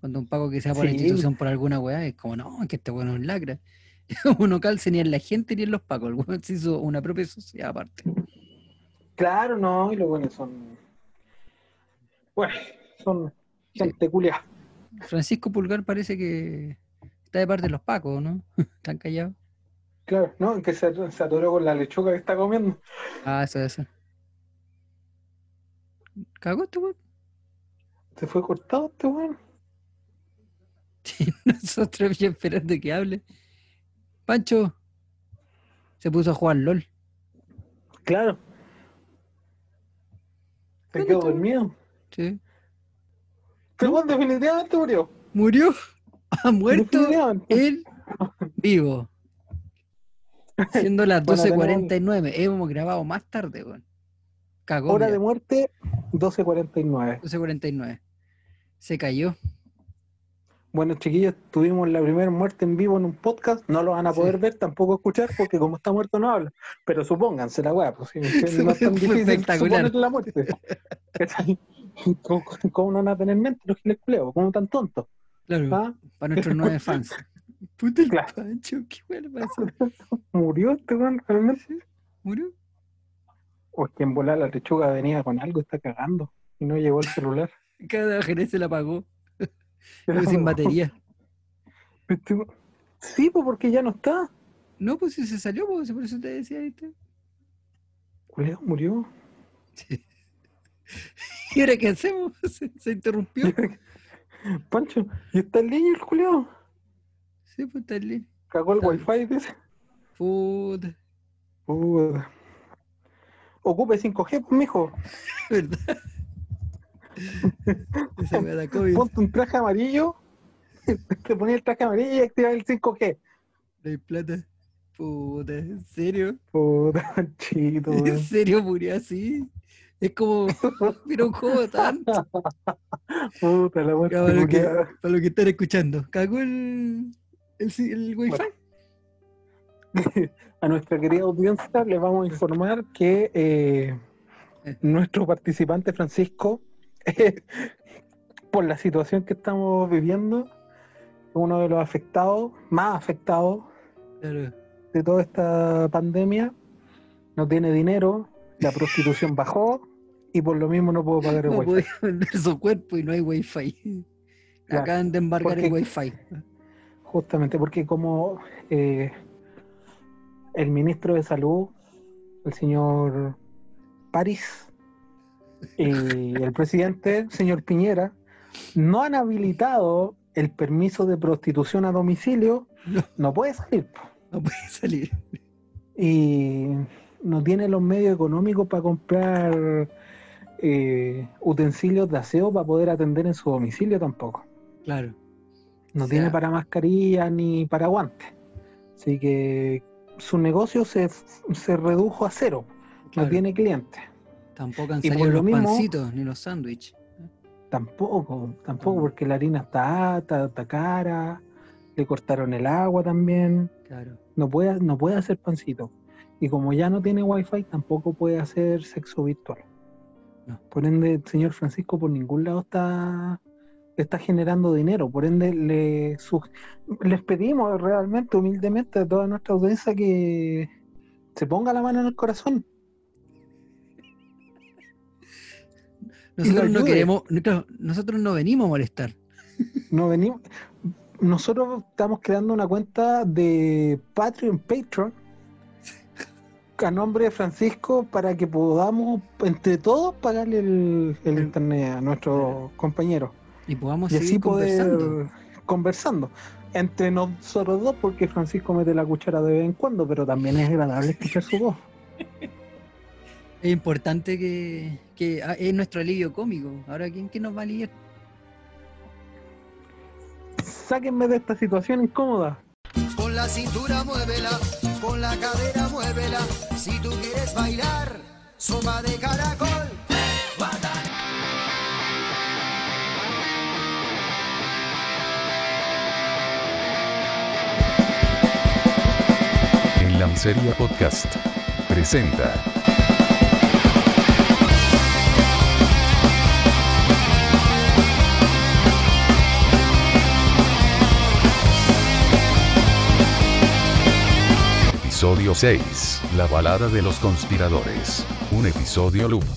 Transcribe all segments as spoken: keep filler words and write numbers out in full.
Cuando un Paco que sea por la Sí. institución por alguna weá, es como, no, es que este weón es un lacra. Uno calce ni en la gente ni en los Pacos. El weón se hizo una propia sociedad aparte. Claro, no, y los buenos son. Bueno, son Sí. gente culia. Francisco Pulgar parece que está de parte de los Pacos, ¿no? Están callados. Claro, ¿no? Que se, se atoró con la lechuga que está comiendo. Ah, eso, eso. ¿Cagó este weón? Se fue cortado este weón. Nosotros ya esperando que hable. Pancho se puso a jugar LOL. Claro. Se ¿Dónde quedó está, weón? dormido. Sí. Este ¿No? weón definitivamente murió. ¿Murió? Ha muerto Definitivamente. él vivo. Siendo las Bueno, doce tenemos cuarenta y nueve. Hemos grabado más tarde, weón. Cagó, hora mira. de muerte, doce cuarenta y nueve. doce cuarenta y nueve. Se cayó. Bueno, chiquillos, tuvimos la primera muerte en vivo en un podcast. No lo van a poder Sí. ver, tampoco escuchar, porque como está muerto no habla. Pero supónganse la weá, pues sí, no Fue es tan difícil espectacular. suponer la muerte. ¿Cachai? ¿Cómo, cómo no van a tener mente los giles culeos? ¿Cómo tan tontos? Claro, ¿Ah? para nuestros nueve fans. Puta el Claro. Pancho, qué bueno pasó. ¿Murió este weón realmente? ¿Sí? ¿Murió? O es que en volar la lechuga venía con algo, está cagando. Y no llegó el celular. Cada jerez se la apagó. Quedó sin batería. Este weón- Sí, pues porque ya no está. No, pues si se salió, pues por eso te decía, ¿viste? Culeo murió. Sí. ¿Y ahora qué hacemos? Se, se interrumpió. Pancho, ¿y está el niño el culeo? Sí, pues está en línea. Cagó el Está- wifi, dice. Puta, Puta. Ocupe cinco G, pues, mijo. ¿verdad? Esa weá da COVID. Ponte un traje amarillo, te ponía el traje amarillo y activa el cinco G. No hay plata. Puta, ¿en serio? Puta, Panchito, ¿En weón. serio murió así? Es como, mira un juego tanto. Puta, la muerte Para lo, que, culiada. para lo que están escuchando. ¿Cagó el, el, el wifi? Bueno. A nuestra querida audiencia les vamos a informar que eh, nuestro participante Francisco, eh, por la situación que estamos viviendo, es uno de los afectados, más afectados Claro. de toda esta pandemia. No tiene dinero, la prostitución bajó y por lo mismo no puedo pagar el No wifi. podía vender su cuerpo y no hay wifi. Claro, Acaban de embargar porque- el wifi. Justamente porque como eh, el ministro de Salud, el señor París, y el presidente, el señor Piñera, no han habilitado el permiso de prostitución a domicilio, No, no puede salir. po. no puede salir. Y no tiene los medios económicos para comprar eh, utensilios de aseo para poder atender en su domicilio tampoco. Claro. No O sea, tiene para mascarilla ni para guantes. Así que su negocio se, se redujo a cero. claro, No tiene clientes. tampoco han y salido por lo los mismo- pancitos ni los sándwiches. Tampoco, tampoco, No. porque la harina está, está, está cara, le cortaron el agua también, Claro. no puede, no puede hacer pancito. Y como ya no tiene wifi, tampoco puede hacer sexo virtual. No. Por ende, el señor Francisco por ningún lado está, está generando dinero. Por ende, le, su- les pedimos realmente, humildemente, a toda nuestra audiencia que se ponga la mano en el corazón. Nosotros no ayude. queremos, no, claro, nosotros no venimos a molestar. No venimos. Nosotros estamos creando una cuenta de Patreon, Patreon, a nombre de Francisco para que podamos, entre todos, pagarle el, el El- internet a nuestros Claro. compañeros. Y podamos Y seguir así poder conversando. conversando. Entre nosotros dos, porque Francisco mete la cuchara de vez en cuando, pero también es agradable escuchar su voz. Es importante que, que ah, es nuestro alivio cómico. Ahora, ¿quién, quién nos va a aliviar? Sáquenme de esta situación incómoda. Con la cintura muévela, con la cadera muévela. Si tú quieres bailar, sopa de caracol. En Lancería Podcast presenta Episodio seis. La balada de los conspiradores. Un episodio loop.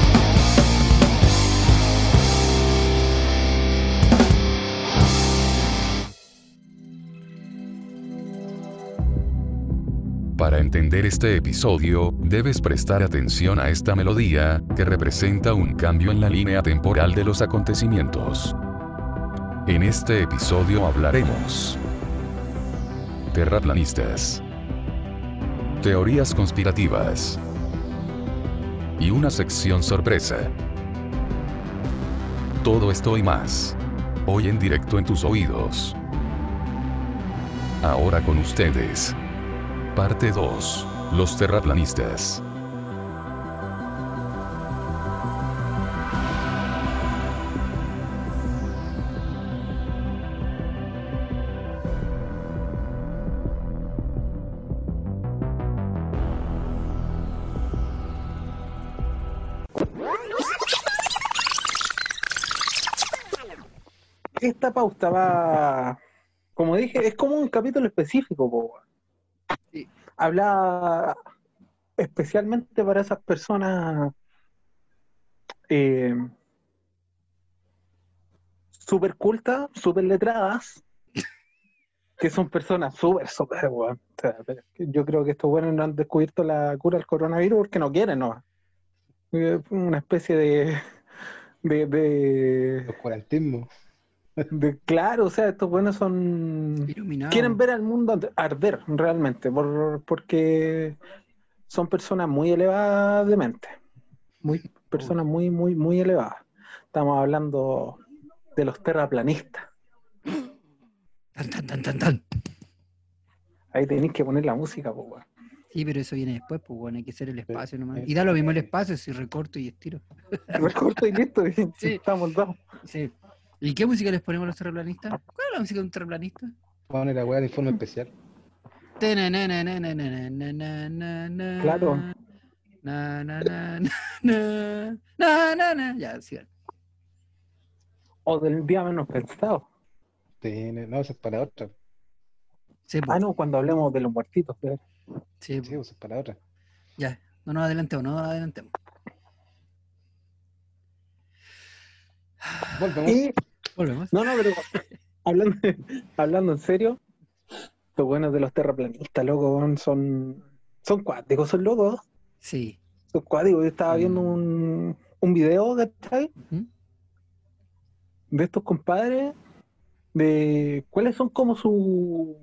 Para entender este episodio, debes prestar atención a esta melodía, que representa un cambio en la línea temporal de los acontecimientos. En este episodio hablaremos terraplanistas, teorías conspirativas y una sección sorpresa. Todo esto y más, hoy en directo en tus oídos. Ahora con ustedes. Parte dos. Los terraplanistas. Esta pauta va, como dije, es como un capítulo específico, po. Sí. Habla especialmente para esas personas eh, súper cultas, súper letradas, que son personas súper, súper, weón. O sea, yo creo que estos buenos no han descubierto la cura al coronavirus porque no quieren, ¿no? Es una especie de... de, de Oscurantismo. De, claro, o sea, estos buenos son... Iluminado. Quieren ver al mundo arder, realmente, por, porque son personas muy elevadas de mente. Muy, personas muy, muy, muy elevadas. Estamos hablando de los terraplanistas. Tan, tan, tan, tan, tan. Ahí tenéis que poner la música, pues, weón. Sí, pero eso viene después, pues bueno, hay que hacer el espacio nomás. Y da lo mismo el espacio si recorto y estiro. Recorto y listo, y Sí. estamos dados. Sí. ¿Y qué música les ponemos a los terraplanistas? ¿Cuál es la música de un terraplanista? Pone la weá de informe especial. Claro. Na, na, na, na, na, na, na, na. Ya, sí. O del día menos pensado. Tiene, no, eso es para otra. Sí, po. Ah, no, cuando hablemos de los muertitos. ¿Verdad? Sí, po. Sí, eso es para otra. Ya, no nos adelantemos, no nos adelantemos. Volvemos. Y, Volvemos. no, no, pero hablando, hablando en serio, los buenos de los terraplanistas, loco, weón, son, son cuáticos, son locos. Sí. Son cuáticos. Yo estaba Mm. viendo un, un video, ¿cachai? ¿Mm? De estos compadres, de cuáles son como su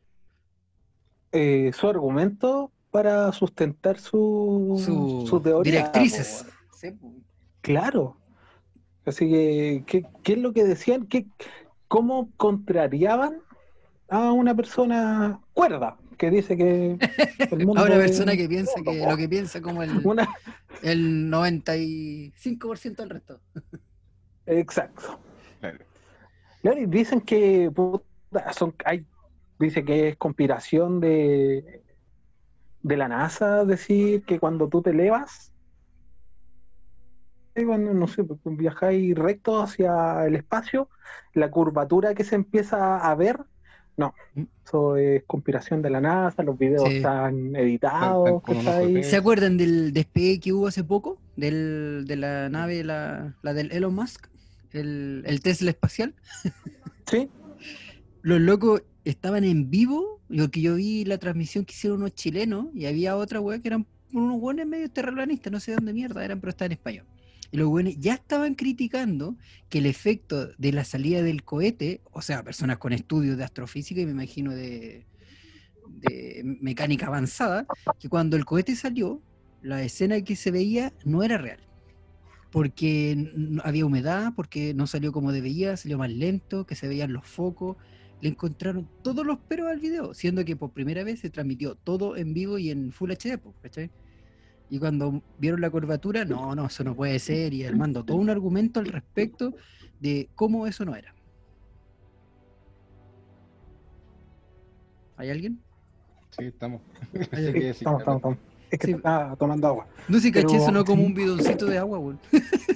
eh, su argumento para sustentar su, Su su teoría. directrices. po, weón. Sí, po. Claro. Así que, ¿qué, qué es lo que decían? ¿Qué, ¿Cómo contrariaban a una persona cuerda que dice que el mundo A una es- persona que piensa que lo que piensa como el, una... el noventa y cinco por ciento del resto. Exacto. Claro. Claro, y dicen que puta, son, hay, dice que es conspiración de, de la NASA decir que cuando tú te elevas, eh, cuando, no sé, porque viajáis recto hacia el espacio, la curvatura que se empieza a ver, no, eso es conspiración de la NASA, los videos Sí. están editados, Están con unos ¿cachai? hoteles. ¿Se acuerdan del despegue que hubo hace poco? Del, de la nave, la, la del Elon Musk, el, el Tesla espacial. Sí, Los locos estaban en vivo, porque yo vi la transmisión que hicieron unos chilenos y había otra weá que eran unos buenos medio terraplanistas, no sé dónde mierda eran, pero estaban en español. Y los buenos ya estaban criticando que el efecto de la salida del cohete, o sea, personas con estudios de astrofísica y me imagino de, de mecánica avanzada, que cuando el cohete salió, la escena que se veía no era real. Porque n- había humedad, porque no salió como debía, salió más lento, que se veían los focos. Le encontraron todos los peros al video, siendo que por primera vez se transmitió todo en vivo y en Full H D, po, ¿cachai? Y cuando vieron la curvatura, no, no, eso no puede ser, y armando todo un argumento al respecto de cómo eso no era. ¿Hay alguien? Sí, estamos. Hay alguien. Sí, sí, estamos, estamos, estamos. Es que Sí. estaba tomando agua. No sé, caché, Pero- sonó como un bidoncito de agua, weón.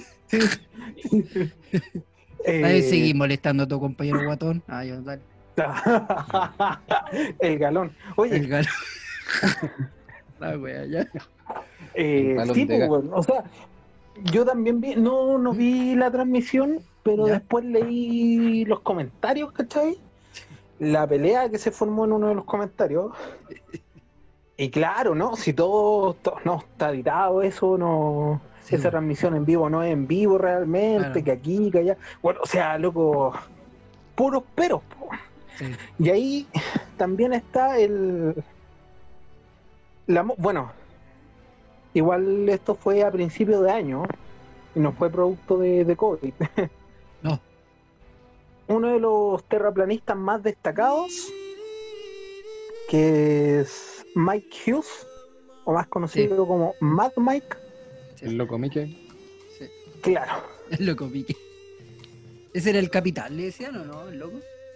Eh, Nadie seguí molestando a tu compañero guatón. Ah, yo, dale. El galón. Oye, El galo. La wea, ya. Eh, El balón sí, de pues, gas. weón, o sea, yo también vi, no, no vi la transmisión, pero ¿Ya? después leí los comentarios, ¿cachai? La pelea que se formó en uno de los comentarios. Y claro, ¿no? Si todo, to- no está editado eso, no. Sí, Esa weón. transmisión en vivo no es en vivo realmente, Claro. que aquí, que allá. Bueno, o sea, loco, puros peros, po. Sí. Y ahí también está el. La, mo- bueno, igual esto fue a principio de año y no fue producto de, de COVID. No. Uno de los terraplanistas más destacados, que es Mike Hughes, o más conocido como Mad Mike, El loco Mickey. Sí. claro. El loco Pique. Ese era el capitán, le decían o no, el loco.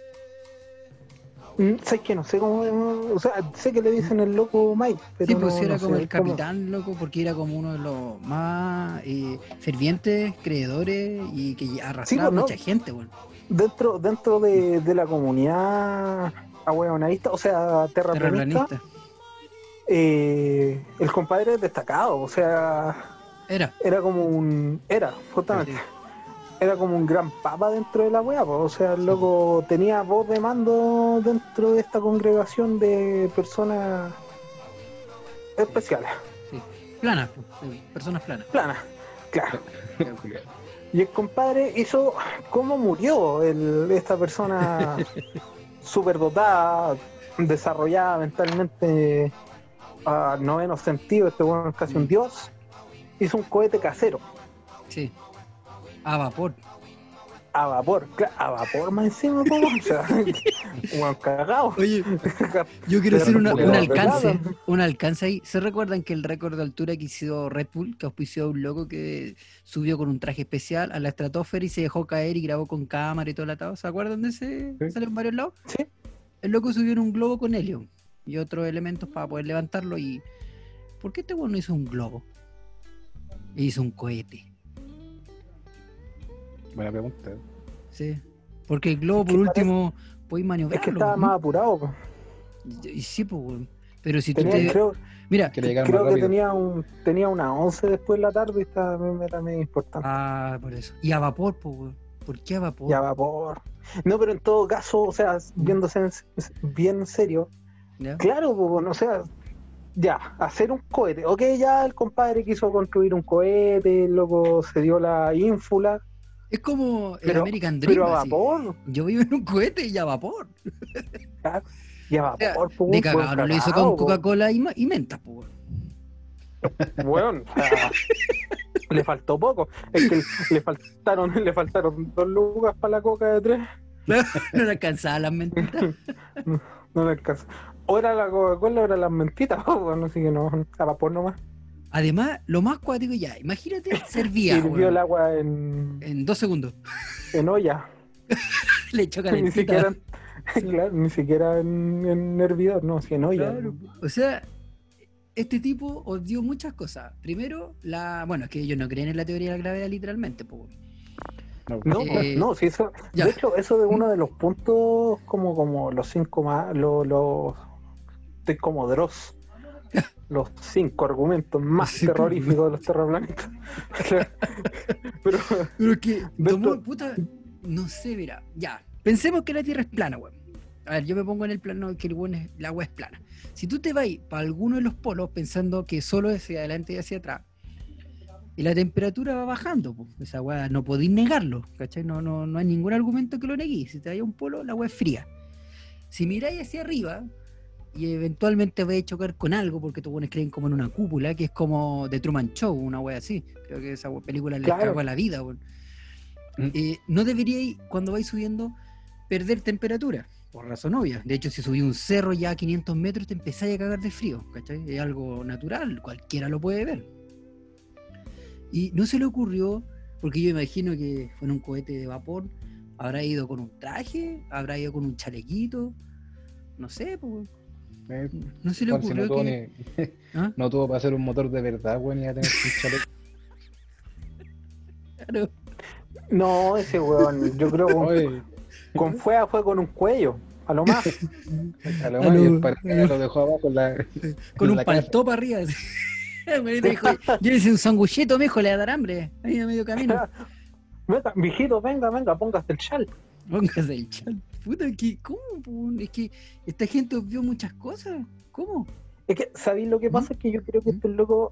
Mm, Sé que no sé cómo, o sea, sé que le dicen el loco Mike, pero Sí, pues no, sí, era no como sé el cómo. capitán, loco, porque era como uno de los más eh, fervientes creedores y que arrastraba pues, no. mucha gente, weón. Dentro, dentro de, de la comunidad ahueonadista, o sea, terraplanista, Terraplanista. eh, el compadre es destacado, o sea, Era. era como un, era, justamente, Sí. era como un gran papa dentro de la wea, pues, o sea, el loco tenía voz de mando dentro de esta congregación de personas especiales, Sí. Planas, pues, sí, personas planas. planas, claro. Y el compadre hizo cómo murió el, esta persona superdotada, desarrollada mentalmente a noveno sentido, este bueno es casi un dios, hizo un cohete casero, Sí. A vapor. a vapor, claro, a vapor más encima, po, o sea, un cagado. Oye, yo quiero hacer una- Pero un no, alcance. Un alcance ahí. ¿Se recuerdan que el récord de altura que hizo Red Bull, que auspició a un loco que subió con un traje especial a la estratosfera y se dejó caer y grabó con cámara y todo el atado? ¿Se acuerdan de ese? Sí. Salió en varios lados. Sí, El loco subió en un globo con helio y otros elementos para poder levantarlo. Y ¿por qué este weón no hizo un globo? Hizo un cohete. Buena pregunta. Sí. Porque el globo, Es que por parece- último, podéis es maniobrarlo. que estaba ¿no? más apurado, po. Y, y sí, pues, weón. Pero si tú Tenía, te. creo, Mira, Quiere llegar creo más que rápido. tenía un tenía una once después de la tarde y estaba, era medio importante. ah, por eso. Y a vapor, pues, weón. ¿Por qué a vapor? Ya vapor. No, pero en todo caso, o sea, viéndose en- bien en serio, ¿Ya? claro, pues, bueno, o sea, ya, hacer un cohete. Ok, ya el compadre quiso construir un cohete, el loco se dio la ínfula, Es como el pero, American Dream. pero a así. vapor, Yo vivo en un cohete y a vapor. claro, y a O sea, vapor, pues, de weón, cagado, no lo hizo cagado, con pues, Coca-Cola y, ma- y menta, pues. weón, o sea, le faltó poco. Es que le faltaron, le faltaron dos lucas para la coca de tres. No le alcanzaba las mentitas. No le alcanza. O era la Coca-Cola o era las mentitas, bueno, así que no, a vapor nomás. Además, lo más cuático ya, imagínate, servía Hirvió weón, el agua en, en dos segundos. en olla. Le echó Ni calentita. siquiera, claro, ni siquiera en, en hervidor, no, si en olla. Claro. O sea, este tipo os dio muchas cosas. Primero, la. Bueno, es que ellos no creen en la teoría de la gravedad literalmente, pues. No, No, Eh, no, si eso, ya. de hecho, eso de uno de los puntos como, como los cinco más, los, los de como Dross, los cinco argumentos más Los cinco terroríficos de los terraplanistas. Pero, Pero es que tomó, Dentro- puta, no sé, mira, ya. Pensemos que la Tierra es plana, weón. A ver, yo me pongo en el plano que el, weón es, el agua es plana. Si tú te vas para alguno de los polos pensando que solo es hacia adelante y hacia atrás, y la temperatura va bajando, pues, esa weá no podéis negarlo, ¿cachai? No, no, no hay ningún argumento que lo neguéis. Si te vas a un polo, la weá es fría. Si miráis hacia arriba, y eventualmente vais a chocar con algo, porque tus buenos creen como en una cúpula, que es como The Truman Show, una wea así. Creo que esa wea- película les Claro. cagó a la vida, weón. Mm. Eh, no deberíais, cuando vais subiendo, perder temperatura, por razón obvia. De hecho, si subí un cerro ya a quinientos metros, te empezáis a cagar de frío, ¿cachai? Es algo natural, cualquiera lo puede ver. Y no se le ocurrió, porque yo imagino que fue en un cohete de vapor, habrá ido con un traje, habrá ido con un chalequito, no sé, pues, weón. eh, No se le Juan, si ocurrió no tuvo que... ni- ¿Ah? no tuvo para hacer un motor de verdad, weón, y a tener un chaleco. Claro. no, ese weón, yo creo que Oye, con fuego fue con un cuello. a lo más. A lo A más, y lo- el paracaídas lo dejó abajo en la, Con en un la casa. paltó para arriba. así. El güeyito dijo, llévese un sanguchito, mijo, le va a dar hambre. Ahí a medio camino. Venga, mijito, venga, venga, póngase el chal. Póngase el chat. Puta, que, ¿cómo? po? Es que esta gente vio muchas cosas. ¿Cómo? Es que, ¿sabéis lo que ¿Mm? pasa? Es que yo creo que ¿Mm? estos locos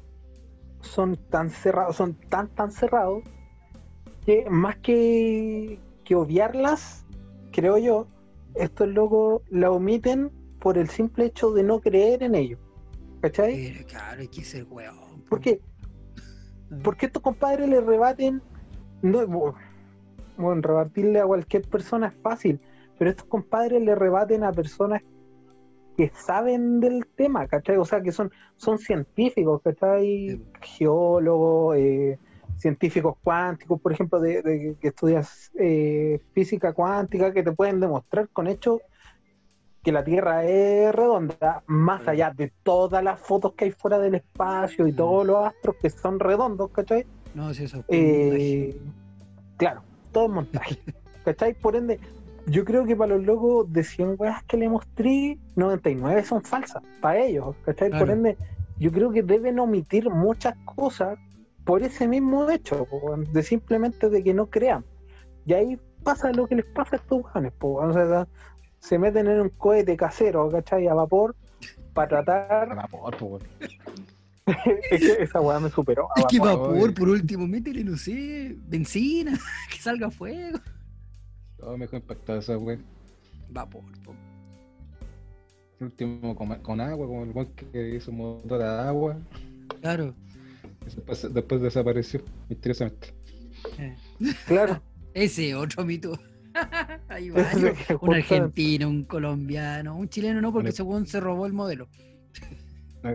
son tan cerrados, son tan, tan cerrados, que más que, que obviarlas, creo yo, estos locos la omiten por el simple hecho de no creer en ellos. ¿Cachai? Pero claro, hay que ser weón. po. ¿Por qué? Porque estos compadres le rebaten, no, bu- bueno, rebatirle a cualquier persona es fácil, pero estos compadres le rebaten a personas que saben del tema, ¿cachai? O sea, que son, son científicos, ¿cachai? Sí. Geólogos, eh, científicos cuánticos, por ejemplo, de, de- que estudias eh, física cuántica, que te pueden demostrar con hechos que la Tierra es redonda, más Sí. allá de todas las fotos que hay fuera del espacio y Mm. todos los astros que son redondos, ¿cachai? No, si eso es puro montaje. Eh, claro, todo es montaje, ¿cachai? Por ende, yo creo que para los locos de cien weas que le mostré, noventa y nueve son falsas, para ellos, ¿cachai? Por Claro. ende, yo creo que deben omitir muchas cosas por ese mismo hecho, po, weón, de simplemente de que no crean. Y ahí pasa lo que les pasa a estos weones, po, weón, o sea, se meten en un cohete casero, ¿cachai? A vapor, para A tratar... vapor, po, weón. Es que esa weá me superó. a Es que vapor. vapor, oye. por último, métele, no sé, benzina, que salga fuego. Todo me dejó impactado esa weón. Vapor, po. El último con, con agua, como el weón que hizo un motor a agua. Claro. y Después, después desapareció misteriosamente. Eh. Claro. Ese otro mito. Hay Es varios. que Un justamente- argentino, un colombiano, un chileno no, porque Vale. ese weón se robó el modelo. Eh,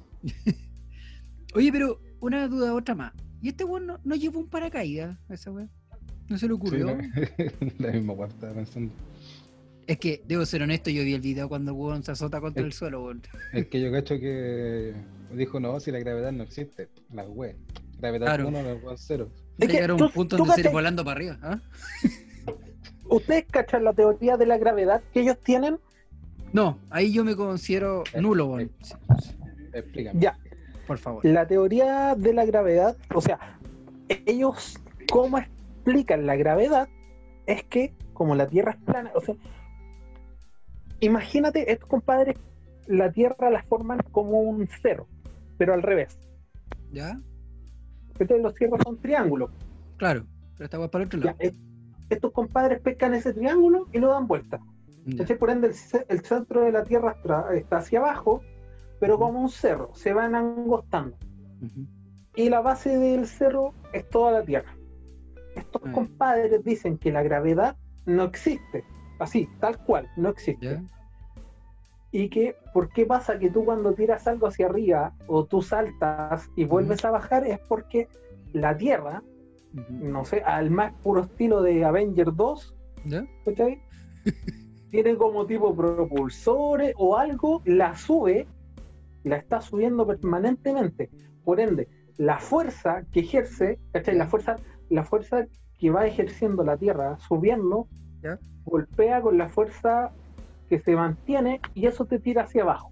Oye, pero una duda, otra más. ¿Y este weón no, no llevó un paracaídas a esa weón? ¿No se le sí, ocurrió? la, la misma weón estaba pensando. Es que, debo ser honesto, yo vi el video cuando el weón se azota contra El- el suelo, weón. Es que yo cacho que dijo, no, si la gravedad no existe, la wea. Gravedad Claro. uno, la wea cero. Es que Llegar a un tú- punto tú donde seguir cachai- volando para arriba. ¿Ah? ¿Ustedes cachan la teoría de la gravedad que ellos tienen? No, ahí yo me considero Eh, nulo, weón. eh. Sí, Explícame. Ya, por favor. la teoría de la gravedad, o sea, ellos, ¿cómo explican la gravedad? Es que, como la Tierra es plana, o sea, imagínate, estos compadres, la Tierra la forman como un cerro, pero al revés. ¿Ya? Entonces los cerros son triángulos. Claro. Pero esta weón es para el otro Ya, lado. eh, estos compadres pescan ese triángulo y lo dan vuelta. Ya. ¿Cachai? Por ende, el, ce- el centro de la Tierra está, está hacia abajo, pero como un cerro, se van angostando. Ujú. Y la base del cerro es toda la Tierra. Estos Ah. compadres dicen que la gravedad no existe, así, tal cual, no existe. ¿Ya? Y que, ¿por qué pasa que tú cuando tiras algo hacia arriba o tú saltas y vuelves a bajar? Es porque la Tierra, Ujú. no sé, al más puro estilo de Avenger dos, ¿Ya? ¿cachai? Tiene como tipo propulsores o algo, la sube, la está subiendo permanentemente. Por ende, la fuerza que ejerce, ¿cachai? La fuerza, la fuerza que va ejerciendo la Tierra subiendo, ¿Ya? golpea con la fuerza que se mantiene y eso te tira hacia abajo.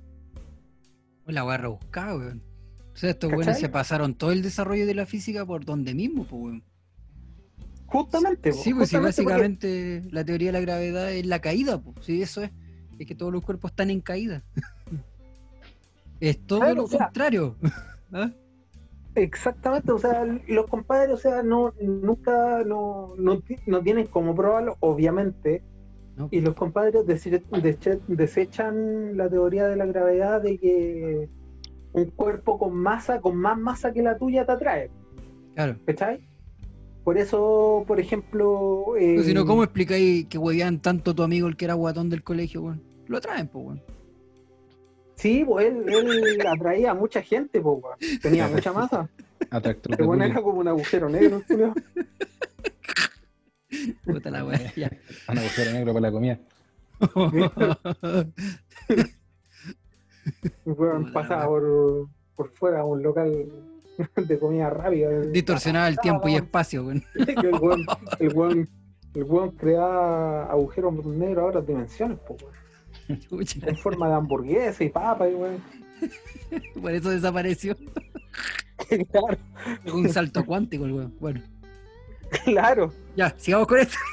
La weá rebuscada, weón. O sea, estos ¿Cachai? weones se pasaron todo el desarrollo de la física por donde mismo, pues, weón. Justamente. Sí, po, pues sí, justamente porque- básicamente la teoría de la gravedad es la caída, pues. Sí, eso es. Es que todos los cuerpos están en caída. Es todo Claro, lo o sea, contrario. ¿Ah? Exactamente, o sea, los compadres, o sea, no, nunca, no, no, ti- no tienen como probarlo, obviamente, No, y los compadres dese- deche- desechan la teoría de la gravedad de que un cuerpo con masa, con más masa que la tuya te atrae, claro. ¿cachai? Por eso, por ejemplo... eh, Pues si no, ¿cómo explicáis que huevean tanto tu amigo el que era guatón del colegio, weón? Lo traen, pues, weón. sí, pues él, él atraía a mucha gente, pues, weón. Tenía mucha masa. Atractor de Pero bueno, bullying. era como un agujero negro, Julio. Puta la weá, ya. Un agujero negro para la comida. Weón, Puta pasaba la por, por fuera a un local de comida rápida. Distorsionaba el tiempo y espacio, weón. El weón, el weón El weón crea agujeros negros a otras dimensiones, po, weón. Chucha. En forma de hamburguesa y papa, y weón. Por eso desapareció. Claro, Un salto cuántico el weón. Bueno, claro. ya, sigamos con esto.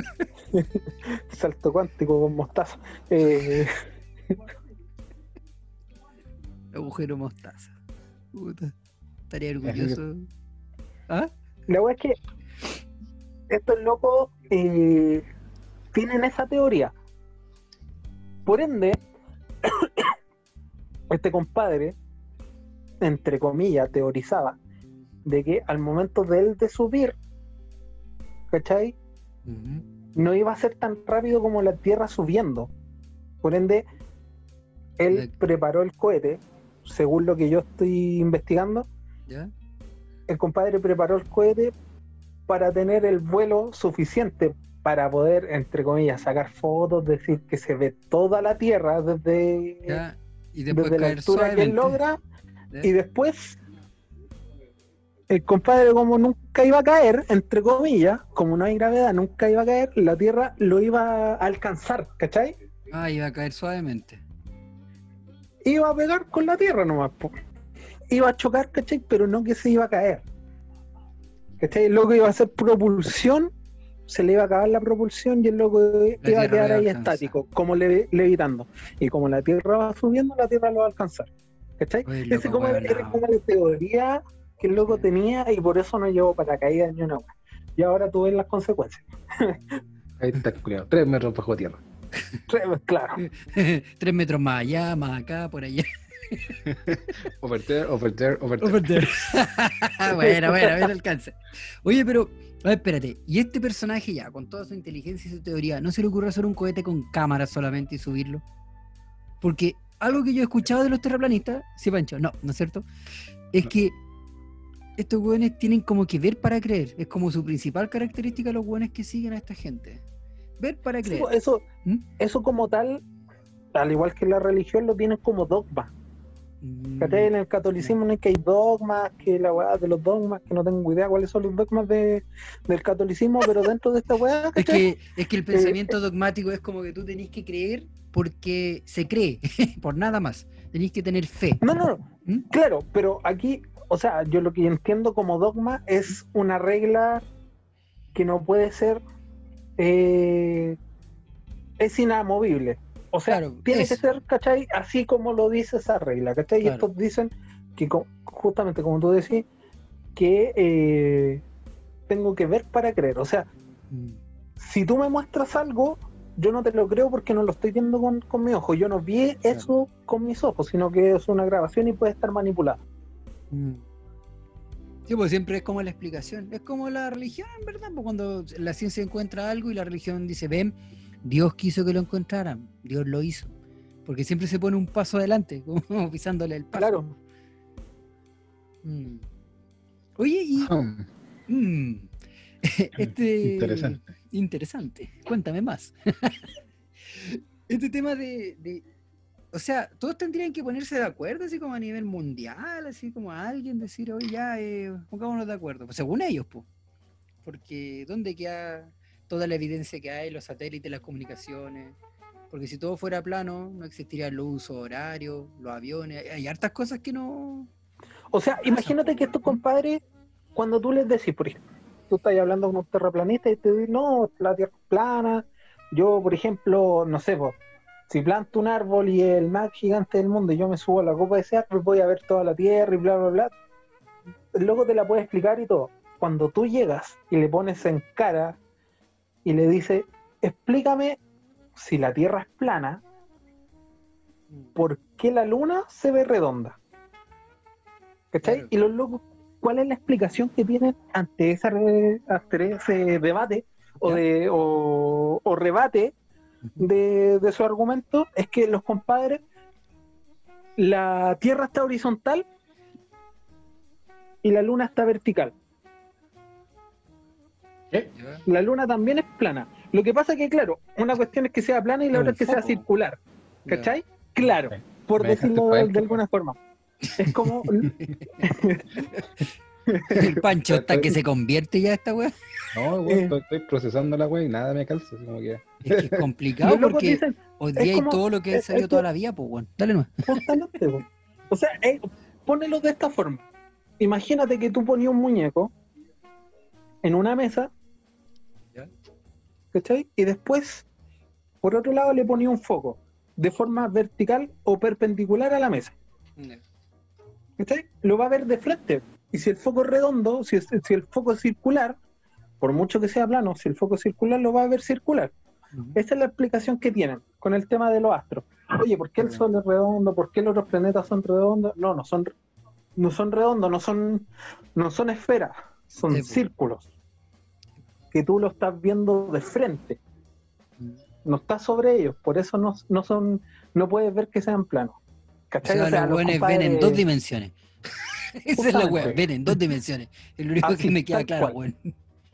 Salto cuántico con mostaza. Eh, Agujero mostaza. Puta. Estaría orgulloso. ¿Ah? la weá es que estos locos eh, tienen esa teoría. Por ende, este compadre, entre comillas, teorizaba de que al momento de él de subir, ¿cachai? Ujú. No iba a ser tan rápido como la Tierra subiendo. Por ende, él De- preparó el cohete, según lo que yo estoy investigando, ¿Ya? el compadre preparó el cohete para tener el vuelo suficiente para poder, entre comillas, sacar fotos, decir que se ve toda la Tierra desde, ¿Ya? Y después desde la caer altura que él suavemente. logra, ¿Ya? y después el compadre, como nunca iba a caer, entre comillas, como no hay gravedad, nunca iba a caer, la Tierra lo iba a alcanzar, ¿cachai? Ah, iba a caer suavemente. Iba a pegar con la Tierra nomás, po. Iba a chocar, ¿cachai? Pero no que se iba a caer, ¿cachai? El loco iba a hacer propulsión, se le iba a acabar la propulsión y el loco iba a Tierra quedar lo iba a ahí alcanzar. estático, como le- levitando. Y como la Tierra va subiendo, la Tierra lo va a alcanzar, ¿cachai? Oye, loco, Ese como weón, era no. como la teoría que el loco Ya. tenía, y por eso no llevó paracaídas ni una hueá. Y ahora tú ves las consecuencias. Ahí está, culiao. Tres metros bajo tierra. Claro. Tres metros más allá, más acá, por allá. Over there, over there, over there. Over there. bueno, bueno, a ver alcanza. Oye, pero, a ver, espérate. ¿Y este personaje ya, con toda su inteligencia y su teoría, no se le ocurre hacer un cohete con cámara solamente y subirlo? Porque algo que yo he escuchado de los terraplanistas, sí, Pancho, no, ¿no es cierto? Es que estos hueones tienen como que ver para creer. Es como su principal característica los hueones que siguen a esta gente. Ver para Sí, creer. pues, eso, ¿Mm? eso como tal, al igual que la religión, lo tienen como dogma. Mm, ¿Cachai? En el catolicismo no es que hay dogmas, que la weá de los dogmas, que no tengo idea cuáles son los dogmas de, del catolicismo, pero dentro de esta weá, Es ¿cachai? que, es que el pensamiento dogmático es como que tú tenés que creer porque se cree, por nada más. Tenés que tener fe. No, no, no, ¿Mm? claro, pero aquí, o sea, yo lo que entiendo como dogma es una regla que no puede ser, eh, es inamovible. O sea, Claro, tiene es. que ser, ¿cachai? Así como lo dice esa regla, ¿cachai? Claro. Y estos dicen que, co- justamente como tú decís, que eh, tengo que ver para creer. O sea, Mm. si tú me muestras algo, yo no te lo creo porque no lo estoy viendo con, con mi ojo. Yo no vi eso con mis ojos, sino que es una grabación y puede estar manipulada. Mm. Sí, pues siempre es como la explicación. Es como la religión, en verdad. Pues cuando la ciencia encuentra algo y la religión dice, ven, Dios quiso que lo encontraran, Dios lo hizo. Porque siempre se pone un paso adelante, como pisándole el paso. Claro. Mm. Oye, y... Hmm, mm, este... Interesante. Interesante. Cuéntame más. Este tema de, de- o sea, todos tendrían que ponerse de acuerdo, así como a nivel mundial, así como a alguien decir, oye, ya, eh, pongámonos de acuerdo. Pues según ellos, pues. Porque ¿dónde queda toda la evidencia que hay, los satélites, las comunicaciones? Porque si todo fuera plano, no existirían los usos horarios, los aviones, hay hartas cosas que no... O sea, imagínate que estos compadres, cuando tú les decís, por ejemplo, tú estás hablando con un terraplanista y te dicen, no, la Tierra es plana. Yo, por ejemplo, no sé, pues, si planto un árbol y el más gigante del mundo y yo me subo a la copa de ese árbol, voy a ver toda la Tierra y bla, bla, bla. El loco te la puede explicar y todo. Cuando tú llegas y le pones en cara y le dices, explícame si la Tierra es plana, ¿por qué la Luna se ve redonda? ¿Cachai? Claro. Y los locos, ¿cuál es la explicación que tienen ante, esa re- ante ese debate o, ¿Ya? de, o, o rebate de, de su argumento? Es que los compadres, la Tierra está horizontal y la Luna está vertical. ¿Qué? ¿Ya? La Luna también es plana. Lo que pasa es que, claro, una cuestión es que sea plana y la Es otra un es que sea foco. circular. ¿Cachai? Claro, Sí. por Me dejaste decirlo pa' de, dentro. de alguna forma. Es como... El Pancho está que se convierte ya esta weá. No, weón, estoy, estoy procesando la weá y nada me calza. Así como que... Es que es complicado Los locos porque dicen, hoy es día hay como- todo lo que ha es- salido es toda que- la vida, pues weón. Dale no. Justamente, po. O sea, eh, ponelo de esta forma. Imagínate que tú ponías un muñeco en una mesa, ¿Ya? ¿cachai? Y después, por otro lado, le ponías un foco de forma vertical o perpendicular a la mesa, ¿cachai? Lo va a ver de frente. Y si el foco es redondo, si, es- si el foco es circular, por mucho que sea plano, si el foco es circular, lo va a ver circular. Esa es la explicación que tienen con el tema de los astros. Oye, ¿por qué el Sol es redondo? ¿Por qué los otros planetas son redondos? No, no son, no son redondos, no son, no son esferas, son Sí, po. círculos. Que tú lo estás viendo de frente, no estás sobre ellos, por eso no, no son, no puedes ver que sean planos. O ¿Cachai? sea, O sea, los los weones compadres- ven en dos dimensiones. Esa es la weá, Justamente. ven en dos dimensiones. Es lo único Así, que me queda tal claro, cual. weón.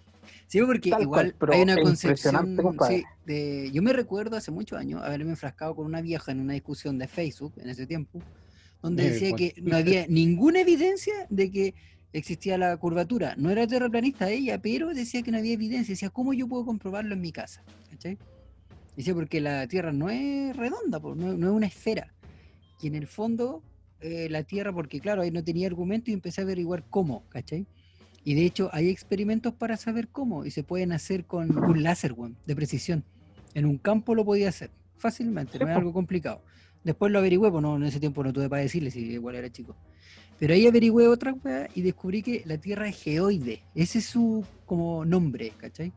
Sí, porque Tal igual cual, pero hay una es concepción. impresionante, compadre. Sí, de, yo me recuerdo hace muchos años haberme enfrascado con una vieja en una discusión de Facebook en ese tiempo, donde Eh, decía bueno. que no había ninguna evidencia de que existía la curvatura. No era terraplanista ella, pero decía que no había evidencia. Decía, ¿cómo yo puedo comprobarlo en mi casa? ¿Cachai? Decía, porque la Tierra no es redonda, po, no, no es una esfera. Y en el fondo, eh, la Tierra, porque claro, ahí no tenía argumento y empecé a averiguar cómo, ¿cachai? Y de hecho hay experimentos para saber cómo y se pueden hacer con un láser, weón, de precisión. En un campo lo podía hacer fácilmente, Sí, no es po. algo complicado. Después lo averigüé, pues no, en ese tiempo no tuve para decirle si igual era chico. Pero ahí averigüé otra weá y descubrí que la Tierra es geoide. Ese es su como nombre, ¿cachai?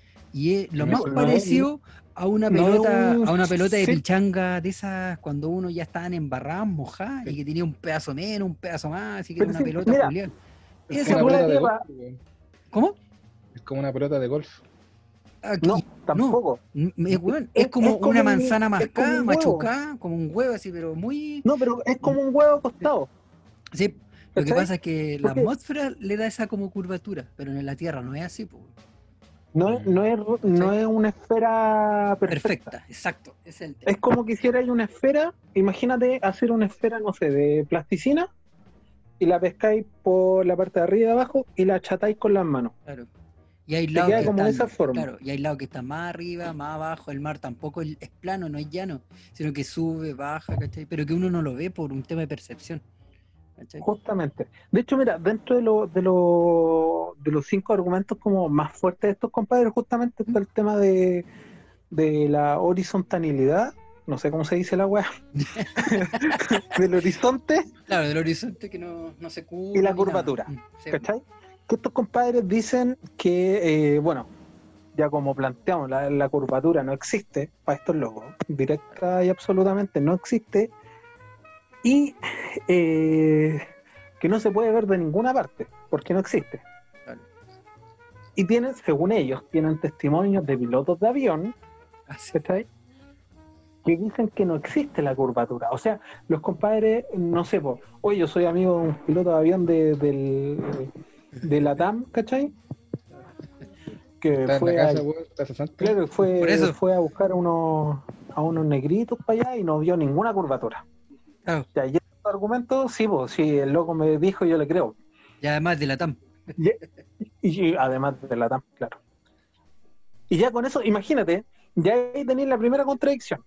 Y es lo No, más no, parecido a una no es pelota, un- a una pelota de sí. pichanga de esas cuando uno ya estaban embarradas, mojadas, y Sí. que tenía un pedazo menos, un pedazo más, así que Pero era una sí, pelota mira, culiada. Es Esa como una weá- pelota de Tierra- golf, weón. ¿Cómo? Es como una pelota de golf. Aquí, No, tampoco. n- es, weón, Es- es como es como una un- manzana es como mascada, un huevo. machucada, como un huevo así, pero muy... No, pero es como un huevo acostado. Sí, lo que ¿Cachai? pasa es que la Porque- atmósfera le da esa como curvatura, pero en la Tierra no es así, pues. No es, no es, no es una esfera perfecta. Perfecta, exacto, ese es el tema. Es como que hicierais una esfera, imagínate hacer una esfera, no sé, de plasticina y la pescáis por la parte de arriba y de abajo y la achatáis con las manos. Claro. Y hay Te lados queda que como de están, esa forma. claro, y hay lados que están más arriba, más abajo, el mar tampoco es es plano, no es llano, sino que sube, baja, ¿cachai? Pero que uno no lo ve por un tema de percepción, ¿cachai? Justamente. De hecho, mira, dentro de, lo, de, lo- de los cinco argumentos como más fuertes de estos compadres, justamente está el tema de, de la horizontalidad, no sé cómo se dice la weá, del horizonte, Claro, del horizonte que no, no se cubre. Y la ni curvatura, nada. Mm, sí. ¿cachai? Que estos compadres dicen que, eh, bueno, ya como planteamos, la, la curvatura no existe para estos locos, directa y absolutamente no existe, y eh, que no se puede ver de ninguna parte, porque no existe. Claro. Y tienen, según ellos, tienen testimonios de pilotos de avión, Así. ¿cachai? Que dicen que no existe la curvatura. O sea, los compadres, no sé, po, oye, yo soy amigo de un piloto de avión de, del, de la T A M, ¿cachai? Que Está en fue la casa, a, weón, está cesante. claro, fue, Por eso. fue a buscar a unos, a unos negritos para allá y no vio ninguna curvatura. Claro. Ya, y estos argumentos, sí, pues, si el loco me dijo, yo le creo. Y además de la T A M. Y, y además de la T A M, claro. Y ya con eso, imagínate, ya ahí tenéis la primera contradicción,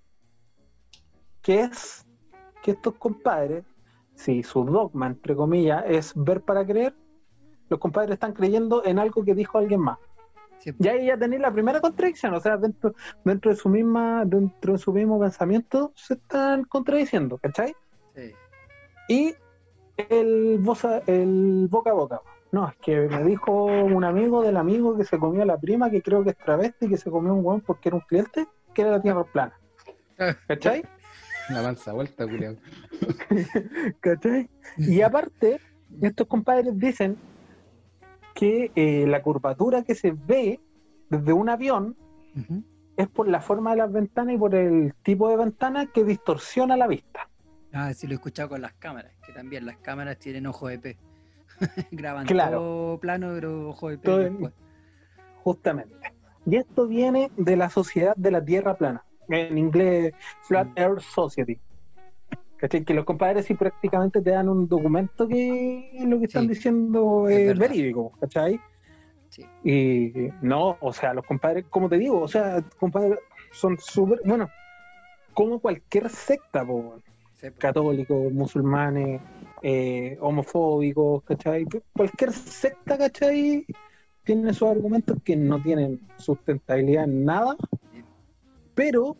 que es que estos compadres, si su dogma, entre comillas, es ver para creer, los compadres están creyendo en algo que dijo alguien más. Sí. Ya ahí ya tenéis la primera contradicción, o sea, dentro, dentro de su misma, dentro de su mismo pensamiento se están contradiciendo, ¿cachai? Sí. Y el, voz- el boca a boca. No, es que me dijo un amigo del amigo que se comió a la prima, que creo que es travesti, que se comió un hueón porque era un cliente, que era la tierra plana. ¿Cachai? Una mansa vuelta, culiao. ¿Cachai? Y aparte, estos compadres dicen que eh, la curvatura que se ve desde un avión Ujú. es por la forma de las ventanas y por el tipo de ventana que distorsiona la vista. Ah, sí, lo he escuchado con las cámaras, que también las cámaras tienen ojo de pez. Graban Claro. todo plano, pero ojo de pez Todo en- después. Justamente. Y esto viene de la sociedad de la Tierra plana, en inglés Flat Earth Society. ¿Cachai? Que los compadres sí prácticamente te dan un documento que es lo que están Sí, diciendo es es verdad. verídico, ¿cachai? Sí. Y no, o sea, los compadres, como te digo, o sea, compadres son súper, bueno, como cualquier secta, po, Sí, po. católicos, musulmanes, eh, homofóbicos, ¿cachai? Cualquier secta, ¿cachai? Tiene sus argumentos que no tienen sustentabilidad en nada, pero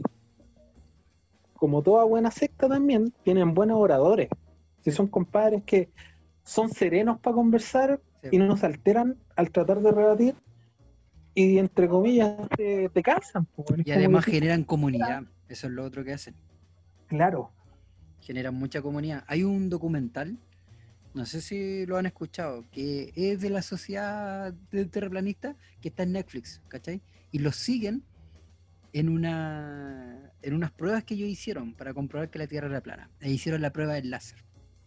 como toda buena secta también, tienen buenos oradores. Si Sí. son compadres que son serenos para conversar Sí, y po. no se alteran al tratar de rebatir y entre comillas te, te cansan. Po. Es Y como además que tú, generan comunidad. Eso es lo otro que hacen. claro, Generan mucha comunidad. Hay un documental, no sé si lo han escuchado, que es de la sociedad de terraplanista, que está en Netflix, ¿cachai? Y los siguen en una en unas pruebas que ellos hicieron para comprobar que la Tierra era plana. E hicieron la prueba del láser.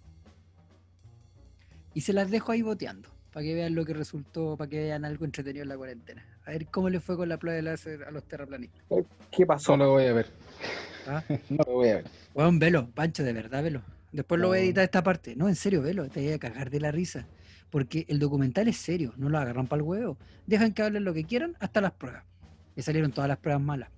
Y se las dejo ahí boteando, para que vean lo que resultó, para que vean algo entretenido en la cuarentena. A ver cómo les fue con la prueba del láser a los terraplanistas. ¿qué No pasó? lo voy a ver. ¿Ah? No lo voy a ver. Weón, velo, Pancho, de verdad, velo. Después lo voy a No. editar esta parte. No, en serio, velo, te voy a cagar de la risa. Porque el documental es serio, no lo agarran para el huevo. Dejan que hablen lo que quieran hasta las pruebas. Y salieron todas las pruebas malas.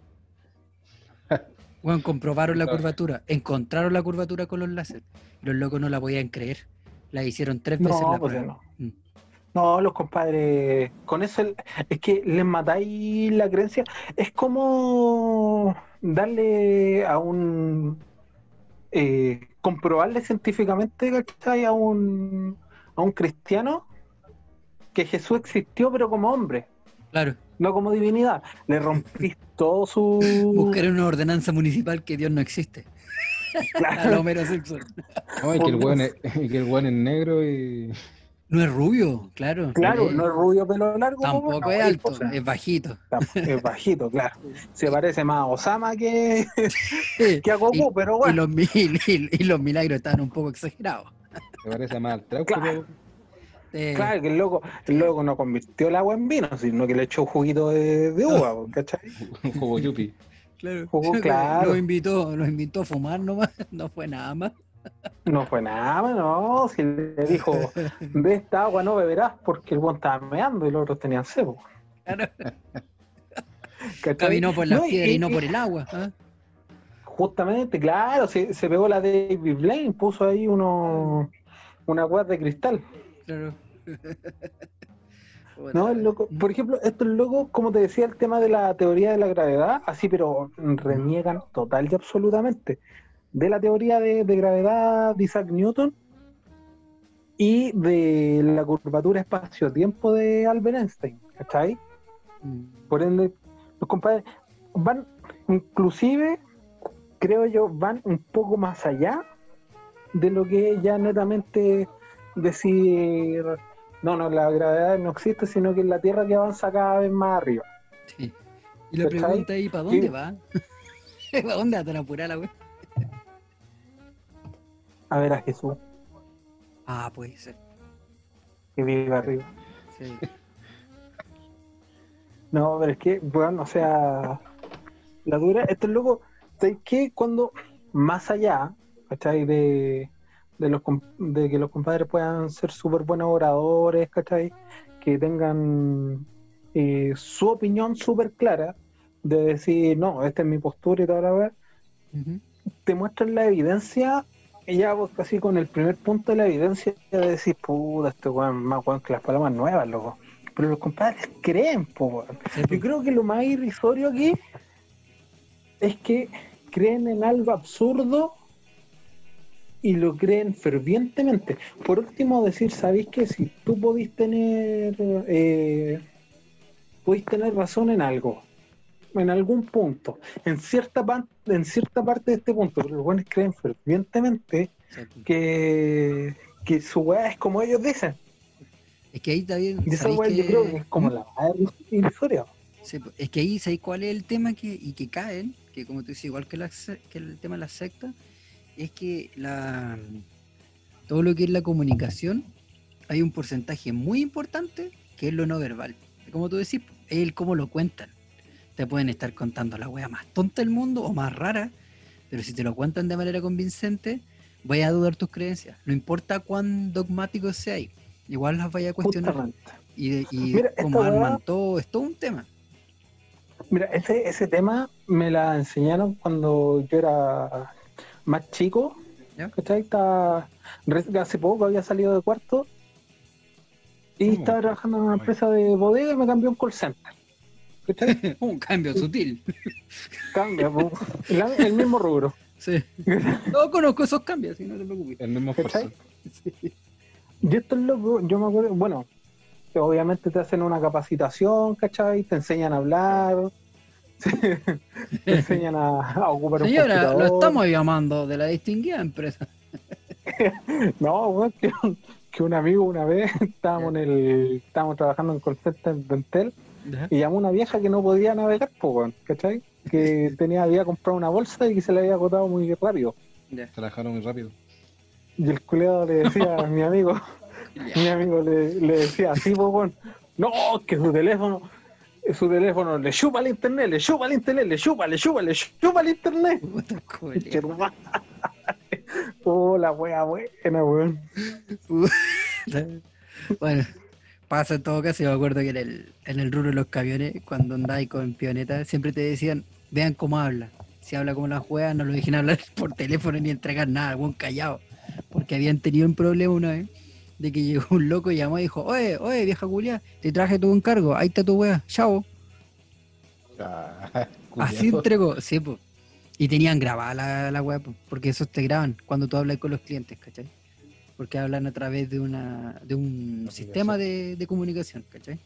Weón, comprobaron la No. curvatura, encontraron la curvatura con los láser. Los locos no la podían creer. La hicieron tres veces No, la pues prueba. no. Mm. No, los compadres, con eso el- es que les matáis la creencia. Es como darle a un eh, comprobarle científicamente, ¿cachai? A un, a un cristiano que Jesús existió, pero como hombre, Claro, no como divinidad. Le rompís todo su. buscar una ordenanza municipal que Dios no existe. A la Claro, Homero Simpson. No, y que el weón es, y que el weón es negro y. No es rubio, claro. claro, eh, no es rubio, pelo largo, como Tampoco no, es es, o alto, sea, es bajito. es bajito, claro. Se parece más a Osama que, que a y, Goku, pero y bueno. los, mi- y, y los milagros estaban un poco exagerados. Se parece más al Trauco, Claro, Eh, claro que el loco, el sí, loco no convirtió el agua en vino, sino que le echó juguito de, de No. uva, ¿cachai? un jugo yupi. claro. Jugó, Lo claro. invitó, lo invitó a fumar nomás, no fue nada más. No fue nada, no, si le dijo, de esta agua no beberás porque el buen estaba meando y los otros tenían sebo. Claro. ¿Cachai? Caminó por las No, y- piedras y no y- por el agua. ¿ah? Justamente, claro, se, se pegó la David Blaine, puso ahí uno, una weá de cristal. Claro. No, el loco, por ejemplo, estos locos, como te decía, el tema de la teoría de la gravedad, así, pero reniegan total y absolutamente de la teoría de, de gravedad de Isaac Newton y de la curvatura espacio-tiempo de Albert Einstein, ¿cachai? Mm. Por ende, los compadres van, inclusive, creo yo, van un poco más allá de lo que es ya netamente decir, no, no, la gravedad no existe, sino que es la Tierra que avanza cada vez más arriba. Sí. Y la ¿Cachai? pregunta ahí, ¿para dónde Sí. va? ¿Para dónde va tan apurada la wea? A ver a Jesús, Ah, puede ser. que vive arriba. Sí. No, pero es que, bueno, o sea, la dura, esto es loco, ¿sabes qué? Cuando más allá, ¿cachai? De, de, los, com- de que los compadres puedan ser súper buenos oradores, ¿cachai? Que tengan eh, su opinión súper clara, de decir, no, esta es mi postura y toda la vez, Ujú. te muestran la evidencia, y ya pues, casi con el primer punto de la evidencia, de decir, puta, este weón es más weón que las palomas nuevas, loco. Pero los compadres creen, po, weón. Sí, Yo pues. creo que lo más irrisorio aquí es que creen en algo absurdo y lo creen fervientemente. Por último, decir, ¿sabéis que si tú podís tener eh, podéis tener razón en algo, en algún punto, en cierta, pan- en cierta parte de este punto, pero los buenos creen fervientemente Sí, pues. que, que su weá es como ellos dicen. Es que ahí también. Y esa ¿sabéis weá yo que- creo que es como ¿Mm? la más irrisoria. Sí, pues, es que ahí, ¿sabéis cuál es el tema que, y que caen? Que como tú dices, igual que, la, se- que el tema de la secta, es que la todo lo que es la comunicación, hay un porcentaje muy importante que es lo no verbal. Como tú decís, pues, es el cómo lo cuentan. Te pueden estar contando la wea más tonta del mundo o más rara, Pero si te lo cuentan de manera convincente, voy a dudar tus creencias. No importa cuán dogmático sea ahí, igual las vaya a cuestionar. Justamente. Y, de- y Mira, como esta arman weá- todo, es todo un tema. Mira, ese, ese tema me la enseñaron cuando yo era más chico. ¿Ya? ¿Cachai? Estaba, re- hace poco había salido de cuarto y ¿Cómo? estaba trabajando en una Ay. empresa de bodega y me cambió a un call center. ¿Cachai? Un cambio sutil. Cambia, po. La- el mismo rubro. Sí. No conozco esos cambios, así no te preocupes. El mismo ¿Cachai? esfuerzo. Y esto es loco, yo me acuerdo, bueno, que obviamente te hacen una capacitación, ¿cachai? Te enseñan a hablar, te enseñan a, a ocupar un Señora, lo computador. estamos llamando de la distinguida empresa. No, weón, que, un- que un amigo una vez estábamos en el, estábamos trabajando en call center de Entel y llamó una vieja que no podía navegar, pues, weón, ¿cachai? Que tenía, había comprado una bolsa y que se le había agotado muy rápido. Ya. Trabajaron muy rápido. Y el culeado le decía a mi amigo, mi amigo le, le decía así, pues, weón, no, que su teléfono, su teléfono le chupa el internet, le chupa el internet, le chupa, le chupa, le chupa el internet. Puta culia. Che, hermano. Oh, la wea buena, weón. Bueno, pasa en todo caso. Yo me acuerdo que en el, en el rubro de los camiones, cuando andáis con pioneta, siempre te decían, vean cómo habla. Si habla como la juega, no lo dejen hablar por teléfono ni entregar nada, buen callado. Porque habían tenido un problema una vez de que llegó un loco y llamó y dijo, oye, oye, vieja culia, te traje tu encargo, ahí está tu wea, chao. Ah, Así culiao. entregó, sí, pues. Y tenían grabada la, la web, porque esos te graban cuando tú hablas con los clientes, ¿cachai? Porque hablan a través de una de un Aplicación. sistema de, de comunicación, ¿cachai?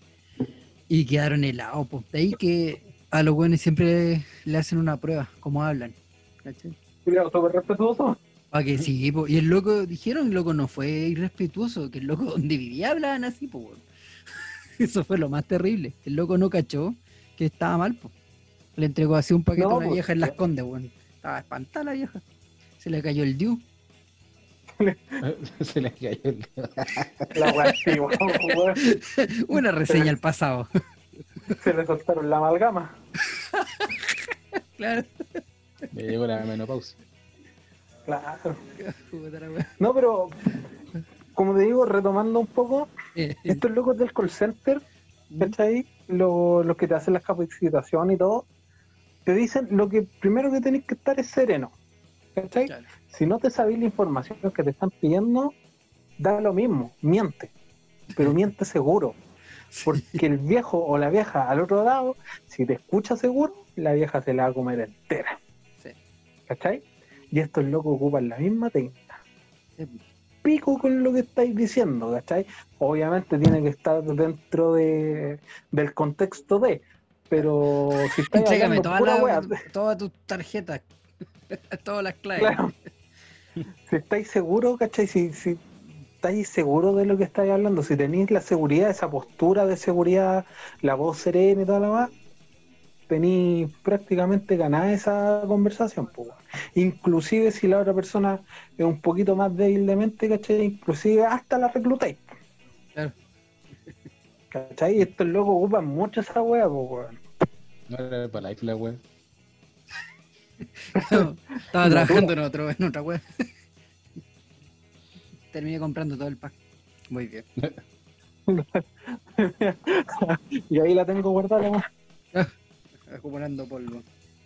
Y quedaron helados, pues. De ahí que a los buenos siempre le hacen una prueba, cómo hablan, ¿cachai? Culeado, súper respetuoso. Para que sí, po. Y el loco, dijeron, el loco no fue irrespetuoso, que el loco donde vivía hablaban así, pues. Eso fue lo más terrible. El loco no cachó que estaba mal, pues. Le entregó así un paquete No, a una pues, vieja en Las ya. Condes, weón. Estaba espantada la vieja. Se le cayó el due. Se le cayó el dedo. La wea antigua, weón. Una reseña al pasado. Se le soltaron la amalgama. Claro. Me llegó la menopausia. Claro. Puta la wea. No, pero como te digo, retomando un poco, Eh, estos locos del call center, ¿cachai? Los, los que te hacen las capacitaciones y todo, te dicen lo que primero que tenés que estar es sereno, ¿cachai? Claro. Si no te sabés la información que te están pidiendo, da lo mismo, miente, pero miente seguro, porque el viejo o la vieja al otro lado, si te escucha seguro, la vieja se la va a comer entera, Sí. ¿cachai? Y estos locos ocupan la misma técnica. Sí. Pico con lo que estáis diciendo, ¿cachai? Obviamente tiene que estar dentro de, del contexto de, pero si estáis Entrégame hablando todas pura las wea, todas tus tarjetas. Todas las claves. claro, si estáis seguros, ¿cachai? Si, si estáis seguros de lo que estáis hablando, si tenéis la seguridad, esa postura de seguridad, la voz serena y toda la más, tenéis prácticamente ganada esa conversación, pues. Inclusive si la otra persona es un poquito más débil de mente, ¿cachai? Inclusive hasta la reclutáis. Claro. ¿Cachai? Y estos locos ocupan mucho esa wea, pues, weón. No era para life la wea. No, estaba trabajando en otro, en otra web. Terminé comprando todo el pack. Muy bien. Y ahí la tengo guardada, weón. Acumulando polvo.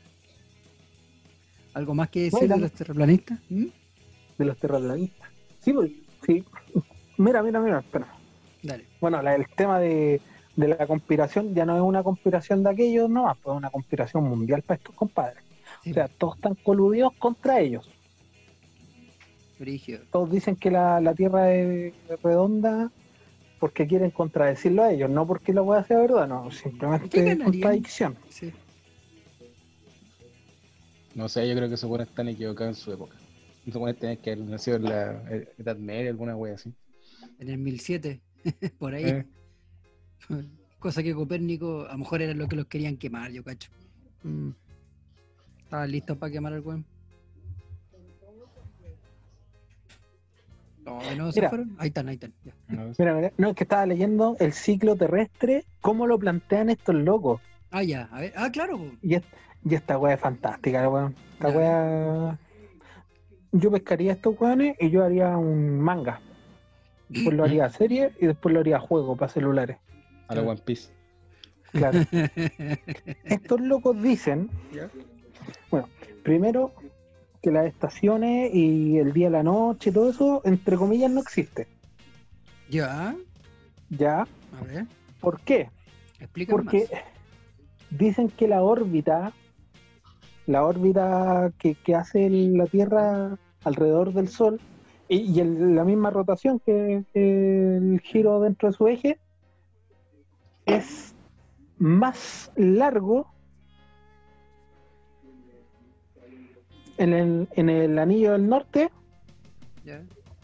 ¿Algo más que decir Bueno. de los terraplanistas? ¿Mm? De los terraplanistas. Sí, pues, sí. Mira, mira, mira, espera. Dale. Bueno, la- el tema de, de la conspiración ya no es una conspiración de aquellos nomás, pues es una conspiración mundial para estos compadres. Sí, O sea, todos están coludidos contra ellos. brígido. Todos dicen que la, la Tierra es redonda porque quieren contradecirlo a ellos, no porque la hueá sea verdad, no, ¿Qué simplemente ganarían? contradicción. Sí. No sé, yo creo que esos buenos están equivocados en su época. Esos buenos tenían que haber nacido en la eh, Edad Media, alguna wea así. En el mil siete, por ahí. Eh, Cosa que Copérnico, a lo mejor era lo que los querían quemar, yo cacho. Mm. Estaban listos para quemar al weón. No, de nuevo se Mira. fueron. Ahí están, ahí están. Ya. no, Mira, mira, no, es que estaba leyendo el ciclo terrestre, cómo lo plantean estos locos. Ah, ya, a ver. Ah, claro, po. Y, es- Y esta weá es fantástica, weón. Esta Ya. weá. Yo pescaría estos weones y yo haría un manga. Después lo haría serie y después lo haría juego para celulares. A la One Piece. Claro. Estos locos dicen, bueno, primero que las estaciones y el día y la noche y todo eso, entre comillas, no existe. Ya, ¿Ya? a ver, ¿Por qué? explícame Porque más. dicen que la órbita, la órbita que, que hace el- la Tierra alrededor del Sol y, y el- la misma rotación que, que el giro dentro de su eje es más largo en el, en el anillo del norte Ya,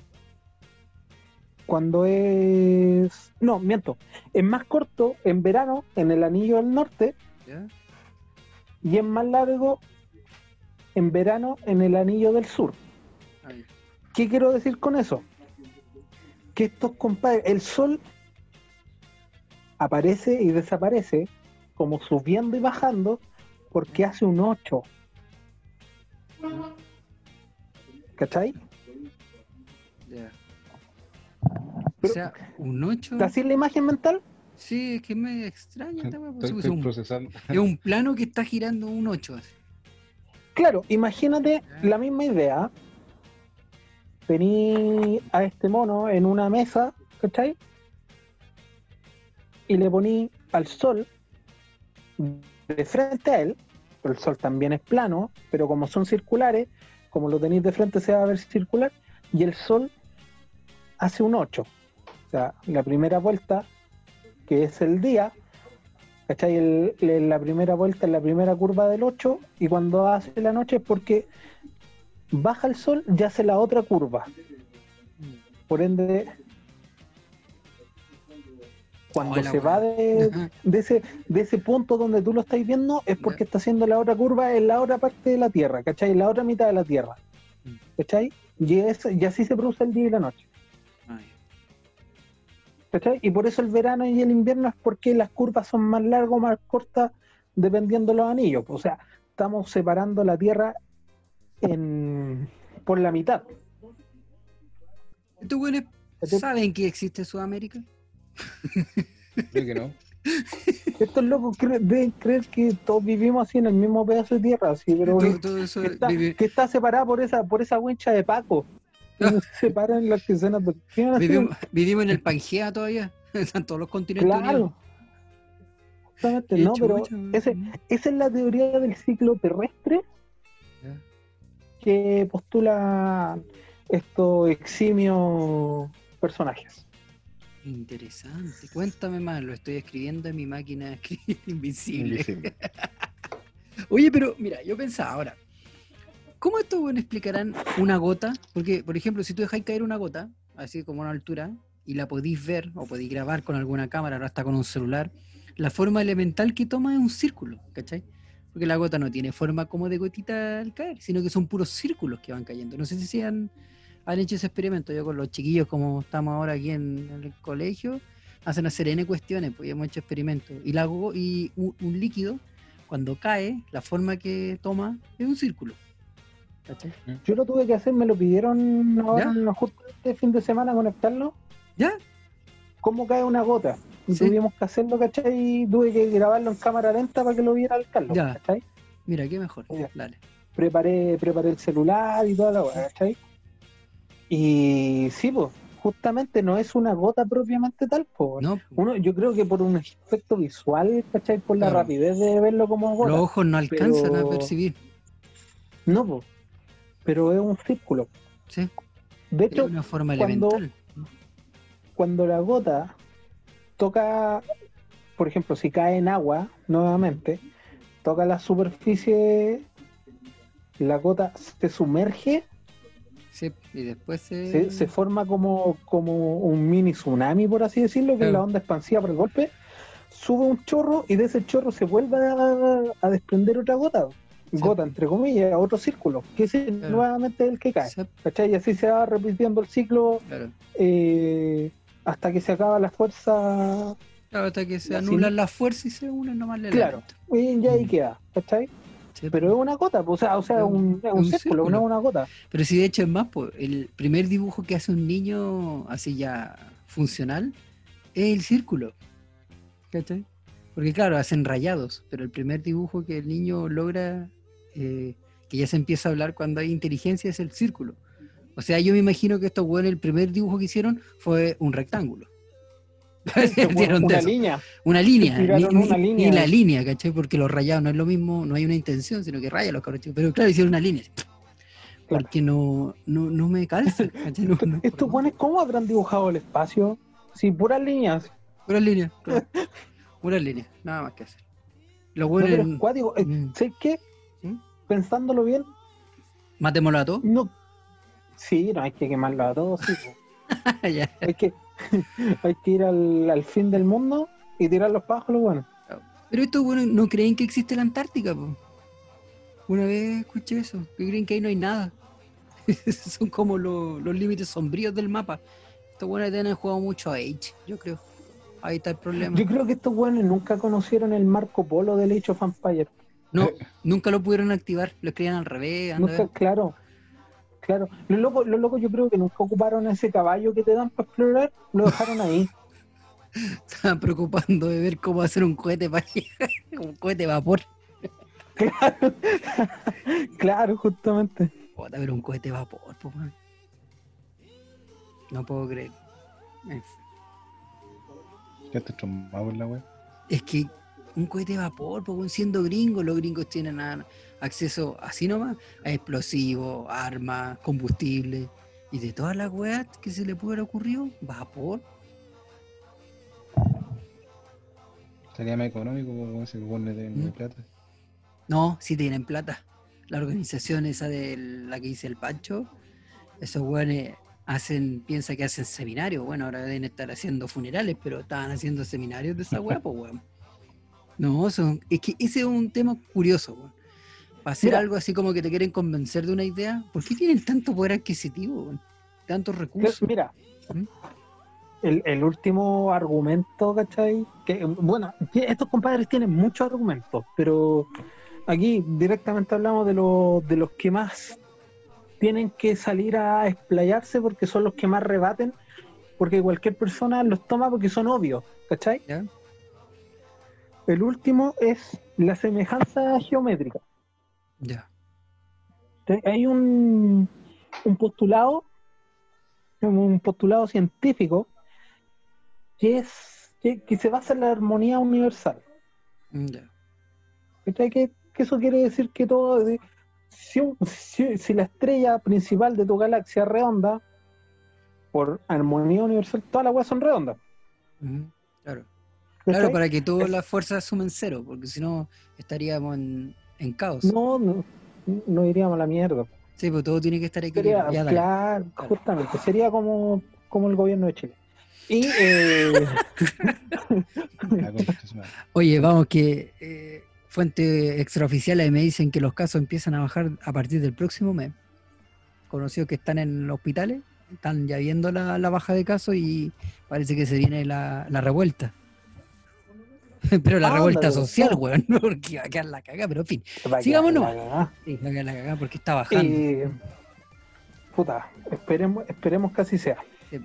cuando es... No, miento. Es más corto en verano en el anillo del norte ya, y es más largo en verano en el anillo del sur. ahí. ¿Qué quiero decir con eso? Que estos compadres, el sol aparece y desaparece como subiendo y bajando porque hace un ocho. ¿Cachai? Ya. O Pero- sea, un ocho. ¿Te haces la imagen mental? Sí, es que es medio extraño esta weá, pues, Estoy, es estoy un- procesando. es un plano que está girando un ocho así. Claro, imagínate la misma idea. Tení a este mono en una mesa, ¿cachai? Y le poní al sol de frente a él, pero el sol también es plano, pero como son circulares, como lo tenéis de frente se va a ver circular, y el sol hace un ocho. O sea, la primera vuelta, que es el día, ¿cachai? El- el- la primera vuelta es la primera curva del ocho, y cuando hace la noche es porque baja el sol y hace la otra curva. Por ende, cuando Oh, la se va weá. de, Ajá. de ese, de ese punto donde tú lo estás viendo, es porque está haciendo la otra curva en la otra parte de la Tierra, ¿cachai? En la otra mitad de la Tierra, ¿cachai? Y, es, y así se produce el día y la noche, Ahí. ¿cachai? Y por eso el verano y el invierno es porque las curvas son más largas o más cortas dependiendo de los anillos. O sea, estamos separando la Tierra en, por la mitad. ¿Estos güeyes ¿Cachai? saben que existe Sudamérica? Creo que no. Estos locos cre- deben creer que todos vivimos así en el mismo pedazo de tierra, así, pero Todo, que, todo eso que está, vivi- que está separada por esa por esa wincha de Paco. ¿Cómo se separan las que son adopciones? vivimos, vivimos en el Pangea todavía. Están todos los continentes unidos. Claro. Justamente, Qué no, pero chucha, ese, weón. esa es la teoría del ciclo terrestre Ya. que postula estos eximios personajes. Interesante. Cuéntame más, lo estoy escribiendo en mi máquina de escribir invisible. Invisible. Oye, pero mira, yo pensaba ahora, ¿cómo estos buenos explicarán una gota? Porque, por ejemplo, si tú dejáis caer una gota, así como a una altura, y la podéis ver o podéis grabar con alguna cámara, ahora hasta con un celular, la forma elemental que toma es un círculo, ¿cachai? Porque la gota no tiene forma como de gotita al caer, sino que son puros círculos que van cayendo. No sé si han, han hecho ese experimento. Yo con los chiquillos, como estamos ahora aquí en, en el colegio, hacen hacer N cuestiones, pues ya hemos hecho experimentos. Y, la, go- y un, un líquido, cuando cae, la forma que toma es un círculo. ¿Cachai? Yo lo tuve que hacer, me lo pidieron ahora ¿Ya? justo este fin de semana conectarlo. ¿Ya? ¿Cómo cae una gota? Y Sí. tuvimos que hacerlo, ¿cachai? Y tuve que grabarlo en cámara lenta para que lo viera el Carlos, Ya. ¿cachai? Mira, qué mejor. Ya. Dale. Preparé, preparé el celular y toda la weá, ¿cachai? Y sí, pues, justamente no es una gota propiamente tal, pues. No, Uno, yo creo que por un efecto visual, ¿cachai? Por la Claro. rapidez de verlo como gota. los ojos no alcanzan pero- a percibir. No, pues. Pero es un círculo. ¿Sí? De Es hecho, una forma cuando- elemental. cuando la gota toca, por ejemplo, si cae en agua nuevamente, toca la superficie, la gota se sumerge, Sí, y después se... se, se forma como, como un mini tsunami, por así decirlo, que es Claro. la onda expansiva por el golpe, sube un chorro y de ese chorro se vuelve a, a desprender otra gota, Sí. gota entre comillas, otro círculo, que ese Claro. nuevamente es el que cae. Sí, ¿Cachai? Y así se va repitiendo el ciclo claro. eh, hasta que se acaba la fuerza. Claro, hasta que se Así- anulan las fuerzas y se unen nomás la Claro, y ya ahí Mm. queda, ¿cachai? Sí, Pero es una gota, pues, o sea, o sea, Es un- un, es es un un círculo, círculo. no es una gota. Pero si de hecho es más, pues, el primer dibujo que hace un niño así ya funcional es el círculo. ¿Cachai? Porque claro, hacen rayados, pero el primer dibujo que el niño logra, eh, que ya se empieza a hablar cuando hay inteligencia, es el círculo. O sea, yo me imagino que estos weones, el primer dibujo que hicieron fue un rectángulo. Bueno, Dieron de una eso. línea. Una línea, ni, Tiraron ni- una ni línea. la línea, ¿cachai? Porque los rayados no es lo mismo, no hay una intención, sino que raya los cabros chicos. Pero claro, hicieron una línea. Claro. Porque no, no, no me calza, ¿cachai? No, no, Estos guanes, ¿cómo habrán dibujado el espacio? Sí, puras líneas. puras líneas, claro. Puras líneas, nada más que hacer. Los No, pero es buenos, cuático. Eh, Mm. ¿Sabes qué? ¿Mm? Pensándolo bien, matémoslo a todos. no. Sí, no hay que quemarlo a todos, sí. po. Ya. Hay que, hay que ir al, al fin del mundo y tirar los pájaros, bueno. Pero estos buenos no creen que existe la Antártica, po. Una vez escuché eso, que creen que ahí no hay nada. Son como lo- los límites sombríos del mapa. Estos buenos deben haber jugado mucho a Age, yo creo. Ahí está el problema. Yo creo que estos guanes nunca conocieron el Marco Polo del Age of Empires. No, nunca lo pudieron activar, lo escribían al revés. anda a Nunca, ver. claro. Claro. Los locos, los locos yo creo que nunca ocuparon ese caballo que te dan para explorar, lo dejaron ahí. Estaban preocupando de ver cómo hacer un cohete para llegar, un cohete de vapor. Claro. Claro, justamente. Puta, pero un cohete de vapor, po, man. No puedo creer. En fin. Ya te trombado en la web. Es que un cohete de vapor, po, weón, siendo gringos, los gringos tienen a- acceso así nomás a explosivos, armas, combustible. Y de todas las weas que se le pudo haber ocurrido, vapor. Sería más económico como si le de, de ¿Mm? plata. No, sí tienen plata. La organización esa de la que dice el Pancho, esos weones hacen, piensa que hacen seminarios. Bueno, ahora deben estar haciendo funerales, pero estaban haciendo seminarios de esa weá, pues weón. No, son, es que ese es un tema curioso, weón. Para hacer Mira. algo así como que te quieren convencer de una idea, ¿por qué tienen tanto poder adquisitivo, weón? Tantos recursos. Mira, ¿Mm? el, el último argumento, ¿cachai? Que, bueno, que estos compadres tienen muchos argumentos, pero aquí directamente hablamos de, los de los que más tienen que salir a explayarse porque son los que más rebaten, porque cualquier persona los toma porque son obvios, ¿cachai? ¿Ya? El último es la semejanza geométrica. Ya. Te- Hay un, un postulado, un postulado científico que es que, que se basa en la armonía universal. Ya. ¿Cachai? Que, que eso quiere decir que todo, de- si, un- si, si la estrella principal de tu galaxia es redonda, por armonía universal, todas las weas son redondas. Ujú, claro. ¿Cachai? Claro, para que todas Es- las fuerzas sumen cero, porque si no estaríamos en, en caos. No, no, no iríamos a la mierda. Sí, pues todo tiene que estar Sería, equilibrado. Ya, dale. claro, Claro. justamente, sería como, como el gobierno de Chile. Y eh, La concha de su madre. Oye, vamos que eh, fuentes extraoficiales me dicen que los casos empiezan a bajar a partir del próximo mes. Conocidos que están en los hospitales, están ya viendo la, la baja de casos y parece que se viene la, la revuelta. Pero la Ándale, revuelta social, claro. weón, porque va a quedar la cagada, pero en fin. va a Sigamos quedar nomás. la cagá. Sí, va a quedar la cagada porque está bajando. Eh, puta, esperemos, esperemos que así sea. Sí.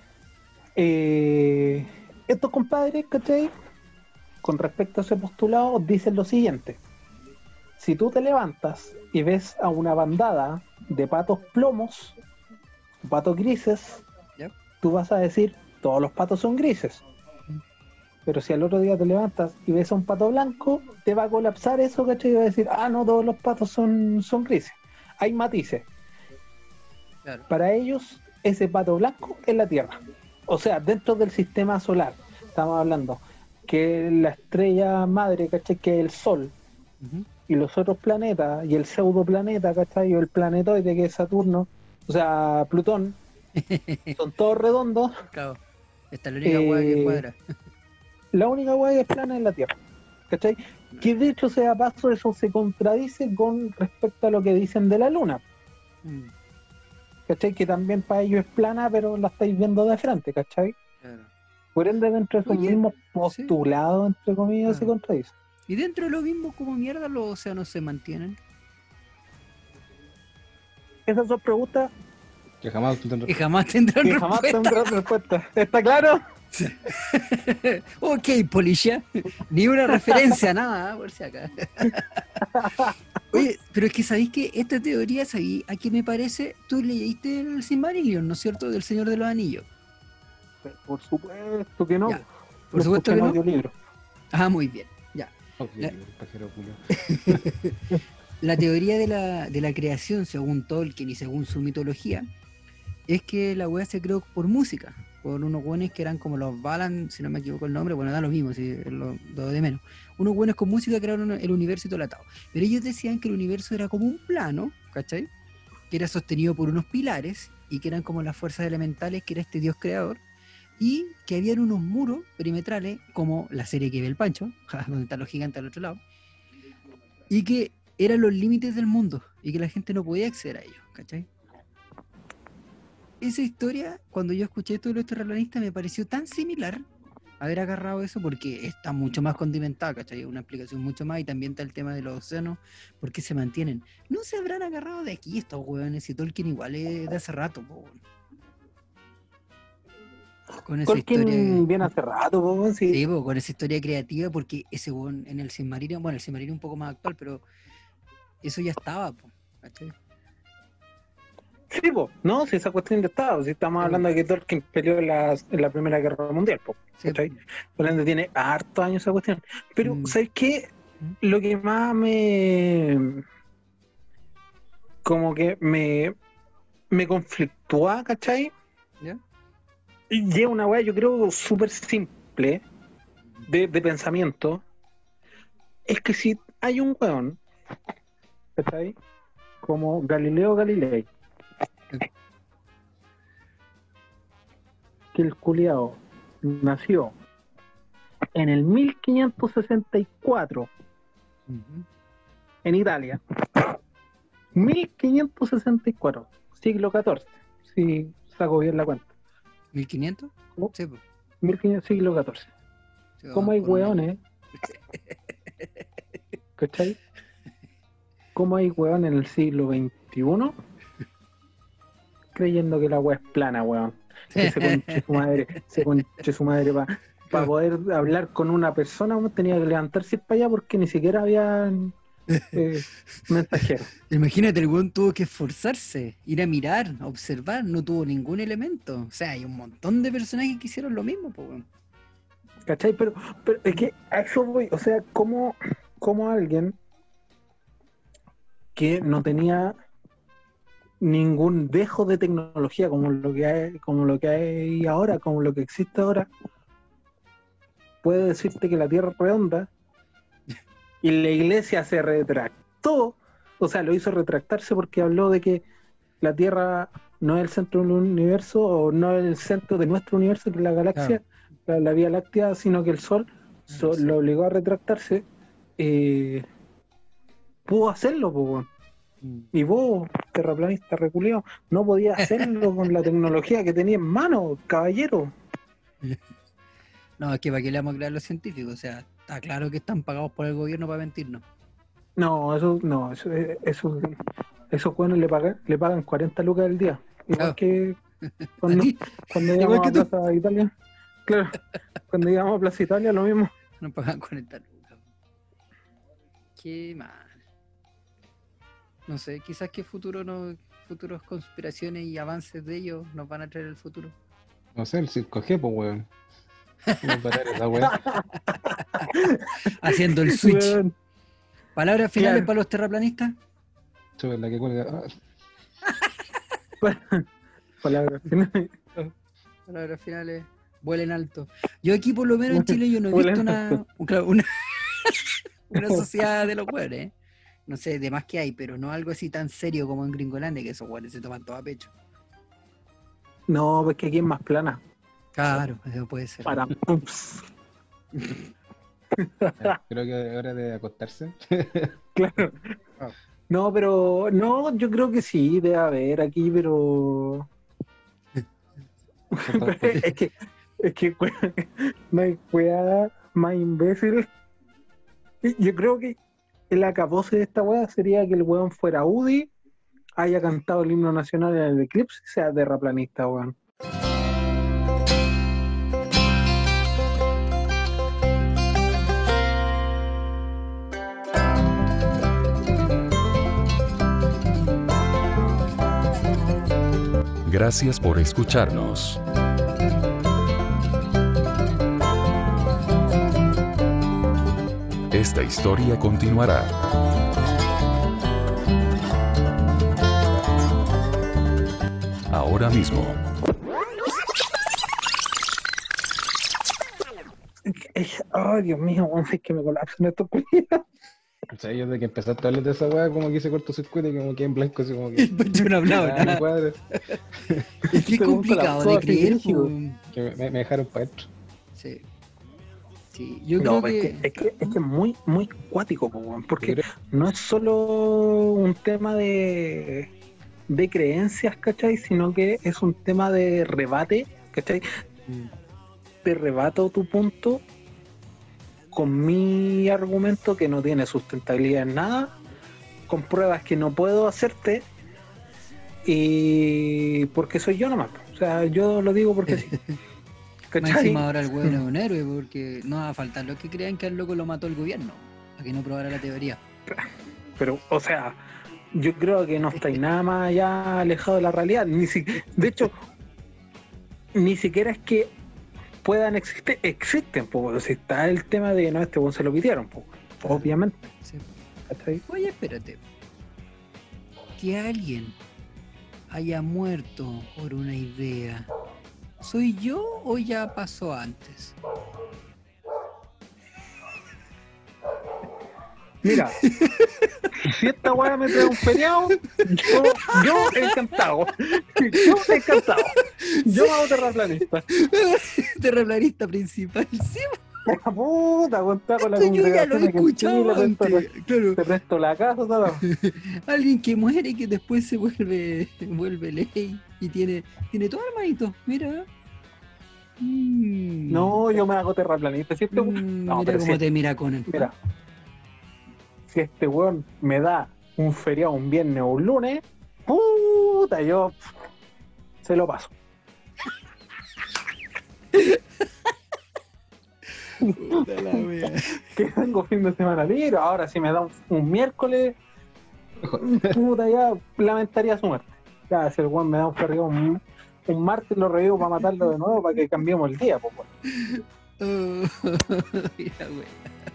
Eh, estos compadres, ¿cachai? Con respecto a ese postulado, dicen lo siguiente. Si tú te levantas y ves a una bandada de patos plomos, patos grises, Ya. tú vas a decir, todos los patos son grises. Pero si al otro día te levantas y ves a un pato blanco, te va a colapsar eso, ¿cachai? Y va a decir, ah, no, todos los patos son, son grises. Hay matices. Claro. Para ellos, ese pato blanco es la Tierra. O sea, dentro del sistema solar, estamos hablando que la estrella madre, ¿cachai? Que es el Sol, Ujú. y los otros planetas, y el pseudoplaneta, ¿cachai? O el planetoide que es Saturno, o sea, Plutón, son todos redondos. Claro. Esta es la única Eh, weá que cuadra. La única hueá que es plana es la Tierra, ¿cachai? Que de hecho, sea paso, eso se contradice con respecto a lo que dicen de la Luna, Mm, ¿cachai? Que también para ellos es plana, pero la estáis viendo de frente, ¿cachai? claro. Por ende, dentro de esos Oye, mismos postulados, entre comillas, se Claro. contradice. Y dentro de lo mismo, como mierda los océanos se mantienen. Esas son preguntas Que jamás tendrán Que jamás tendrán que jamás respuesta. tendrán respuesta. ¿Está claro? Ok, policía. Ni una referencia, nada, por si acá. Oye, pero es que sabéis que esta teoría, ¿sabí a qué me parece? Tú leíste el Silmarillion, ¿no es cierto? Del Señor de los Anillos. Por supuesto que no. Ya, por Lo supuesto escuché que en no. audiolibro. Ah, muy bien. Ya. Ok, La- el pajero culo. La teoría de la, de la creación, según Tolkien y según su mitología, es que la weá se creó por música, por unos buenos que eran como los Valan, si no me equivoco el nombre, bueno, da lo mismo, si es lo, lo de menos. Unos buenos con música crearon el universo y todo el atado. Pero ellos decían que el universo era como un plano, ¿cachai? Que era sostenido por unos pilares y que eran como las fuerzas elementales, que era este dios creador, y que habían unos muros perimetrales, como la serie que ve el Pancho, donde están los gigantes al otro lado, y que eran los límites del mundo y que la gente no podía acceder a ellos, ¿cachai? Esa historia, cuando yo escuché esto de los terraplanistas, me pareció tan similar haber agarrado eso porque está mucho más condimentada, ¿cachai? Una explicación mucho más, y también está el tema de los océanos, por qué se mantienen. No se habrán agarrado de aquí estos hueones, y Tolkien igual es de hace rato, po, weón. Con esa Tolkien historia... viene hace rato, po, sí. Sí, po, con esa historia creativa, porque ese weón en el Silmarillion, bueno, el Silmarillion un poco más actual, pero eso ya estaba, po, ¿cachai? Sí, po. No, si esa cuestión ya estaba. Si estamos Sí, hablando de que Tolkien peleó en la, en la Primera Guerra Mundial, po. Sí, ¿Cachai? po. Por ende tiene hartos años esa cuestión. Pero, Mm. ¿sabes qué? ¿Mm? Lo que más me... Como que me... Me conflictúa, ¿cachai? ¿Ya? Y es una weá, yo creo, súper simple de, de pensamiento. Es que si hay un weón, ¿cachai? Como Galileo Galilei, que el culiao nació en el mil quinientos sesenta y cuatro Ujú. en Italia. mil quinientos sesenta y cuatro, siglo catorce, si saco bien la cuenta. ¿mil quinientos? ¿Cómo? Sí, po. mil quinientos, siglo catorce. Sí, ¿Cómo vamos hay por un año. hueones? ¿Cachai? ¿Cómo hay hueones en el siglo veintiuno creyendo que la hueá es plana, hueón? Que se conche su madre, se conche su madre para pa poder hablar con una persona, hueón, tenía que levantarse y ir para allá porque ni siquiera había eh, mensajeros. Imagínate, el weón tuvo que esforzarse, ir a mirar, a observar, no tuvo ningún elemento. O sea, hay un montón de personajes que hicieron lo mismo, po, weón. ¿Cachai? Pero, pero es que a eso voy, o sea, ¿cómo, cómo alguien que no tenía ningún dejo de tecnología como lo que hay, como lo que hay ahora, como lo que existe ahora, puede decirte que la Tierra es redonda y la iglesia se retractó, o sea, lo hizo retractarse porque habló de que la Tierra no es el centro del universo o no es el centro de nuestro universo, que es la galaxia, la, la Vía Láctea, sino que el Sol, so- Sí. lo obligó a retractarse. eh, pudo hacerlo, po, weón. Y vos, terraplanista reculeado, no podías hacerlo con la tecnología que tenía en mano, caballero. No, es que para qué le vamos a creer a los científicos. O sea, está claro que están pagados por el gobierno para mentirnos. No, eso, no, eso, eh, eso, esos buenos le pagan, le pagan cuarenta lucas al día. Igual Claro. que ¿A cuando, ti? cuando Igual íbamos que a tú. Plaza Italia. Claro, cuando íbamos a Plaza Italia, lo mismo. No pagan cuarenta lucas. Qué mal. No sé, quizás que futuro no, futuros conspiraciones y avances de ellos nos van a traer el futuro. No sé, el cinco G, pues, weón. ¿Cómo parar esa weá? Haciendo el switch. Weón, Palabras finales Claro. para los terraplanistas. Chupa la que cuelga. Ah, palabras finales. Palabras finales. Vuelen alto. Yo aquí, por lo menos en Chile, yo no he Vuelen visto una, alto. un- claro, una, una sociedad de los hueones, ¿eh? No sé, de más que hay, pero no algo así tan serio como en Gringolandia, que esos hueones se toman todo a pecho. No, pues que aquí es más plana. Claro, eso puede ser. Para. Ups. Creo que es hora de acostarse. Claro. Ah. No, pero no, yo creo que sí, debe haber aquí, pero es que es que we- no hay weá más imbécil Yo creo que el acabose de esta weá sería que el weón fuera Udi, haya cantado el himno nacional en el eclipse y sea terraplanista, weón. Gracias por escucharnos. Esta historia continuará. Ahora mismo. Ay, Dios mío, weón, es que me colapsan estos culiados. O sea, yo desde que empezaste a hablar de esa weá, como que hice cortocircuito y como que en blanco, así como que. Yo no hablaba Ah, nada. cuadro. Es que es Te complicado gusta de la creer. brígido. po. Que me, me dejaron para adentro. Sí. Sí, yo No, creo es que... que, es que es que es muy, muy cuático, po, weón, porque Yo no es solo un tema de, de creencias, ¿cachai? Sino que es un tema de rebate, ¿cachai? Te rebato tu punto con mi argumento que no tiene sustentabilidad en nada, con pruebas que no puedo hacerte, y porque soy yo nomás. O sea, yo lo digo porque sí. Más ¿Cachai? encima ahora el weón es un héroe porque no va a faltar los que crean que al loco lo mató el gobierno, para que no probara la teoría. Pero, o sea, yo creo que no estáis nada más allá alejado de la realidad. Ni si, de hecho, ni siquiera es que puedan existir, existen, po, si está el tema de no, este weón se lo pidieron, po, obviamente. Sí. ¿Cachai? Oye, espérate. Que alguien haya muerto por una idea, ¿soy yo o ya pasó antes? Mira, si esta weá me trae un feriado, yo, yo encantado. Yo encantado. Yo hago terraplanista. Terraplanista principal, sí. La puta, contar con la Esto yo ya lo he congregación que escuchado Chile, te antes. presto- Claro, te presto la casa, todo. alguien que muere y que después se vuelve, vuelve ley y tiene, tiene todo armadito. Mira. Mm. No, yo me hago terraplanista. Si este, Mm, no, mira pero cómo si, te mira con el. mira, si este weón me da un feriado un viernes o un lunes, puta, yo se lo paso. Puta la wea. Que tengo fin de semana libre, ahora si me da un, un miércoles, puta, ya lamentaría su muerte. Ya, si el weón me da un feriado un, un martes, lo revivo para matarlo de nuevo, para que cambiemos el día, pues, weón. Oh, mira, wea.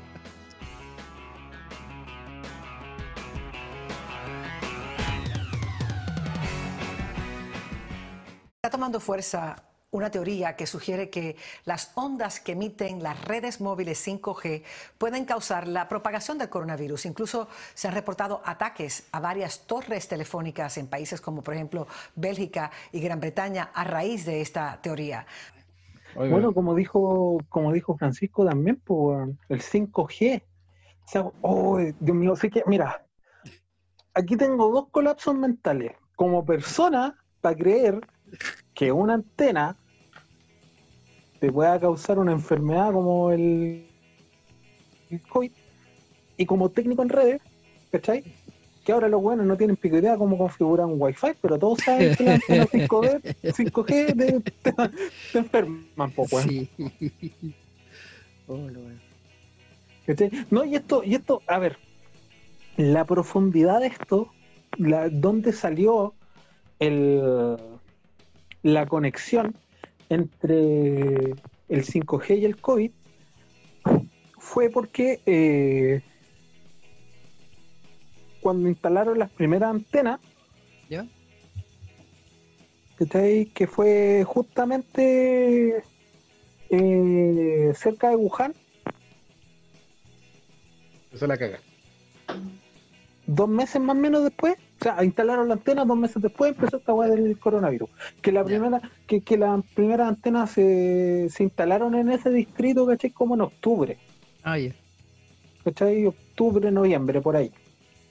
Está tomando fuerza una teoría que sugiere que las ondas que emiten las redes móviles cinco G pueden causar la propagación del coronavirus. Incluso se han reportado ataques a varias torres telefónicas en países como, por ejemplo, Bélgica y Gran Bretaña a raíz de esta teoría. Oiga, Bueno, como dijo, como dijo Francisco también, pues, weón, el cinco G. O sea, oh, Dios mío, sí que, mira, aquí tengo dos colapsos mentales. Como persona, para creer que una antena te pueda causar una enfermedad como el, el COVID, y como técnico en redes, ¿cachai? Que ahora los buenos no tienen pico idea cómo configurar un Wi-Fi, pero todos saben que la antena cinco G, cinco G te, te, te enferman, po, weón. Sí. Oh, lo wea. ¿Cachai? No, y esto, y esto, a ver, la profundidad de esto, la, dónde salió el, la conexión entre el cinco G y el COVID, fue porque eh, cuando instalaron las primeras antenas, ¿Ya? ¿cachai? Que fue justamente eh, cerca de Wuhan, eso la caga. dos meses más o menos después, o sea, instalaron la antena, dos meses después empezó esta weá del coronavirus. Que la Ya. primera, que, que las primeras antenas se, se instalaron en ese distrito, ¿cachai? Como en octubre, Ah, ya. ¿cachai? Octubre, noviembre, por ahí.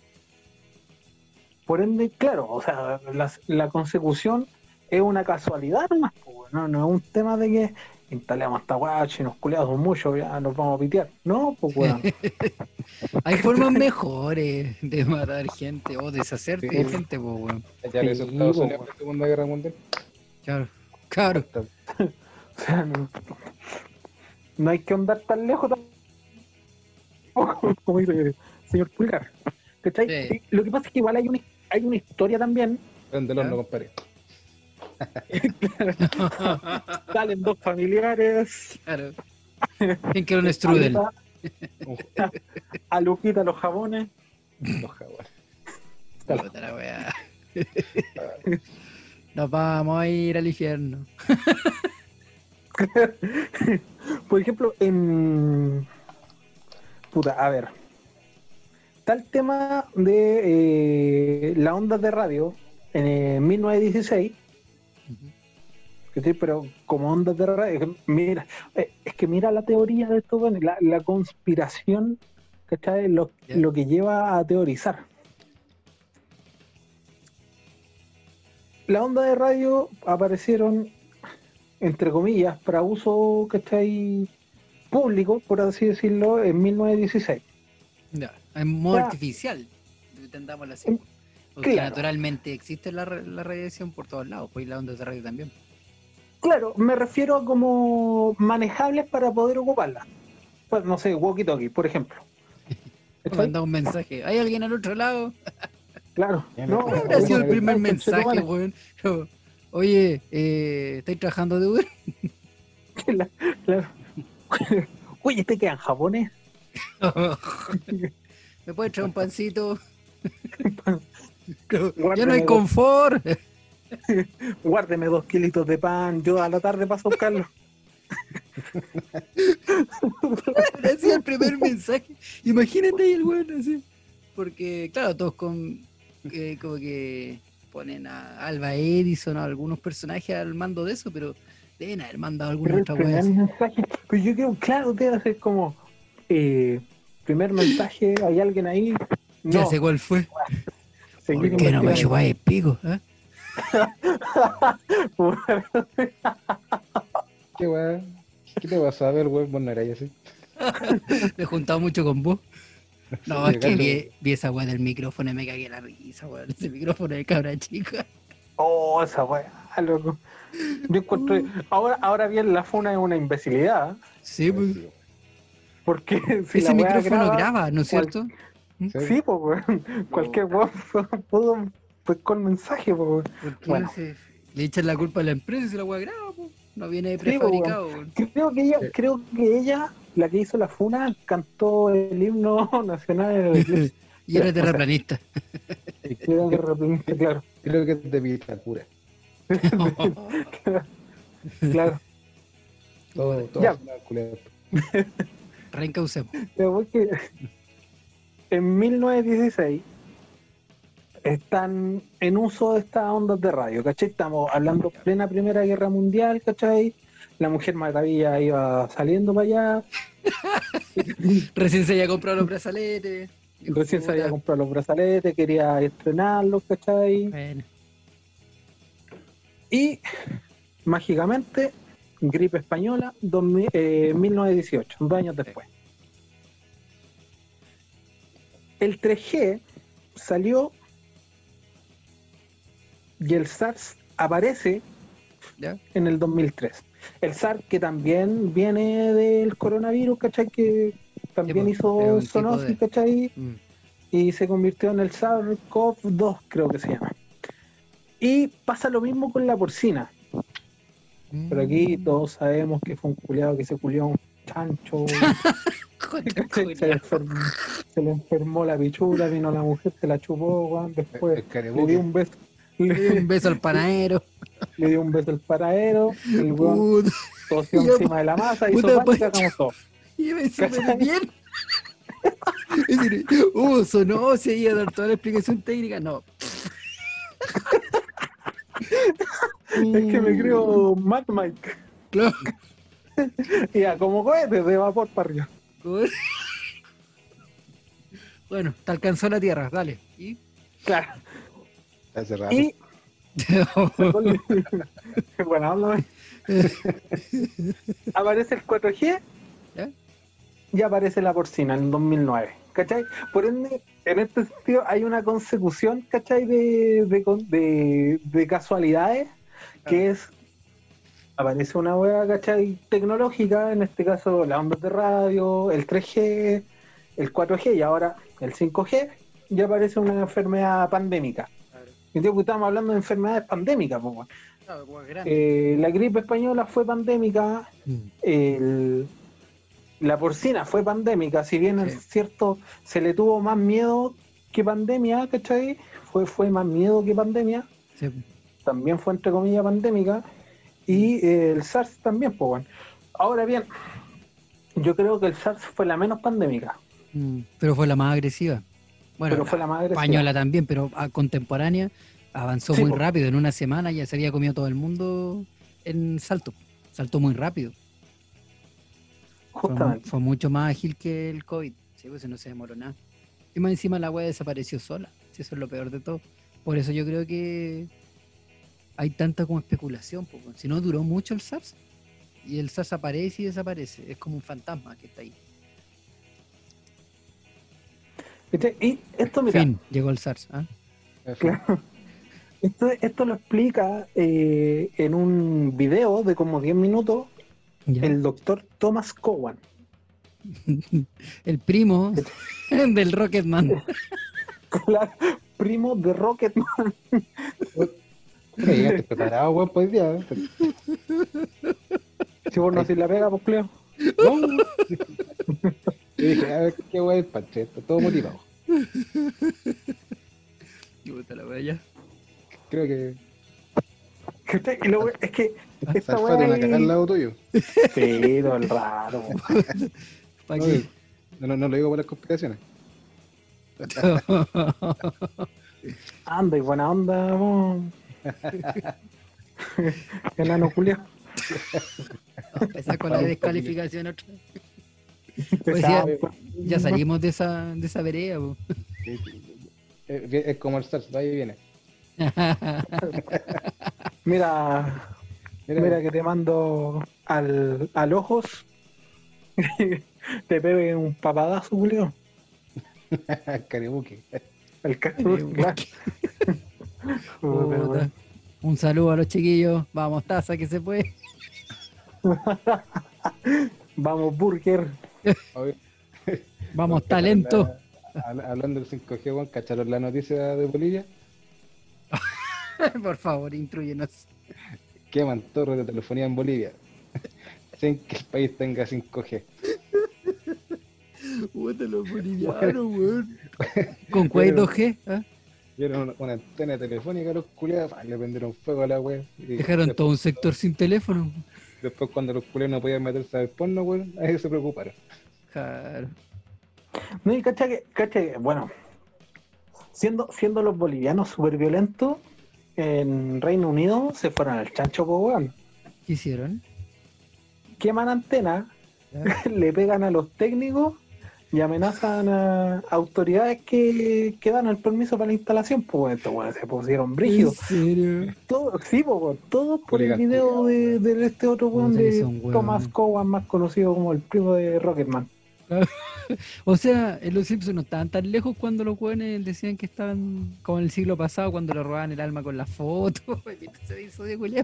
Por ende, claro, o sea, la, la consecución es una casualidad nomás, po, no, no es un tema de que instalamos esta weá, si nos culeamos mucho, ya nos vamos a pitear. No, pues weón. Hay formas mejores de matar gente o deshacerte Sí. de gente, pues, weón. Ya le hizo Sí, Estados po, Unidos en la Segunda Guerra Mundial. Claro, claro. O sea, no, no hay que andar tan lejos tampoco, como dice el señor Pulgar. ¿Cachai? Sí. Y lo que pasa es que igual hay una, hay una historia también. Prende el horno, ¿Ya? compadre. Salen dos familiares. Claro. ¿Quién quiere un strudel? A Luquita, a Luquita los jabones. Los jaguares. Puta la weá. Nos vamos a ir al infierno. Por ejemplo, en. Puta, a ver. Está el tema de eh, las ondas de radio en eh, mil novecientos dieciséis. ¿Cachai? Pero como ondas de radio, mira, eh, es que mira la teoría de todo, la, la conspiración, ¿cachai? Lo, Ya. lo que lleva a teorizar. Las ondas de radio aparecieron, entre comillas, para uso, ¿cachai? Público, por así decirlo, en mil novecientos dieciséis. Ya, en modo Ya. artificial. Entendámoslo así. En- Porque claro. naturalmente existe la, ra- la radiación por todos lados, pues y las ondas de radio también. Claro, me refiero a como manejables para poder ocuparlas. Pues, no sé, walkie-talkie, por ejemplo. Me ¿Cachai? manda un mensaje. ¿Hay alguien al otro lado? Claro. Ya No, me- Habrá sido el oye, primer ay, mensaje, conchetumare. weón. Como, Oye, eh, ¿estáis trabajando de Uber? La- Claro. Oye, ¿este queda en japonés? ¿Me puedes traer un pancito? Ya no Guárdame hay dos- confort. Guárdeme dos kilitos de pan, yo a la tarde paso a buscarlo. Ese es el primer mensaje. Imagínate ahí el weón así. Porque, claro, todos con eh, como que ponen a Alba Edison o a algunos personajes al mando de eso, pero deben haber mandado alguna Pero el otra primer weá. mensaje, pues yo creo, claro, debe ser como, eh, primer mensaje, hay alguien ahí. Ya No, sé cuál fue. seguir ¿Por qué no me investigando. chupáis el pico? ¿eh? ¿Qué weá? ¿Qué te vas a ver, weón? Vos no eras así. Me he juntado mucho con vos. No, es que Llegando- vi, vi esa weá del micrófono y me cagué la risa, weón. Ese micrófono de cabra chica. Oh, esa weá, loco. Yo encuentro, ahora, ahora bien, la funa es una imbecilidad, ¿eh? Sí, pues. Sí, porque si Ese la weá micrófono graba, graba, ¿no es cual- cierto? Sí, pues, weón. Cualquier weón pudo, pues con mensaje, pues, weón. ¿Por qué Bueno. se- le echan la culpa a la empresa si la weá graba, pues? No viene pues, prefabricado, weón. Creo que ella, creo que ella, la que hizo la funa, cantó el himno nacional en la iglesia. Y era o sea, terraplanista. Creo que de repente, claro, Creo que es de Vitacura. claro. Todo, todo Ya. suena culero. Reencaucemos. Pero voy que en mil novecientos dieciséis están en uso de estas ondas de radio, ¿cachai? Estamos hablando plena Primera Guerra Mundial, ¿cachai? La Mujer Maravilla iba saliendo para allá, Recién se había comprado los brazaletes. recién se había Puta. comprado los brazaletes, quería estrenarlos, ¿cachai? Bueno, Y mágicamente, gripe española, dos mil, eh, mil novecientos dieciocho, dos años después. El tres G salió y el SARS aparece ¿ya? en el dos mil tres. El SARS que también viene del coronavirus, ¿cachai? Que también Sí, pues, es hizo un tipo zoonosis, de- ¿cachai? Mm. Y se convirtió en el SARS-CoV dos, creo que se llama. Y pasa lo mismo con la porcina. Pero aquí Mm. todos sabemos que fue un culiado que se culió a un chancho. ¿cachai? se, le enfermó, se le enfermó la pichula, vino la mujer, se la chupó, weón, después El le carebuque. dio un beso. Le di Le, un beso al panadero. le dio un beso al paradero, el weón Puta, tosió Ya, encima de la masa, hizo puta, pan y pues. cagamos todo. iba súper ¿Cachai? bien. Es decir, uh, sonó, se iba a dar toda la explicación técnica. No. Es que me creo Mad Mike. Claro. Ya, como cohete de vapor para arriba. Bueno, te alcanzó la tierra, dale. ¿Y? Claro. Hace rato. Y Buena onda, wey. Aparece el cuatro G ¿Ya? y aparece la porcina en dos mil nueve, ¿cachai? Por ende, en este sentido hay una consecución, ¿cachai? De, de, de, de casualidades, que es, aparece una hueá, ¿cachai? Tecnológica, en este caso las ondas de radio, el tres G, el cuatro G y ahora el cinco G, y aparece una enfermedad pandémica. Entiendo que estamos hablando de enfermedades pandémicas, pues, bueno. Claro, como es grande. Eh, la gripe española fue pandémica, Mm. el- la porcina fue pandémica, si bien es Sí. cierto, se le tuvo más miedo que pandemia, ¿cachai? Fue, fue más miedo que pandemia, Sí. también fue entre comillas pandémica, y eh, el SARS también, pues bueno. Ahora bien, yo creo que el SARS fue la menos pandémica, Mm, Pero fue la más agresiva. Bueno, pero la fue la más agresiva. española también, pero a contemporánea avanzó Sí, muy po. rápido. En una semana ya se había comido todo el mundo en salto. Saltó muy rápido. Fue, mu- Justamente. fue mucho más ágil que el COVID. Sí, pues no se demoró nada. Y más encima la wea desapareció sola. Sí, eso es lo peor de todo. Por eso yo creo que hay tanta como especulación. po, weón. Si no duró mucho el SARS. Y el SARS aparece y desaparece. Es como un fantasma que está ahí. ¿Cachai? Y esto, mira, Fin, llegó el SARS. ¿ah? claro. Esto, esto lo explica eh, en un video de como diez minutos Ya. el doctor Thomas Cowan. El primo del Rocketman. Claro, primo de Rocketman. Pero llegaste preparado, weón, pues día. ¿eh? Si vos no hacés la pega, pues Cleo. No. Yo dije, a ver qué weón es el panche, está todo motivado. Puta la wea, ya. Creo que ¿Cachai? Y lo- es que esta Salfate weá una es- cagada al lado tuyo. Sí, todo el rato. ¿Para No, qué? no, no, no lo digo por las conspiraciones. Anda y buena onda, vos. Enano culiao. Vamos a empezar con la descalificación otra vez. Pues Pesado, ya, pues. ya salimos de esa, de esa vereda. po. Sí, sí. Es, es como el SARS, va y viene. Mira, Mira, mira que te mando al, al ojos. Te pegue un papadazo, Julio. Caribuque. El cabrón, claro. Joder, Puta. weón. Un saludo a los chiquillos. Vamos, taza, que se puede. Vamos, Burger. Oye, Vamos, ¿cacharon talento. la- habla- hablando del cinco G, weón, ¿cacharon la noticia de Bolivia? Por favor, instruyenos. Queman torres de telefonía en Bolivia sin que el país tenga cinco G. Puta, los bolivianos, weón. Con Quake dos G. ¿ah? Vieron una, una antena telefónica a los culiados, ¡pam! Le prendieron fuego a la wea. Y Dejaron después, todo un sector sin teléfono. después cuando los culiados no podían meterse al porno, weón, ahí se preocuparon. Claro. No, y cacha que, cacha que, bueno, siendo, siendo los bolivianos súper violentos, en Reino Unido se fueron al chancho, po, weón. ¿Qué hicieron? Queman antenas, ¿Ya? le pegan a los técnicos y amenazan a autoridades que, que dan el permiso para la instalación, pues estos weones se pusieron ¿En brígidos. serio? Todo, sí, po, weón, todo por el Hooligan, video de, de este otro weón Puta que de son weones. Thomas Cowan, más conocido como el primo de Rocketman. O sea, en los Simpsons no estaban tan lejos cuando los jóvenes decían que estaban como en el siglo pasado cuando le robaban el alma con la foto. ¿Viste ese episodio, Julián?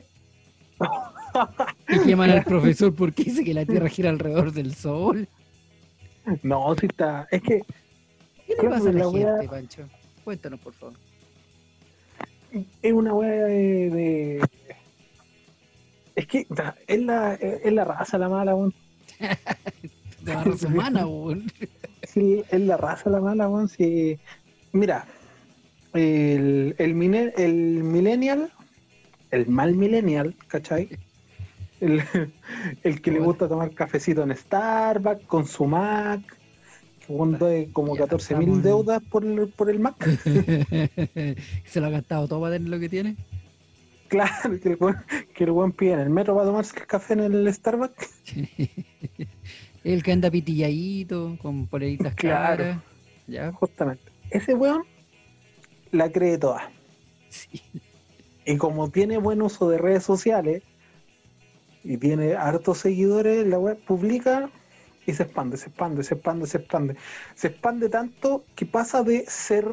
Y queman al profesor porque dice que la Tierra gira alrededor del Sol. No, sí está, es que ¿Qué le Creo pasa a que la la wea- gente, Pancho? Cuéntanos, por favor. es una weá de, de- es que ta, es la, es la raza la mala, weón. De la raza humana, weón. Sí, es la raza la mala, weón. Sí. Mira, el, el, mine- el millennial, el mal millennial, ¿cachai? El, el que le Hola. gusta tomar cafecito en Starbucks con su Mac, que weón doy como Ya, catorce estamos mil en- deudas por el, por el Mac. Se lo ha gastado todo para tener lo que tiene. Claro, que el weón, que el weón pide en el metro para tomarse el café en el Starbucks. El que anda pitilladito, con poleritas Claro. claras. Ya, Justamente. Ese weón la cree toda. sí. Y como tiene buen uso de redes sociales y tiene hartos seguidores, la web publica y se expande, se expande, se expande, se expande. Se expande tanto que pasa de ser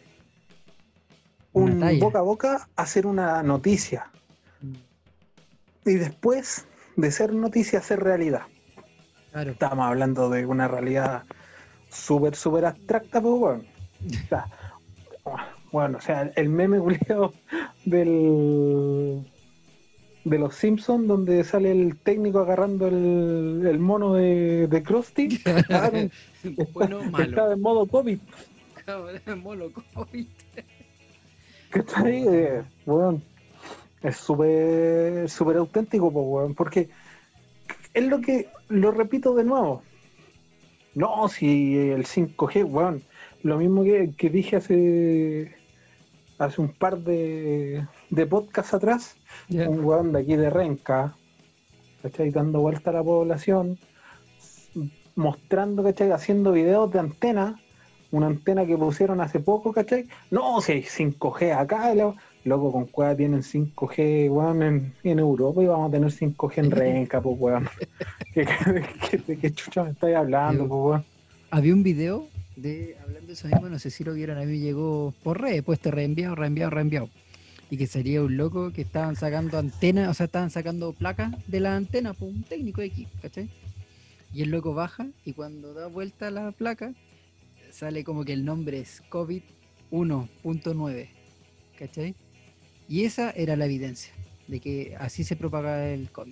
Una un talla. boca a boca a ser una noticia. Y después de ser noticia a ser realidad. Claro. Estamos hablando de una realidad súper, súper abstracta, pues bueno. O sea, bueno, o sea, el meme culiado del de los Simpsons, donde sale el técnico agarrando el, el mono de, de Krusty, claro, Bueno, está, malo. está en modo COVID. Cabrón, molo, COVID. ¿Cachai? Eh, bueno, es súper súper auténtico, pues, weón, porque es lo que, lo repito de nuevo. No, si el cinco G, weón, lo mismo que, que dije hace hace un par de, de podcasts atrás, Yeah. un weón de aquí de Renca, ¿cachai? Dando vuelta a la población, mostrando, ¿cachai? Haciendo videos de antena, una antena que pusieron hace poco, ¿cachai? No, si hay cinco G acá, lo, loco, con cueva tienen cinco G, weón, en, en Europa y vamos a tener cinco G en Renca, pues, weón. ¿Qué, qué, qué, qué chucha me estáis hablando, pues, weón? Había un video de hablando de eso mismo, no sé si lo vieron, a mí llegó por redes, puesto reenviado, reenviado, reenviado. Y que sería un loco que estaban sacando antenas, o sea, estaban sacando placas de la antena, pues un técnico de aquí, ¿cachai? Y el loco baja y cuando da vuelta la placa, sale como que el nombre es COVID uno punto nueve, ¿cachai? Y esa era la evidencia de que así se propaga el COVID.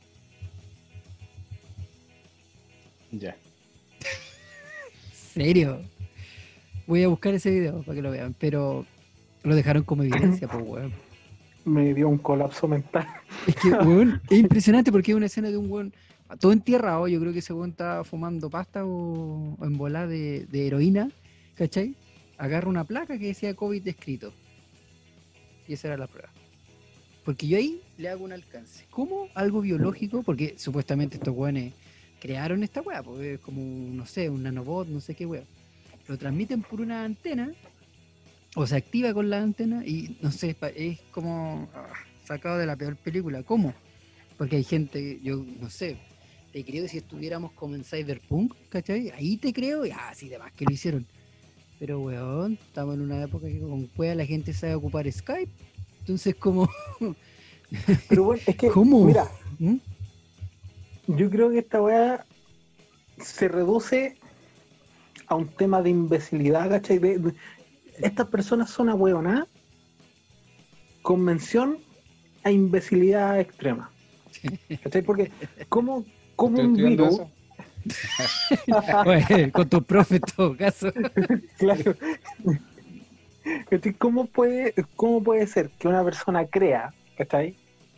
Ya. ¿Serio? Voy a buscar ese video para que lo vean, pero lo dejaron como evidencia, pues, weón. Me dio un colapso mental. Es que, weón, es impresionante porque es una escena de un weón todo entierrado. Yo creo que ese weón estaba fumando pasta o, o en volá de, de heroína, ¿cachai? Agarra una placa que decía COVID escrito. Y esa era la prueba. Porque yo ahí le hago un alcance. ¿Cómo algo biológico? Porque supuestamente estos weones crearon esta weá, porque es como, no sé, un nanobot, no sé qué weá. Lo transmiten por una antena, o se activa con la antena, y no sé, pa- es como ah, sacado de la peor película. ¿Cómo? Porque hay gente, yo no sé, te creo que si estuviéramos como en Cyberpunk, ¿cachai? Ahí te creo, y ah, sí, demás que lo hicieron. Pero weón, estamos en una época que con cueva la gente sabe ocupar Skype. Entonces, como, Pero bueno, es que, ¿cómo? mira, ¿Mm? yo creo que esta weá se reduce a un tema de imbecilidad, ¿cachai? De, de- estas personas son ahueonadas con mención a imbecilidad extrema. ¿Cachai? Porque, ¿cómo, cómo ¿Estoy un estudiando virus? eso? Bueno, con tu profe en todo caso. Claro. ¿Cachai? ¿Cómo puede, cómo puede ser que una persona crea, ¿cachai?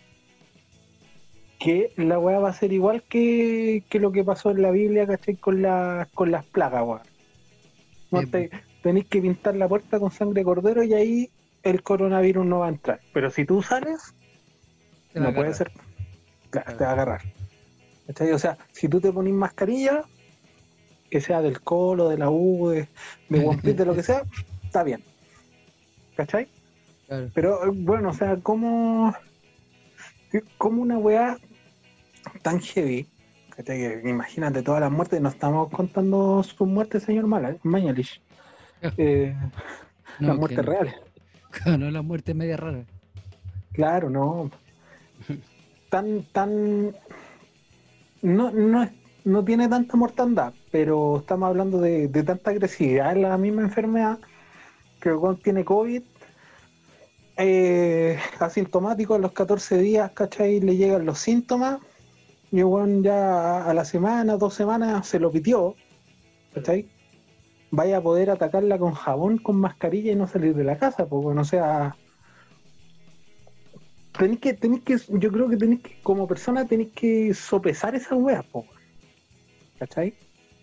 Que la weá va a ser igual que, que lo que pasó en la Biblia, ¿cachai? Con, la, con las plagas, weá. No Sí, te- tenéis que pintar la puerta con sangre de cordero y ahí el coronavirus no va a entrar. Pero si tú sales, Te va a no puede agarrar. ser. Claro, te va a agarrar. ¿Cachai? O sea, si tú te pones mascarilla, que sea del Colo, de la U, de, de One Piece, de lo que sea, está bien. ¿Cachai? Claro. Pero eh, bueno, o sea, ¿cómo, cómo una weá tan heavy? ¿Cachai? Que imagínate todas las muertes, no estamos contando sus muertes, señor Mala- Mañalich. Eh, No, las que muertes no. reales. No, la muerte es media rara. Claro, no. Tan, tan. No, no, es- no tiene tanta mortandad, pero estamos hablando de, de tanta agresividad en la misma enfermedad que el weón tiene COVID. Eh, asintomático a los catorce días, ¿cachai? Le llegan los síntomas y el weón ya a la semana, dos semanas se lo pitió, ¿cachai? Vaya a poder atacarla con jabón, con mascarilla y no salir de la casa, pues bueno, o sea, tenéis que, tenéis que, yo creo que tenéis que, como persona, tenéis que sopesar esas weas, pues, ¿cachai?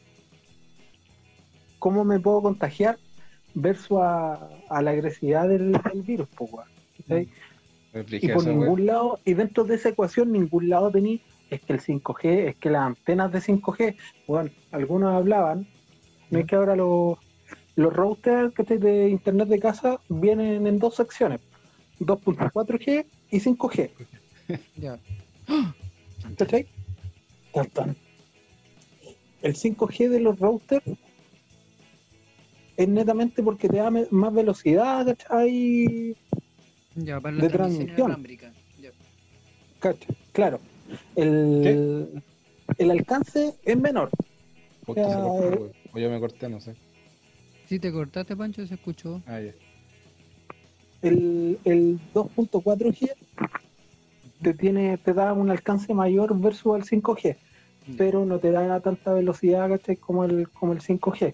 ¿Cómo me puedo contagiar versus a, a la agresividad del, del virus, pues, weón, ¿cachai? Me Y expliqué por eso, ningún güey. lado, y dentro de esa ecuación, ningún lado tenéis, es que el cinco G, es que las antenas de cinco G, bueno, algunos hablaban, no es que ahora los, los routers que de internet de casa vienen en dos secciones. dos punto cuatro G y cinco G. Ya. ¿Cachai? Tan, tan. El cinco G de los routers es netamente porque te da me- más velocidad, ¿cachai? Ya, para De la transmisión transmisión. inalámbrica. Ya. ¿Cachai? Claro. El, el alcance es menor. Justo se Ya, cortó, eh. weón. O yo me corté, no sé. Si te cortaste, Pancho, se escuchó. Ah, ya. El, el dos punto cuatro G te, tiene, te da un alcance mayor versus el cinco G, pero no te da tanta velocidad, ¿cachai? Como el, como el cinco G.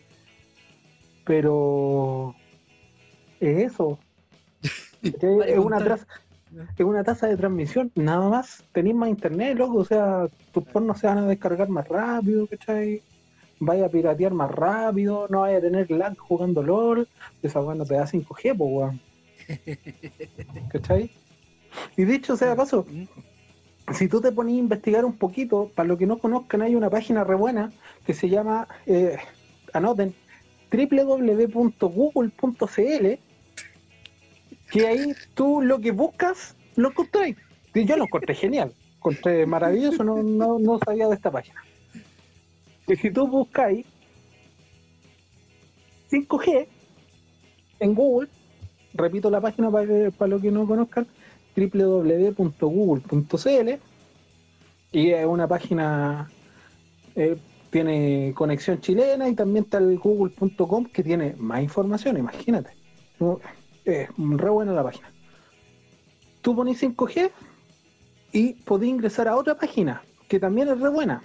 Pero es eso. ¿Cachai? Vale, es, una contar. tasa, es una tasa de transmisión, nada más. Tenés más internet, loco, o sea, tus pornos se van a descargar más rápido, ¿cachai? Vaya a piratear más rápido, no vaya a tener lag jugando LOL, esa weá no te da cinco G, po, weón. ¿Cachai? Y dicho sea de paso, si tú te pones a investigar un poquito, para los que no conozcan, hay una página re buena que se llama, eh, anoten, doble u doble u doble u punto google punto c l, que ahí tú lo que buscas, lo encontrás. Y yo lo encontré genial, encontré maravilloso, no, no, no sabía de esta página. Y si tú buscáis cinco G en Google, repito la página para, que, para los que no conozcan, doble u doble u doble u punto google punto c l, y es una página, eh, tiene conexión chilena, y también está el google punto com que tiene más información, imagínate. No, es re buena la página. Tú pones cinco G y podés ingresar a otra página que también es re buena,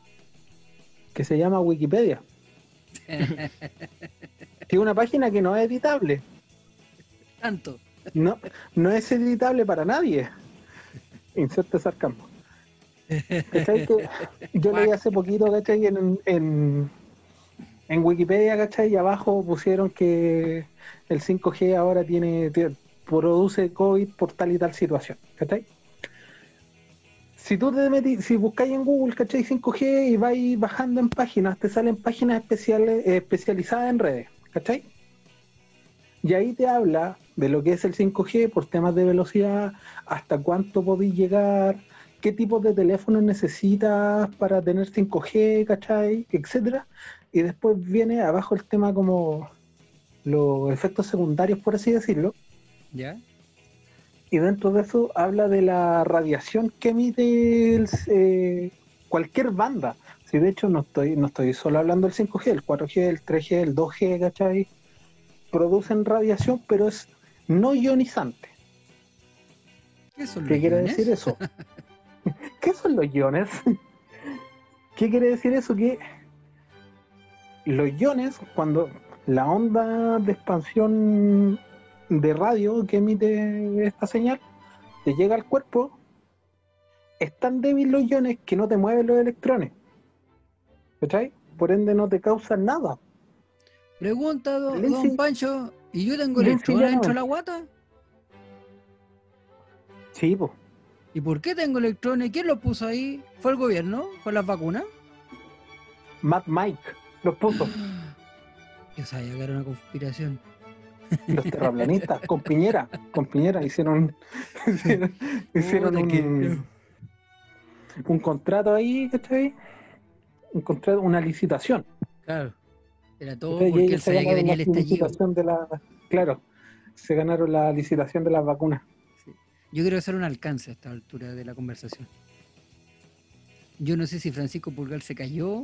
que se llama Wikipedia. Que es una página que no es editable. Tanto. No, no es editable para nadie. Inserte sarcasmo. ¿Cachai? Que yo leí hace poquito, ¿cachai? En, en, en Wikipedia, ¿cachai? Y abajo pusieron que el cinco G ahora tiene, tiene produce COVID por tal y tal situación, ¿cachai? Si tú te metís, si buscáis en Google, ¿cachai? cinco G y vais bajando en páginas, te salen páginas especiales, eh, especializadas en redes, ¿cachai? Y ahí te habla de lo que es el cinco G por temas de velocidad, hasta cuánto podéis llegar, qué tipo de teléfono necesitas para tener cinco G, ¿cachai? Etcétera. Y después viene abajo el tema como los efectos secundarios, por así decirlo. ¿Ya? Y dentro de eso habla de la radiación que emite el, eh, cualquier banda. Si de hecho no estoy, no estoy solo hablando del cinco G, el cuatro G, el tres G, el dos G, ¿cachai? Producen radiación, pero es no ionizante. ¿Qué son los ¿Qué quiere iones? decir eso? ¿Qué son los iones? ¿Qué quiere decir eso? Que los iones, cuando la onda de expansión de radio que emite esta señal te llega al cuerpo, es tan débil los iones que no te mueven los electrones, ¿cachai? Por ende no te causan nada. Pregunta, do- Lindsay- don Pancho, ¿y yo tengo Lindsay electrones dentro de la llanamente. guata? Sí, pues. ¿Y por qué tengo electrones? ¿Quién los puso ahí? ¿Fue el gobierno? ¿Con las vacunas? Mad Mike los puso, Yo sabía que era una conspiración. los terraplanistas, con Piñera, con Piñera hicieron hicieron, hicieron Puta, un, que- un contrato ahí, ¿cachai? Un contrato, una licitación. Claro. Era todo ¿Cachai? Y porque él ellos se sabía que ganaron venía la el estallido. licitación de la, claro, se ganaron la licitación de las vacunas. Yo quiero hacer un alcance a esta altura de la conversación. Yo no sé si Francisco Pulgar se cayó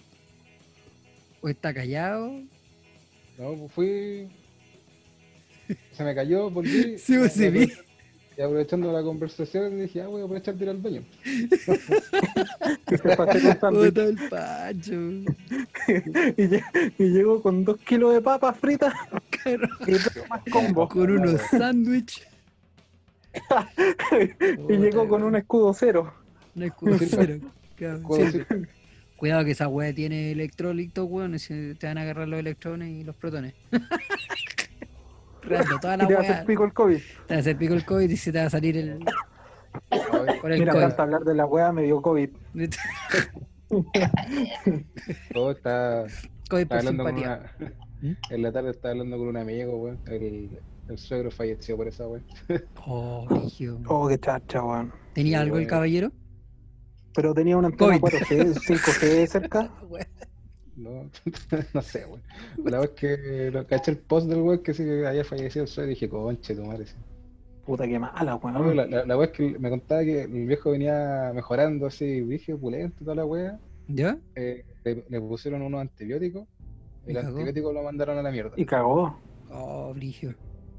o está callado. No, pues fui. Se me cayó, volví. Sí, pues, y sí, vi. aprovech- Y aprovechando la conversación dije, ah, voy a aprovechar de ir al baño. Que se fue a hacer un sándwich. Puta el Pancho. y, lle- y llegó con dos kilos de papas fritas Claro. y dos más combo. Con unos sándwiches. Y llegó con un escudo cero. Un escudo Sí, cero. Claro, Puedo sí. decir, Cuidado que esa weá tiene electrolitos, weón, y se te van a agarrar los electrones y los protones. Reando toda la Y te va a weá. hacer pico el COVID. Te va a hacer pico el COVID y se te va a salir el. Por el Mira, COVID. tanto hablar de la wea me dio COVID. todo está. COVID Estaba por hablando con simpatía. una. ¿Mm? En la tarde estaba hablando con un amigo, weón. El, el suegro falleció por esa weá. Oh, brígido. Oh, qué chacha, weón. ¿Tenía Sí, algo el bueno. caballero? Pero tenía una antena COVID. cuatro G, cinco G cerca. No, no sé, weón. La vez que lo caché el post del weón que sí que había fallecido el suegro, dije, conche, tu madre. Sí. Puta, qué mala, No, weón. la, la, la weá es que me contaba que el viejo venía mejorando así, dije, pulento y toda la weá. ¿Ya? Eh, le, le pusieron unos antibióticos. Y El cagó. antibiótico lo mandaron a la mierda. Y cagó. Oh, brígido.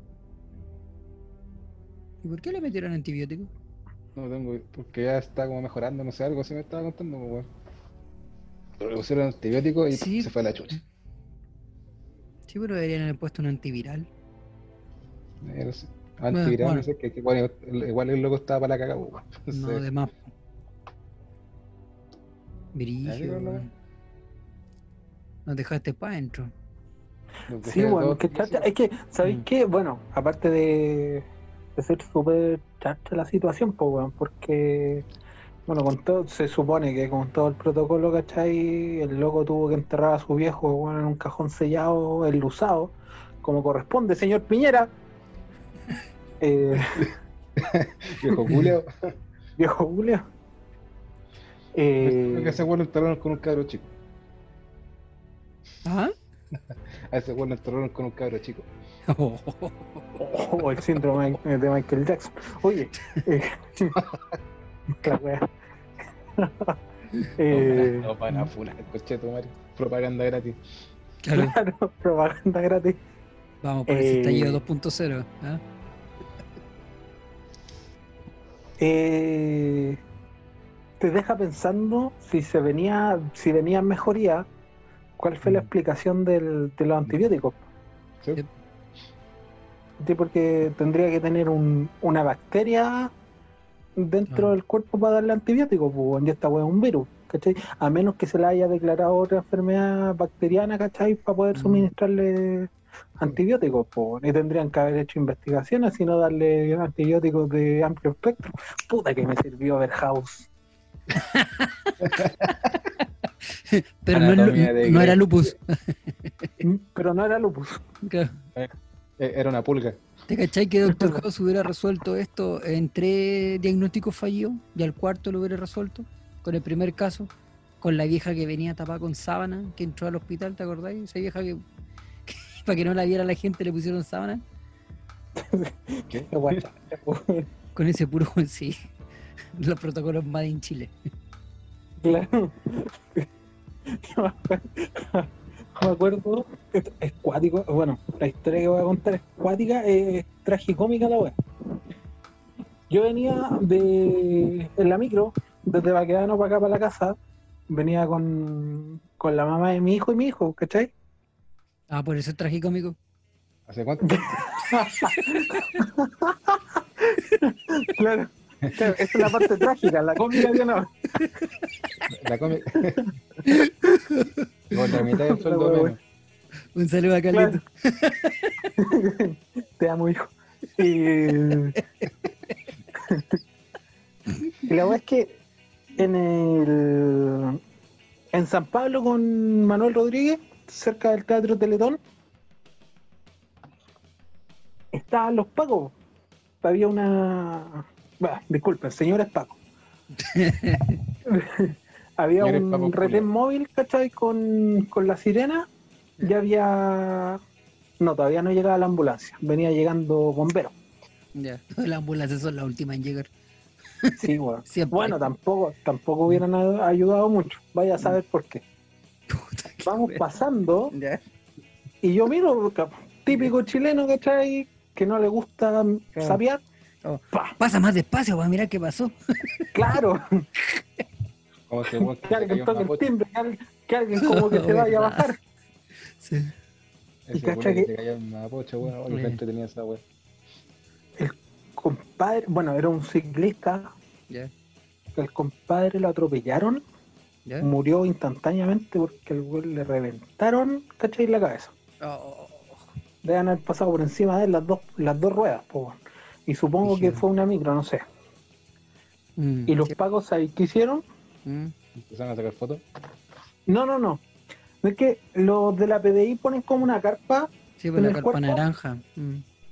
¿Y por qué le metieron antibiótico? No tengo, porque ya está como mejorando, no sé, algo así me estaba contando, pues, weón. Pero le pusieron antibióticos y Sí. se fue a la chucha. Sí, pero deberían haber puesto un antiviral. Eh, no sé. Antiviral, bueno. no sé, que, que igual, igual el loco estaba para la cagada, pues, weón. No No, sé. de más. Ya, Brígido, ¿qué tal, weón. Nos dejaste para adentro. Nos Sí, dejé bueno, todos qué chacha. felices. Es que, ¿sabéis Mm. qué? Bueno, aparte de, de ser súper chacha la situación, pues, weón, porque, bueno, con todo, se supone que con todo el protocolo, ¿cachai? El loco tuvo que enterrar a su viejo, weón, en un cajón sellado, enlusado, como corresponde, señor Piñera. Eh, Viejo culeo. viejo Julio. Creo que Eh, ese weón lo enterraron con un cabro chico. ¿Ah? A ese weón lo enterraron con un cabro chico. o el síndrome de Michael Jackson. Oye, eh, la wea. Eh, No van a funar, coche tu madre. Propaganda gratis. Claro, claro, propaganda gratis. vamos por el Eh, estallido dos punto cero. ¿Ah? eh, te deja pensando si se venía, si venía mejoría, cuál fue la Mm. explicación del, de los antibióticos. ¿Sí? Sí. Sí, porque tendría que tener un, una bacteria dentro Ah. del cuerpo para darle antibióticos, pues, y esta wea es un virus, ¿cachai? A menos que se le haya declarado otra enfermedad bacteriana, ¿cachai? Para poder Mm. suministrarle antibióticos, pues, y tendrían que haber hecho investigaciones y no darle antibióticos de amplio espectro. Puta que me sirvió ver House. Pero no, es lu- Anatomía de no Grey. era lupus. Pero no era lupus. Claro. Eh, Era una pulga. ¿Te cachai que Doctor House hubiera resuelto esto en tres diagnósticos fallidos y al cuarto lo hubiera resuelto? Con el primer caso, con la vieja que venía tapada con sábana, que entró al hospital, ¿te acordáis? Esa vieja que, que para que no la viera la gente le pusieron sábana. ¿Qué? Qué guacha, pues. Con ese puro, sí. Los protocolos Made in Chile. Claro. Yo me acuerdo- me acuerdo, es, es cuático, bueno, la historia que voy a contar es cuática, es tragicómica la wea. Yo venía de en la micro, desde Baquedano para acá para la casa, venía con, con la mamá de mi hijo y mi hijo, ¿cachai? Ah, por eso es tragicómico. ¿Hace cuánto? Claro, claro, esa es la parte trágica, la cómica que no. La come. Con la mitad del sueldo La wea, menos. Un saludo a Carlito. Claro. Te amo, hijo. Y, y la verdad es que en el en San Pablo con Manuel Rodríguez, cerca del Teatro Teletón, estaban los Pacos. Había una... Bah, disculpen, señores Pacos. Había Señores un Pacos retén culiados. móvil, ¿cachai? Con, con la sirena. Ya había... No, todavía no llegaba la ambulancia. Venía llegando bomberos. Ya. Las ambulancias son las últimas en llegar. Sí, bueno. Siempre. Bueno, tampoco, tampoco hubieran a- ayudado mucho. Vaya a saber por qué. Puta, qué Vamos wea. pasando Ya. y yo miro, ca- típico chileno, ¿cachai? Que no le gusta Claro. sapear. Oh. Pa, Pasa más despacio para mirar qué pasó. claro, Como ese weón que que se alguien cayó en toque el Mapocho. timbre, que, al- que alguien como que se vaya a Verdad. bajar. Sí. Ese cacha weón que que- se cayó en Mapocho, weón. Oh, Sí. qué entretenida esa weón. Compadre, bueno, era un ciclista. Ya. El compadre lo atropellaron, Ya. murió instantáneamente porque el güey le reventaron, ¿cachai? La cabeza. Oh. Deben haber pasado por encima de él las dos, las dos ruedas, po, weón. Y supongo Brígido. que fue una micro, no sé. Mm, Y los sí. pagos, ¿sabes qué hicieron? Mm. Empezaron a sacar fotos. No, no, no. Es que los de la P D I ponen como una carpa Sí, por ¿En la el carpa cuerpo? naranja. Mm.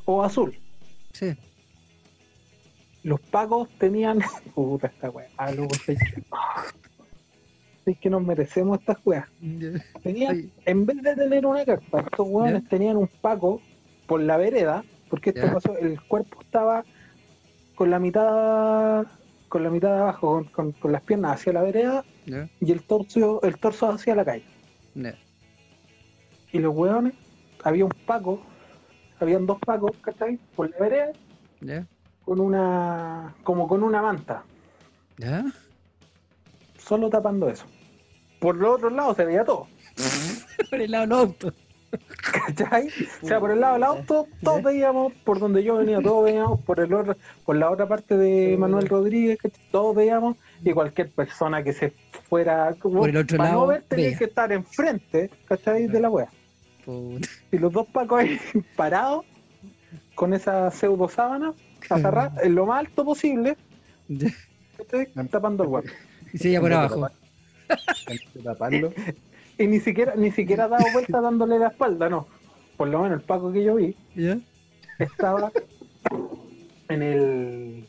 o azul. Sí. Los pacos tenían. Puta esta weá. Ah, loco, sé que... es que nos merecemos estas weas. Tenían, Oye. en vez de tener una carpa, estos weones ¿Ya? tenían un paco por la vereda, porque esto ¿Ya? pasó, el cuerpo estaba con la mitad, con la mitad de abajo, con, con, con las piernas hacia la vereda ¿Ya? y el torso, el torso hacia la calle. ¿Ya? Y los weones, había un paco, habían dos pacos, ¿cachai? Por la vereda, ¿Ya? con una, como con una manta, ¿Ya? solo tapando eso. Por los otros lados se veía todo. Por el lado del auto. ¿Cachai? O sea, por el lado del auto, todos veíamos, por donde yo venía, todos veíamos, por el otro, por la otra parte de Manuel Rodríguez, ¿cachai? Todos veíamos, y cualquier persona que se fuera, como, Por el otro para lado, no ver, tenía veía. que estar enfrente, ¿cachai? De la wea. Puta. Y los dos pacos ahí parados, con esa pseudo sábana, agarradas en lo más alto posible, Ya. ¿cachai? Tapando el huevo. Y seguía por abajo. Antes de taparlo, Y ni siquiera, ni siquiera dado vuelta dándole la espalda, no. Por lo menos el paco que yo vi, ¿Ya? estaba en el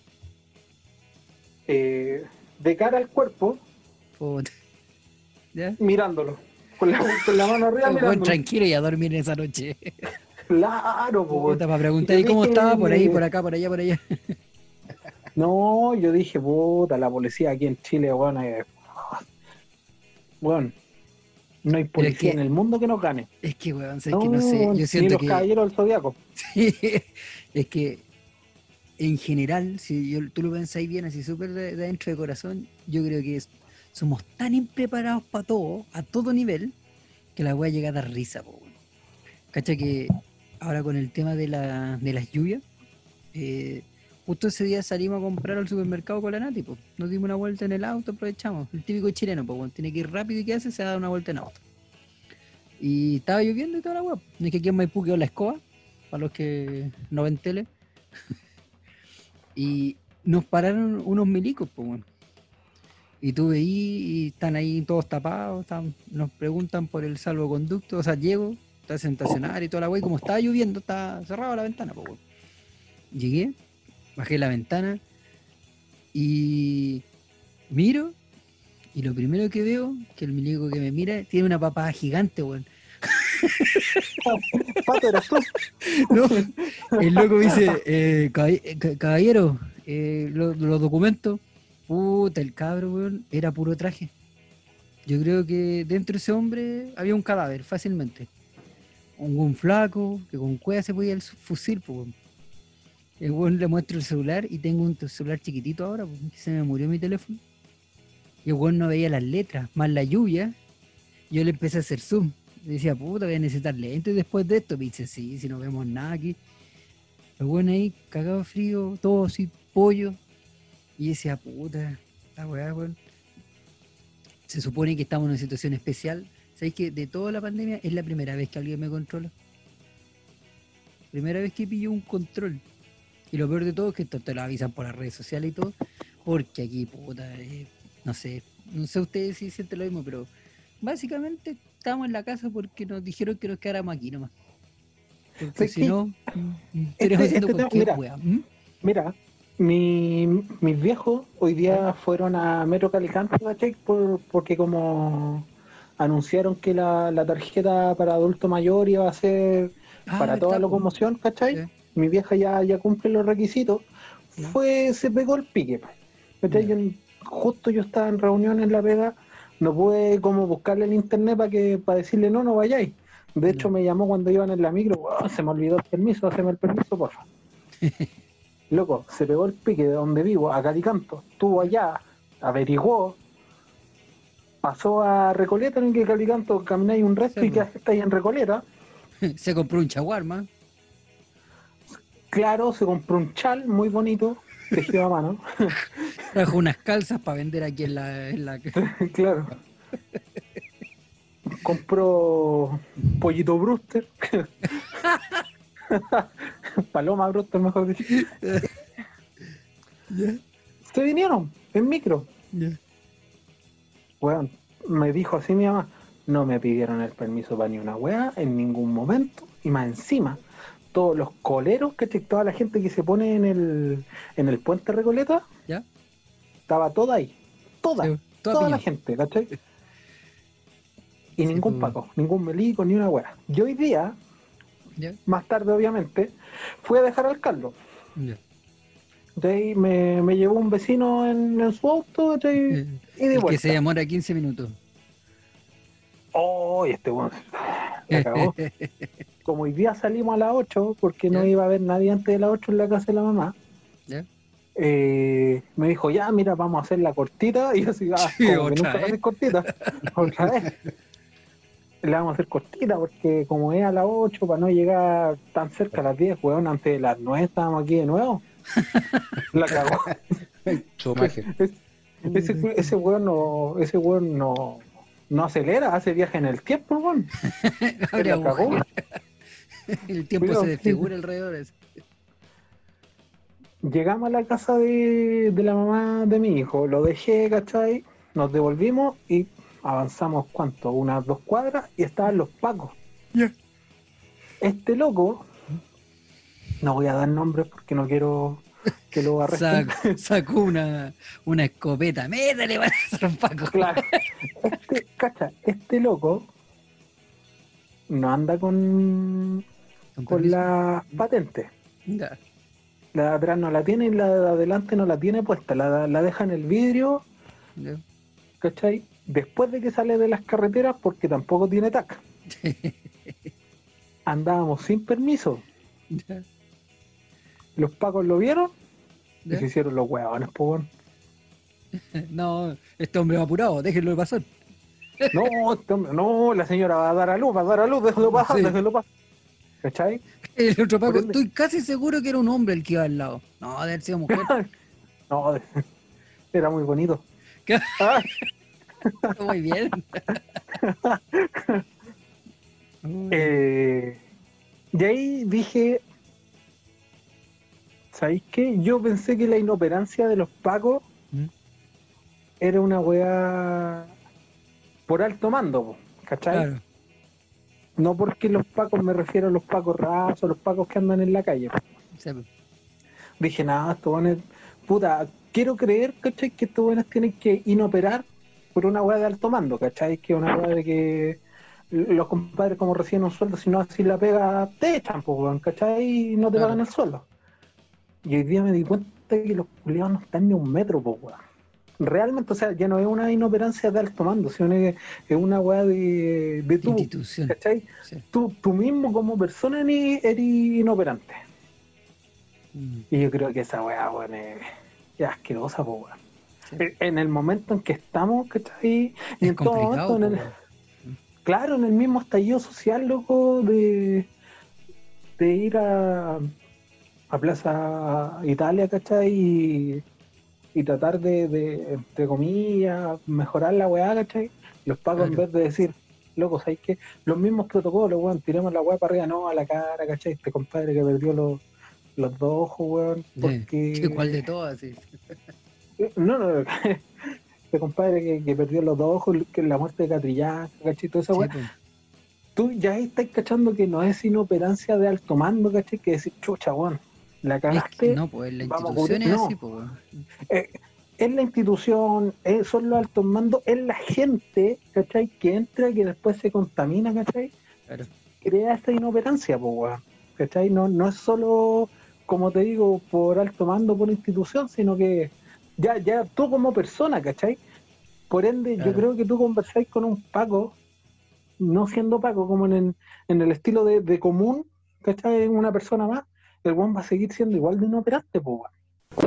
eh, de cara al cuerpo, Puta. ¿Ya? mirándolo, con la, con la mano arriba Buen mirándolo. tranquilo y a dormir esa noche. Claro, po, Puta, para y preguntar, yo ¿y cómo dije, estaba? Por ahí, por acá, por allá, por allá. No, yo dije, puta, la policía aquí en Chile, bueno, eh, bueno, no hay Pero es policía que- en el mundo que nos gane. Es que, weón, sé No, que no sé. ni Yo siento los que. caballeros del Zodiaco. Sí, es que en general, si yo- tú lo pensáis bien, así súper de, de dentro de corazón, yo creo que es- somos tan impreparados para todo, a todo nivel, que la weá llega a dar risa, po, weón. Cacha que ahora con el tema de, la, de las lluvias, eh, justo ese día salimos a comprar al supermercado con la Nati, pues. Nos dimos una vuelta en el auto, aprovechamos. El típico chileno, pues, tiene que ir rápido y ¿qué hace? Se da una vuelta en auto. Y estaba lloviendo y toda la weá. No es que aquí en Maipú quedó la escoba, para los que no ven tele. Y nos pararon unos milicos, pues, bueno. Y tú veí y están ahí todos tapados, están- nos preguntan por el salvoconducto, o sea, llego, está estacionar y toda la weá, y como estaba lloviendo, estaba cerrada la ventana, pues, bueno. Llegué, bajé la ventana y miro, y lo primero que veo, que el milico que me mira tiene una papada gigante, weón. Pato, eras tú. No, el loco me dice, eh, caball- eh, ca- caballero, eh, lo- los documentos, puta, el cabro, weón, era puro traje. Yo creo que dentro de ese hombre había un cadáver, fácilmente. Un, un flaco, que con cueva se podía el su- fusil, pues, weón. El weón le muestro el celular y tengo un t- celular chiquitito ahora, pues, que se me murió mi teléfono. Y el weón no veía las letras, más la lluvia. Yo le empecé a hacer zoom. Y decía, puta, voy a necesitar lentes después de esto. Me dice, sí, si no vemos nada aquí. El weón ahí, cagado de frío, todo así, pollo. Y decía, puta, la weá, weón. Se supone que estamos en una situación especial. ¿Sabéis que de toda la pandemia es la primera vez que alguien me controla? Primera vez que pillo un control. Y lo peor de todo es que esto te lo avisan por las redes sociales y todo. Porque aquí, puta, eh, no sé, no sé ustedes si sienten lo mismo, pero básicamente estamos en la casa porque nos dijeron que nos quedáramos aquí nomás. Porque Sí, si sí. no, mm, mm, Este- estaríamos haciendo este tema, cualquier mira. wea. ¿Mm? Mira, mi, mis viejos hoy día fueron a Metro Calicante, ¿cachai? Por, porque como anunciaron que la, la tarjeta para adulto mayor iba a ser Ah, para ¿verdad, toda po? locomoción, ¿cachai? Sí. Mi vieja ya, ya cumple los requisitos. Ya. Fue, se pegó el pique, po, ¿cachai? Ya. Yo- justo yo estaba en reunión en La Vega, no pude como buscarle en internet para que para decirle no, no vayáis. De hecho, Ya. me llamó cuando iban en la micro, "Oh, se me olvidó el permiso, haceme el permiso, porfa." Loco, se pegó el pique de donde vivo, a Calicanto, estuvo allá, averiguó, pasó a Recoleta, en que Calicanto camináis un resto Sí, y que pues. estáis en Recoleta. Se compró un chaguarma. Claro, se compró un chal muy bonito, tejido a mano. Trajo unas calzas para vender aquí en la... En la... Claro. Compró pollito Brewster. Paloma Brewster, mejor dicho. Ya, Se vinieron en micro. ya. Weón, me dijo así mi mamá, no me pidieron el permiso para ni una wea en ningún momento, y más encima, todos los coleros, ¿cachai? Toda la gente que se pone en el, en el puente Recoleta, ¿Ya? estaba toda ahí, toda, Sí, toda toda la piñón. gente, ¿cachai? Y Sí, ningún pues. paco, ningún milico, ni una wea. Yo hoy día, ¿Ya? más tarde obviamente, fui a dejar al Carlos. ¿Ya? De ahí me, me llevó un vecino en, en su auto, ¿cachai? Eh, Y de el que vuelta. se demora quince minutos. Oh, y este weón la cagó. Como hoy día salimos a las ocho, porque no ¿Ya? iba a haber nadie antes de las ocho en la casa de la mamá, ¿Ya? eh, me dijo, ya, mira, vamos a hacer la cortita. Y yo así, ah, Sí, como que otra nunca vez. haces cortita. Otra vez. Le vamos a hacer cortita, porque como es a las ocho, para no llegar tan cerca a las diez, weón, antes de las nueve estábamos aquí de nuevo. La cagó. Chumaje. Es- ese, ese weón no, ese weón no, no acelera, hace viaje en el tiempo, weón. Se Abre la cagó. agujero. El tiempo Pero- se desfigura alrededor de eso. Llegamos a la casa de, de la mamá de mi hijo, lo dejé, ¿cachai? Nos devolvimos y avanzamos, ¿cuánto? Unas dos cuadras y estaban los pacos. Ya. Este loco, no voy a dar nombres porque no quiero que lo arresten. Sac- sacó una, una escopeta. Métale para hacer un paco. Claro. Este, cacha, este loco no anda con, Con con permiso. la patente. Ya. La de atrás no la tiene y la de adelante no la tiene puesta. La, la deja en el vidrio, Ya. ¿cachai? Después de que sale de las carreteras porque tampoco tiene T A C. Andábamos sin permiso. Ya. Los pacos lo vieron y Ya. se hicieron los huevones, po, weón. No, este hombre va apurado, déjenlo pasar. No, este hombre, no, la señora va a dar a luz, va a dar a luz, déjelo pasar, Sí. déjelo pasar. ¿Cachai? El otro Paco, Por ende- estoy casi seguro que era un hombre el que iba al lado. No, de haber sido mujer. No, era muy bonito. ¿Qué? Ah, Muy bien. Uy, eh, y ahí dije, ¿sabéis qué? Yo pensé que la inoperancia de los pacos ¿Mm? era una weá por alto mando, po, ¿cachai? Claro. No porque los pacos, me refiero a los pacos rasos, los pacos que andan en la calle. Sí, pues. Dije, nada, estos buenos, puta, quiero creer, ¿cachai? Que estos buenos tienen que inoperar por una weá de alto mando, ¿cachai? Que una weá de que los compadres como reciben un sueldo, si no así la pega, te echan, pues, weón, ¿cachai? Y no te Claro. pagan el sueldo. Y hoy día me di cuenta que los culiados no están ni un metro, pues, weón. Realmente, o sea, ya no es una inoperancia de alto mando, sino que es una weá de, de tú, Institución. ¿cachai? Sí. Tú, tú mismo como persona eres, eres inoperante. Mm, Y yo creo que esa weá, weón, es, es asquerosa, pues, weón. sí. En el momento en que estamos, ¿cachai? Y Es en todo complicado. momento, en el, po, weón. claro, en el mismo estallido social, loco, de, de ir a, a Plaza Italia, ¿cachai? Y, y tratar de, de, entre comillas, mejorar la weá, ¿cachai? Los pacos, en Claro. vez de decir, loco, ¿sabes qué? Los mismos protocolos, weón, tiremos la weá para arriba, no, a la cara, ¿cachai? Este compadre que perdió los, los dos ojos, weón, porque... Sí, ¿cuál de todas? Sí. No, no, este compadre que, que perdió los dos ojos, que la muerte de Catrillanca, ¿cachai? Toda esa Sí, weá. pues. Tú ya ahí estás cachando que no es inoperancia de alto mando, ¿cachai? Que decir, chucha, weón, la Es cagaste. que no, pues la vamos a institución cubrir- es no. así, pues. weón. Eh, es la institución, es, son los altos mandos, es la gente, ¿cachai? Que entra y que después se contamina, ¿cachai? Claro. Crea esta inoperancia, pues, weón, ¿cachai? No, no es solo, como te digo, por alto mando, por institución, sino que ya, ya tú como persona, ¿cachai? Por ende, Claro. yo creo que tú conversáis con un Paco, no siendo Paco, como en el, en el estilo de, de común, ¿cachai? Una persona más, el weón va a seguir siendo igual de inoperante, pues, weón.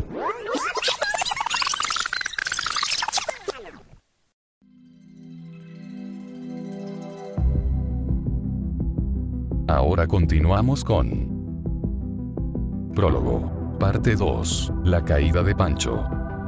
Ahora continuamos con Prólogo, parte dos, la caída de Pancho.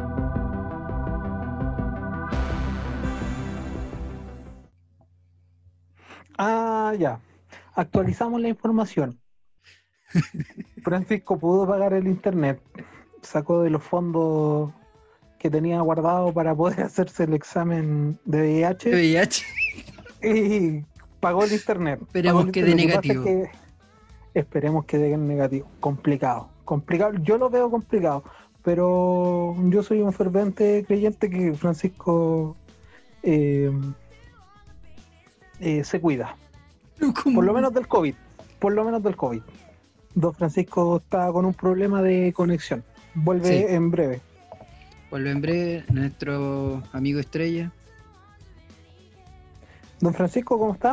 Ah, ya. Actualizamos la información. Francisco pudo pagar el internet. Sacó de los fondos que tenía guardado para poder hacerse el examen de V I H V I H. y pagó el internet. Esperemos Pagó el que de internet. Lo que pasa negativo. es esperemos que den negativo. Complicado, complicado. Yo lo veo complicado, pero yo soy un ferviente creyente que Francisco eh, eh, se cuida. Por lo menos del COVID. Por lo menos del COVID. Don Francisco está con un problema de conexión. Vuelve Sí. en breve. Vuelve en breve nuestro amigo Estrella. Don Francisco, ¿cómo está?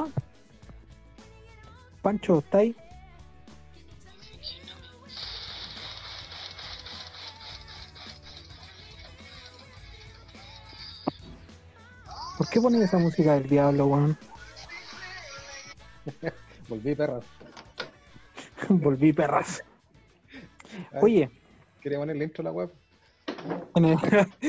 Pancho, ¿está ahí? ¿Por qué ponen esa música del diablo, weón? Volví, perra. Volví, perras. Oye, Quería ponerle intro a la web. en el...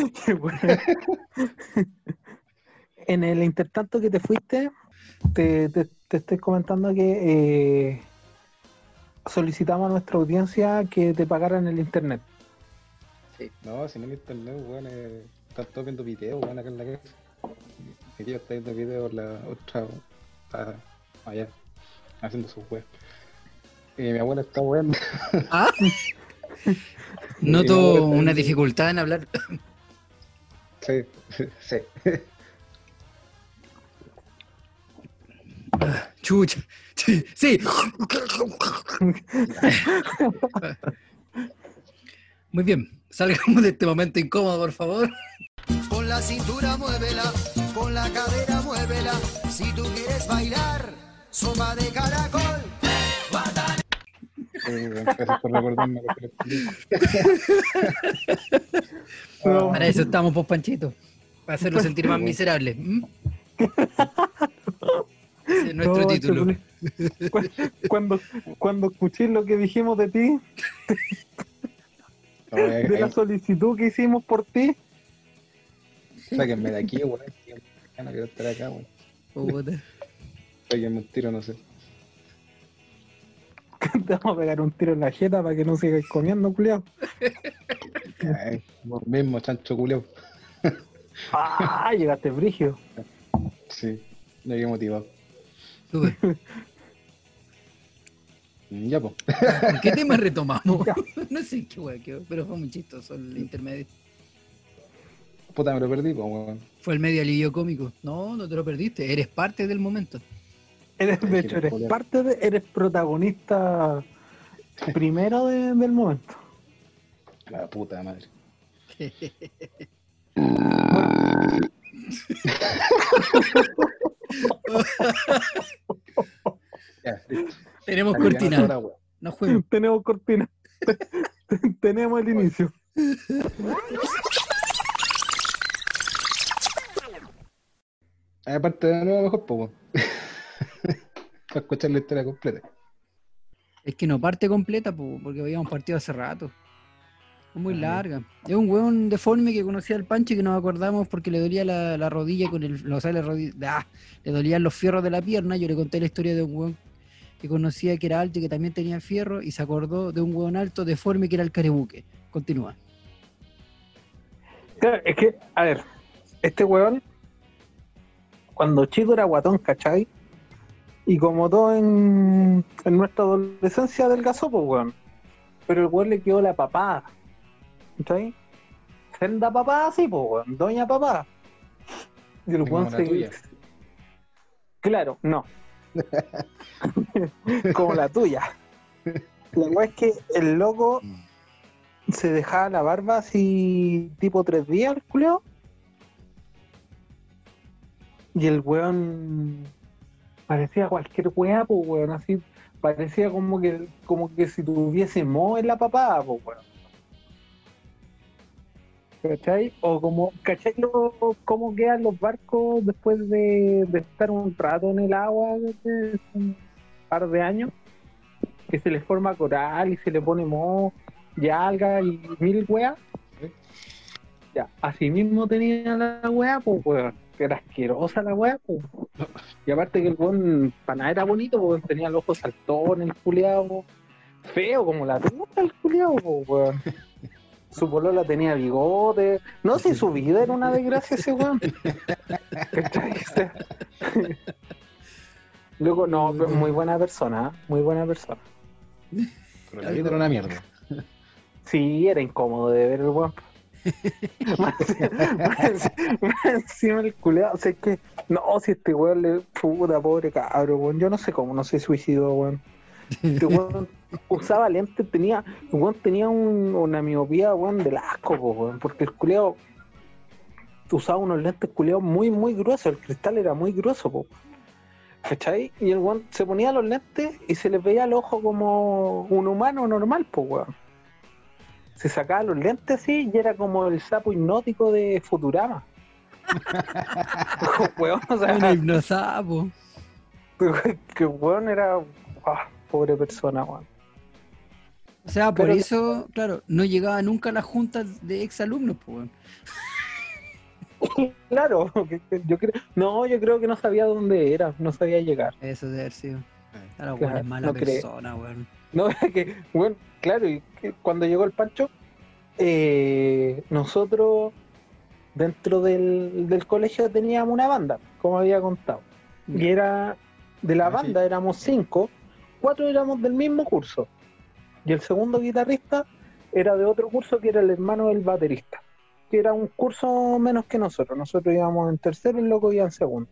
en el intertanto que te fuiste, te, te, te estoy comentando que eh, solicitamos a nuestra audiencia que te pagaran el internet. No, si no en internet, weón, eh, están todos viendo videos, weón, acá en la casa. Mi tío está viendo videos, la otra está allá, haciendo su web. Y mi abuela está weón. Ah, Mi noto abuela está una viendo- dificultad en hablar. Sí, sí. Chucha. Sí. sí. Muy bien. Salgamos de este momento incómodo, por favor. Con la cintura muévela, con la cadera muévela. Si tú quieres bailar, sopa de caracol. Sí, weón, gracias por recordarme lo que les pedí. No. Para eso estamos, pues, Panchito. Para hacerlo sentir más miserable. ¿Mm? Ese es nuestro No, título. este- cu- Cuando, cuando escuché lo que dijimos de ti, No, ahí- de la ahí- solicitud que hicimos por ti, Sáquenme de aquí, weón. Ya no quiero estar acá, weón. Puta. Sáquenme un tiro, no sé. te vamos a pegar un tiro en la jeta para que no sigas comiendo, culiao. Ay, vos mismo, chancho culiao. Ah, llegaste brigio. Sí, no llegué motivado. Súper. Ya, pues. ¿Con qué tema retomamos? Ya. No sé qué hueá quedó, pero fue muy chistoso el intermedio. Puta, me lo perdí, pues, weón. Fue el medio alivio cómico. No, no te lo perdiste. Eres parte del momento. Eres, de hecho, eres parte de, eres protagonista primero de- del momento. La puta madre. Ya, listo. Tenemos Alivianó cortina. toda la wea. No juego. Tenemos cortina. Tenemos el inicio. Aparte de nuevo, mejor, pues, weón. Para escuchar la historia completa. Es que no parte completa, po, porque habíamos partido hace rato. Es muy Ah, larga. Es un hueón deforme que conocía al Pancho y que nos acordamos porque le dolía la, la rodilla con el. O sea, la rodilla, ah, le dolían los fierros de la pierna. Yo le conté la historia de un hueón que conocía que era alto y que también tenía fierro y se acordó de un hueón alto deforme que era el Carebuque. Continúa. Claro, es que, a ver, este weón, cuando chico era guatón, ¿cachai? Y como todo en, en nuestra adolescencia adelgazó, pues weón. Pero el weón le quedó la papada, ¿cachai? Senda papada, sí, pues weón, doña papada. Y el Como weón la se... tuya. Claro, no. Como la tuya. La weón es que el loco se dejaba la barba así tipo tres días, el culiao. Y el weón parecía cualquier weá, pues weón, así parecía como que como que si tuviese moho en la papada, pues weón. ¿Cachai? O como, ¿cachai lo, cómo quedan los barcos después de, de estar un rato en el agua desde un par de años? Que se les forma coral y se le pone moho y alga y mil weas. Sí. Ya, así mismo tenía la wea, pues weón. Era asquerosa la wea, pues. Y aparte que el weón, para nada era bonito, porque tenía los ojos saltones, el culiao. Feo como la puta, el culiao, pues weón. Su polola tenía bigote. No sé, si su vida era una desgracia ese weón. ¿Cachai? O sea, Luego, no, pero muy buena persona, ¿eh? Muy buena persona. Pero la vida era una mierda. Sí, era incómodo de ver el weón. Más encima el culeado, o sea, es que, no, si este weón le, puta, pobre cabro, weón, yo no sé cómo no se suicidó, weón. Este weón usaba lentes, tenía, el weón tenía un, una miopía, weón, del asco, po, weón, porque el culeado usaba unos lentes culeados muy, muy gruesos, el cristal era muy grueso, po. ¿Cachai? Y el weón se ponía los lentes y se le veía el ojo como un humano normal, po, weón. Se sacaba los lentes así y era como el sapo hipnótico de Futurama. Weón, o sea, Un hipnosapo. que weón era, ah, pobre persona, weón. O sea, por Pero- eso, claro, no llegaba nunca a las juntas de exalumnos, pues, weón. Claro, que- que yo creo, no, yo creo que no sabía dónde era, no sabía llegar. Eso debe haber sido. Ahora, Claro, weón, es mala no creo. persona, weón. No, es que, bueno, claro, y que cuando llegó el Pancho, eh, nosotros dentro del, del colegio teníamos una banda, como había contado. Y era, de la Ah, sí. banda éramos cinco, cuatro éramos del mismo curso. Y el segundo guitarrista era de otro curso que era el hermano del baterista, que era un curso menos que nosotros. Nosotros íbamos en tercero y el loco iba en segundo.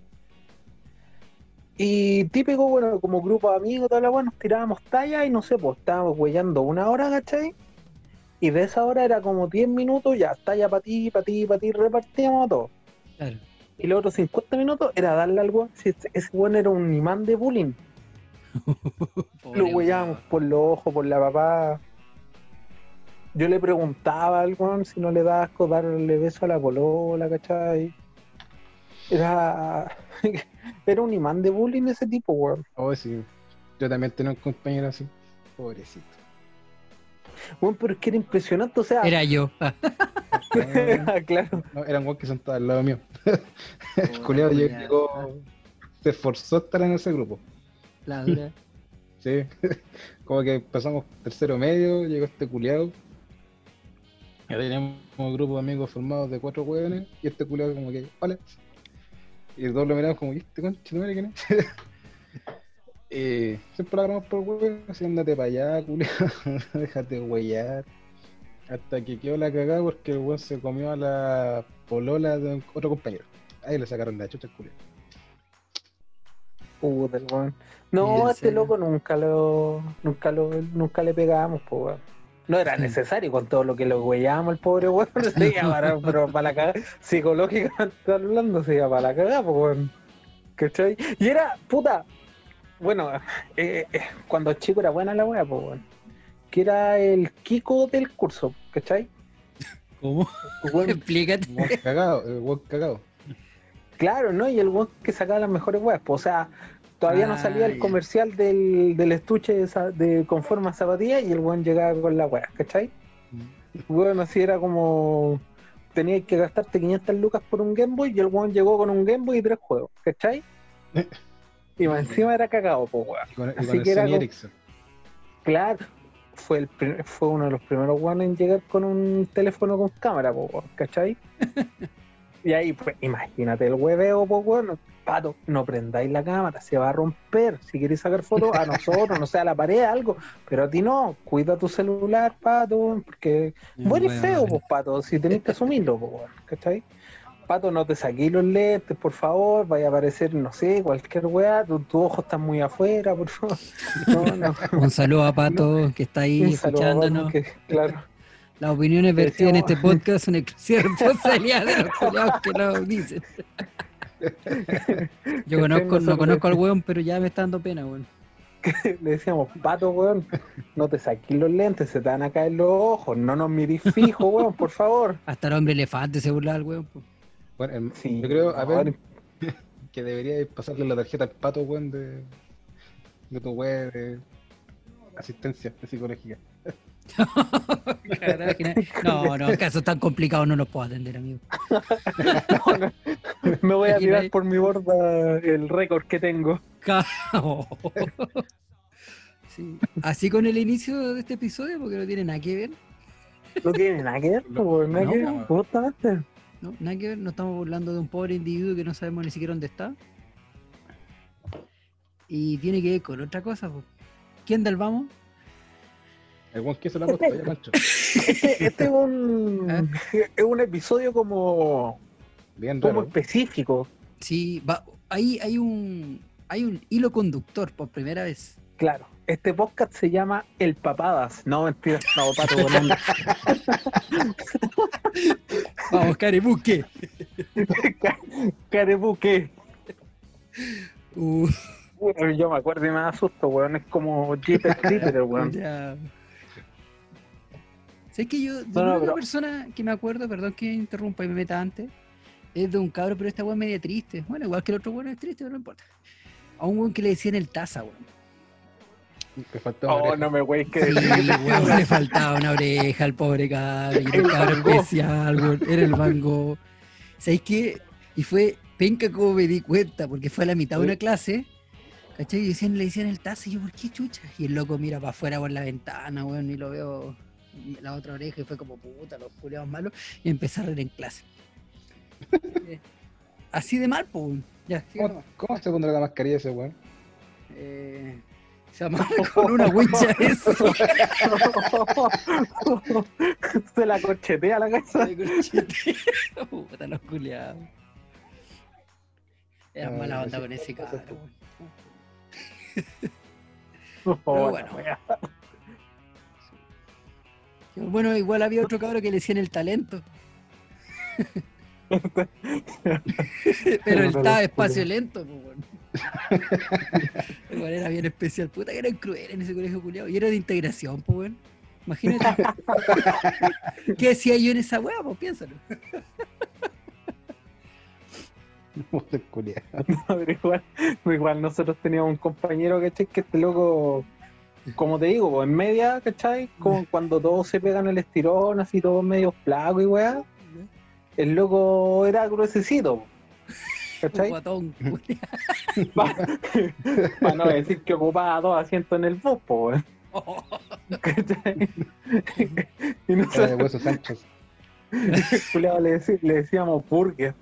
Y típico, bueno, como grupo de amigos, toda la weá, nos tirábamos talla y no sé, pues estábamos huellando una hora, ¿cachai? Y de esa hora era como diez minutos, ya, talla para ti, para ti, para ti, repartíamos todo. Claro. Y los otros cincuenta minutos era darle al weón. Si ese, ese weón era un imán de bullying. Pobre Lo huellábamos weón. por los ojos, por la papá. Yo le preguntaba al weón si no le da asco darle beso a la polola, ¿cachai? Era. Era un imán de bullying ese tipo, weón. Oh, sí. Yo también tenía un compañero así. Pobrecito. Weón, pero es que era impresionante, o sea. Era yo. Claro. No, eran guas que sentados al lado mío. El culiado llegó, se esforzó a estar en ese grupo. La dura. Sí. Como que pasamos tercero medio, llegó este culiado. Ya teníamos un grupo de amigos formados de cuatro hueones. Y este culiado como que, hola. Y todos lo miramos como, ¿y este conche de madre quién es? Y siempre lo agarramos por hueón, así andate para allá, culiado. Déjate huellar. Hasta que quedó la cagada porque el weón se comió a la polola de un- otro compañero. Ahí le sacaron la chucha al culiao. Puta, el weón. ¿En No, a este serio? loco nunca lo. Nunca lo. Nunca le pegábamos, pues, weón. No era necesario con todo lo que lo huellábamos el pobre weón, se iba para, pero para la cagada. Psicológicamente hablando, se iba para la cagada, pues, weón. ¿Cachai? Y era, puta. Bueno, eh, eh, cuando chico era buena la wea, pues, weón. Que era el Kiko del curso, ¿cachai? ¿Cómo? El weón- Explícate. El weón cagado, el weón cagado. Claro, ¿no? Y el weón que sacaba las mejores weas, pues, o sea, todavía no Ah, salía el ya. comercial del, del estuche de, za- de con forma zapatilla y el weón llegaba con la wea, ¿cachai? Bueno, así era como tenías que gastarte quinientas lucas por un Game Boy y el weón llegó con un Game Boy y tres juegos, ¿cachai? Y más encima era cagado, pues, weón. Y con, y Así con el que era Sony como- Ericsson. Claro, fue el pri- fue uno de los primeros weones en llegar con un teléfono con cámara, po, weón, ¿cachai? Y ahí, pues, imagínate el hueveo, pues, weón. Pato, no prendáis la cámara, se va a romper. Si queréis sacar fotos a nosotros, no sé, a la pared, algo. Pero a ti no, cuida tu celular, Pato, porque bueno y feo, pues, Pato, si tenéis que asumirlo, pues, weón, ¿cachai? Pato, no te saquéis los lentes, por favor, vaya a aparecer, no sé, cualquier weá, tu, tu ojo está muy afuera, por favor. No, no. Un saludo a Pato, que está ahí Un saludo a Pato, escuchándonos. que, claro. Las opiniones Te vertidas en decíamos- este podcast son exclusiva responsabilidad de los culiados que lo dicen. Yo Que conozco, estén no nosotros- conozco al weón, pero ya me está dando pena, weón. Le decíamos, Pato, weón, no te saques los lentes, se te van a caer los ojos, no nos mirís fijo, weón, por favor. Hasta el hombre elefante se burlaba al weón, po. Bueno, em, Sí, yo creo, a ver, weón. que debería pasarle la tarjeta al pato, weón, de, de tu weón de asistencia psicológica. Carajo, no, no, casos tan complicados no los puedo atender, amigo. No, no. Me voy a Aquí no tirar hay- por mi borda el récord que tengo. Ca- Sí. Así con el inicio de este episodio, porque no tiene nada que ver, No tiene nada que ver, No, weón, nada no, que ver, no. justamente. ¿no? Nada que ver, no estamos burlando de un pobre individuo que no sabemos ni siquiera dónde está. Y tiene que ver con otra cosa, po. ¿Quién del vamos? El buen que se la ha puesto ya, Pancho. Este, este es un ¿Ah? es un episodio como, Bien como raro. específico. Sí, va, ahí hay un hay un hilo conductor por primera vez. Claro, este podcast se llama El Papadas. No, mentira, no, pato, Bonando. Vamos, Carebuque. Carebuque. Uh, Yo me acuerdo y me asusto, weón. Es como Jeepers Creepers, weón. ya. Sé que yo, de No, no, la única pero- persona que me acuerdo, perdón que interrumpa y me meta antes, es de un cabro, pero esta weón es media triste. Bueno, igual que el otro weón es triste, pero no importa. A un weón que le decían el taza, weón. Te faltó una Oh, oreja. no me wey que Sí, weón, le faltaba una oreja al pobre cabro, y era El un cabro Van Gogh. especial, weón, era el Van Gogh. ¿Sabéis qué? Y fue penca como me di cuenta, porque fue a la mitad de una clase, ¿cachai? Y decían, le decían el taza, y yo, ¿por qué chucha? Y el loco mira para afuera por la ventana, weón, y lo veo la otra oreja, y fue como, puta, los culiados malos, y empecé a reír en clase. Eh, Así de mal, pues, weón. Ya, siga ¿Cómo, nomás. ¿Cómo se pondrá la mascarilla ese weón? Eh, se amarra con una wincha eso. se la corchetea la casa. Ay, conchete. Puta, los culiados. Era Ay, mala onda ese- con ese ese cabrón. fue- Oh, bueno. la wea. Bueno, igual había otro cabro que le decían el talento. Pero él estaba espacio lento, pues, bueno. Igual era bien especial. Puta que era cruel en ese colegio culiado. Y era de integración, pues, bueno. Imagínate. ¿Qué decía yo en esa weá? Pues piénsalo. Puta culiao. No, pero igual, pero igual nosotros teníamos un compañero, ¿cachai? Que este loco, como te digo, pues, en media, ¿cachai? Como cuando todos se pegan el estirón, así todos medio flacos y weá. El loco era gruesecito, Un ¿cachai? guatón, culiao. Para no decir que ocupaba dos asientos en el bus, po, weón. ¿Cachai? Y Era de nosotros, huesos anchos. culiao, le, deci- le decíamos burger.